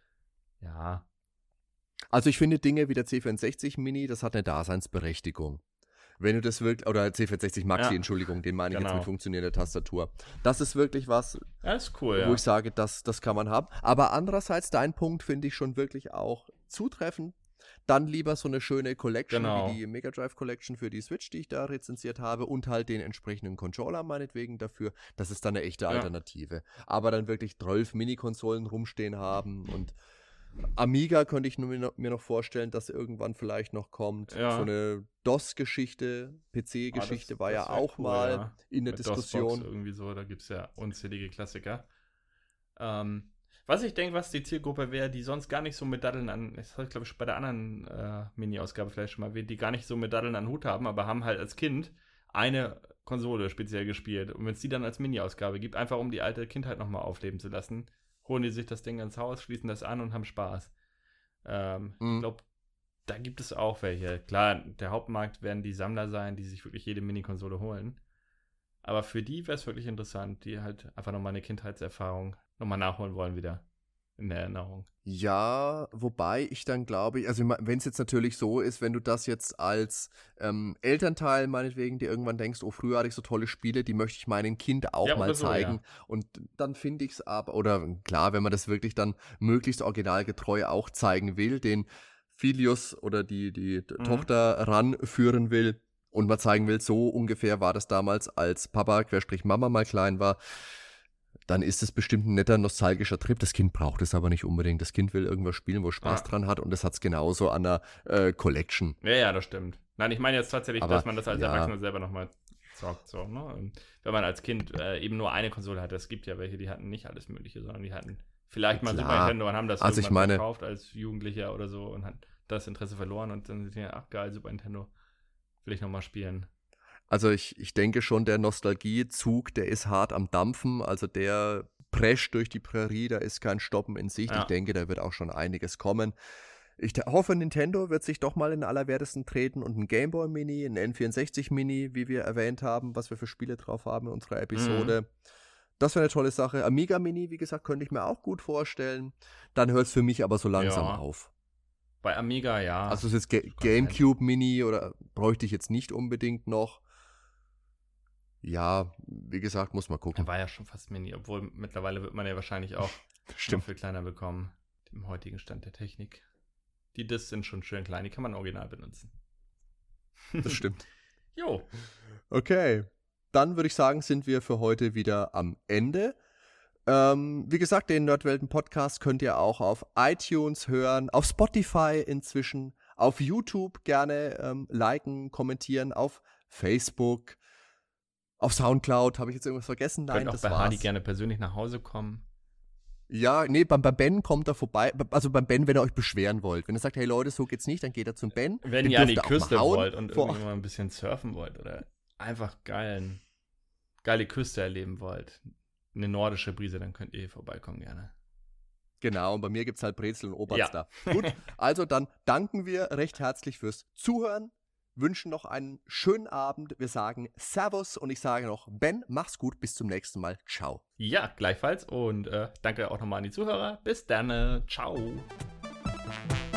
ja. Also ich finde Dinge wie der C vierundsechzig Mini, das hat eine Daseinsberechtigung. Wenn du das wirklich, oder C vierundsechzig Maxi, Ja. Entschuldigung, den meine ich Genau. jetzt mit funktionierender Tastatur. Das ist wirklich was, Ja, ist cool, wo ja. ich sage, das, das kann man haben. Aber andererseits, dein Punkt finde ich schon wirklich auch zutreffend. Dann lieber so eine schöne Collection Genau. wie die Mega Drive Collection für die Switch, die ich da rezensiert habe, und halt den entsprechenden Controller meinetwegen dafür. Das ist dann eine echte Ja. Alternative. Aber dann wirklich zwölf Mini-Konsolen rumstehen haben und Amiga könnte ich mir noch, mir noch vorstellen, dass irgendwann vielleicht noch kommt. Ja. So eine DOS-Geschichte, P C-Geschichte Ah, das- war ja das wär auch cool, mal ja. in der Mit DOSBox Diskussion. irgendwie so, da gibt es ja unzählige Klassiker. Ähm, was ich denke, was die Zielgruppe wäre, die sonst gar nicht so mit Daddeln an, das habe ich glaube ich bei der anderen äh, Mini-Ausgabe vielleicht schon mal erwähnt, die gar nicht so mit Daddeln an Hut haben, aber haben halt als Kind eine Konsole speziell gespielt. Und wenn es die dann als Mini-Ausgabe gibt, einfach um die alte Kindheit nochmal aufleben zu lassen, holen die sich das Ding ins Haus, schließen das an und haben Spaß. Ähm, Mhm. Ich glaube, da gibt es auch welche. Klar, der Hauptmarkt werden die Sammler sein, die sich wirklich jede Mini-Konsole holen. Aber für die wäre es wirklich interessant, die halt einfach nochmal eine Kindheitserfahrung nochmal nachholen wollen wieder in der Erinnerung. Ja, wobei ich dann glaube, also wenn es jetzt natürlich so ist, wenn du das jetzt als ähm, Elternteil meinetwegen dir irgendwann denkst, oh, früher hatte ich so tolle Spiele, die möchte ich meinem Kind auch Ja, mal oder so, zeigen. ja. Und dann finde ich es aber, oder klar, wenn man das wirklich dann möglichst originalgetreu auch zeigen will, den Filius oder die, die Mhm. Tochter ranführen will und mal zeigen will, so ungefähr war das damals, als Papa, Querstrich Mama mal klein war, dann ist es bestimmt ein netter, nostalgischer Trip. Das Kind braucht es aber nicht unbedingt. Das Kind will irgendwas spielen, wo es Spaß Ja. dran hat, und das hat es genauso an der äh, Collection. Ja, ja, das stimmt. Nein, ich meine jetzt tatsächlich, Aber, dass man das als ja. Erwachsener selber nochmal zockt. So, ne? Und wenn man als Kind äh, eben nur eine Konsole hatte, es gibt ja welche, die hatten nicht alles Mögliche, sondern die hatten vielleicht mal ein Klar. Super Nintendo und haben das Also ich irgendwann meine- verkauft als Jugendlicher oder so und hat das Interesse verloren und dann sind die, ach geil, Super Nintendo, will ich nochmal spielen. Also ich, ich denke schon, der Nostalgiezug, der ist hart am Dampfen. Also der prescht durch die Prärie, da ist kein Stoppen in Sicht. Ja. Ich denke, da wird auch schon einiges kommen. Ich te- hoffe, Nintendo wird sich doch mal in den Allerwertesten treten und ein Game Boy Mini, ein N vierundsechzig Mini, wie wir erwähnt haben, was wir für Spiele drauf haben in unserer Episode. Das wäre eine tolle Sache. Amiga Mini, wie gesagt, könnte ich mir auch gut vorstellen. Dann hört es für mich aber so langsam Ja. auf. Bei Amiga, ja. Also es ist Ga- Gott, GameCube Mini oder bräuchte ich jetzt nicht unbedingt noch. Ja, wie gesagt, muss man Er gucken. war ja schon fast Mini, obwohl mittlerweile wird man ja wahrscheinlich auch noch viel kleiner bekommen, dem heutigen Stand der Technik. Die Discs sind schon schön klein, die kann man original benutzen. Das stimmt. Jo. Okay, dann würde ich sagen, sind wir für heute wieder am Ende. Ähm, wie gesagt, den Nerdwelten-Podcast könnt ihr auch auf iTunes hören, auf Spotify inzwischen, auf YouTube gerne ähm, liken, kommentieren, auf Facebook, auf Soundcloud. Habe ich jetzt irgendwas vergessen? Nein, Könnt auch das bei war's. Hardy gerne persönlich nach Hause kommen. Ja, nee, beim, beim Ben kommt er vorbei. Also beim Ben, wenn ihr euch beschweren wollt. Wenn ihr sagt, hey Leute, so geht's nicht, dann geht er zum Ben. Wenn Den ihr an die dürft ihr auch Küste mal hauen. wollt und Vor- irgendwie mal ein bisschen surfen wollt oder einfach geilen, geile Küste erleben wollt, eine nordische Brise, dann könnt ihr hier vorbeikommen gerne. Genau, und bei mir gibt's halt Brezel und Oberster. Ja. Gut, also dann danken wir recht herzlich fürs Zuhören, wünschen noch einen schönen Abend. Wir sagen Servus und ich sage noch, Ben, mach's gut, bis zum nächsten Mal. Ciao. Ja, gleichfalls und äh, danke auch nochmal an die Zuhörer. Bis dann. Ciao.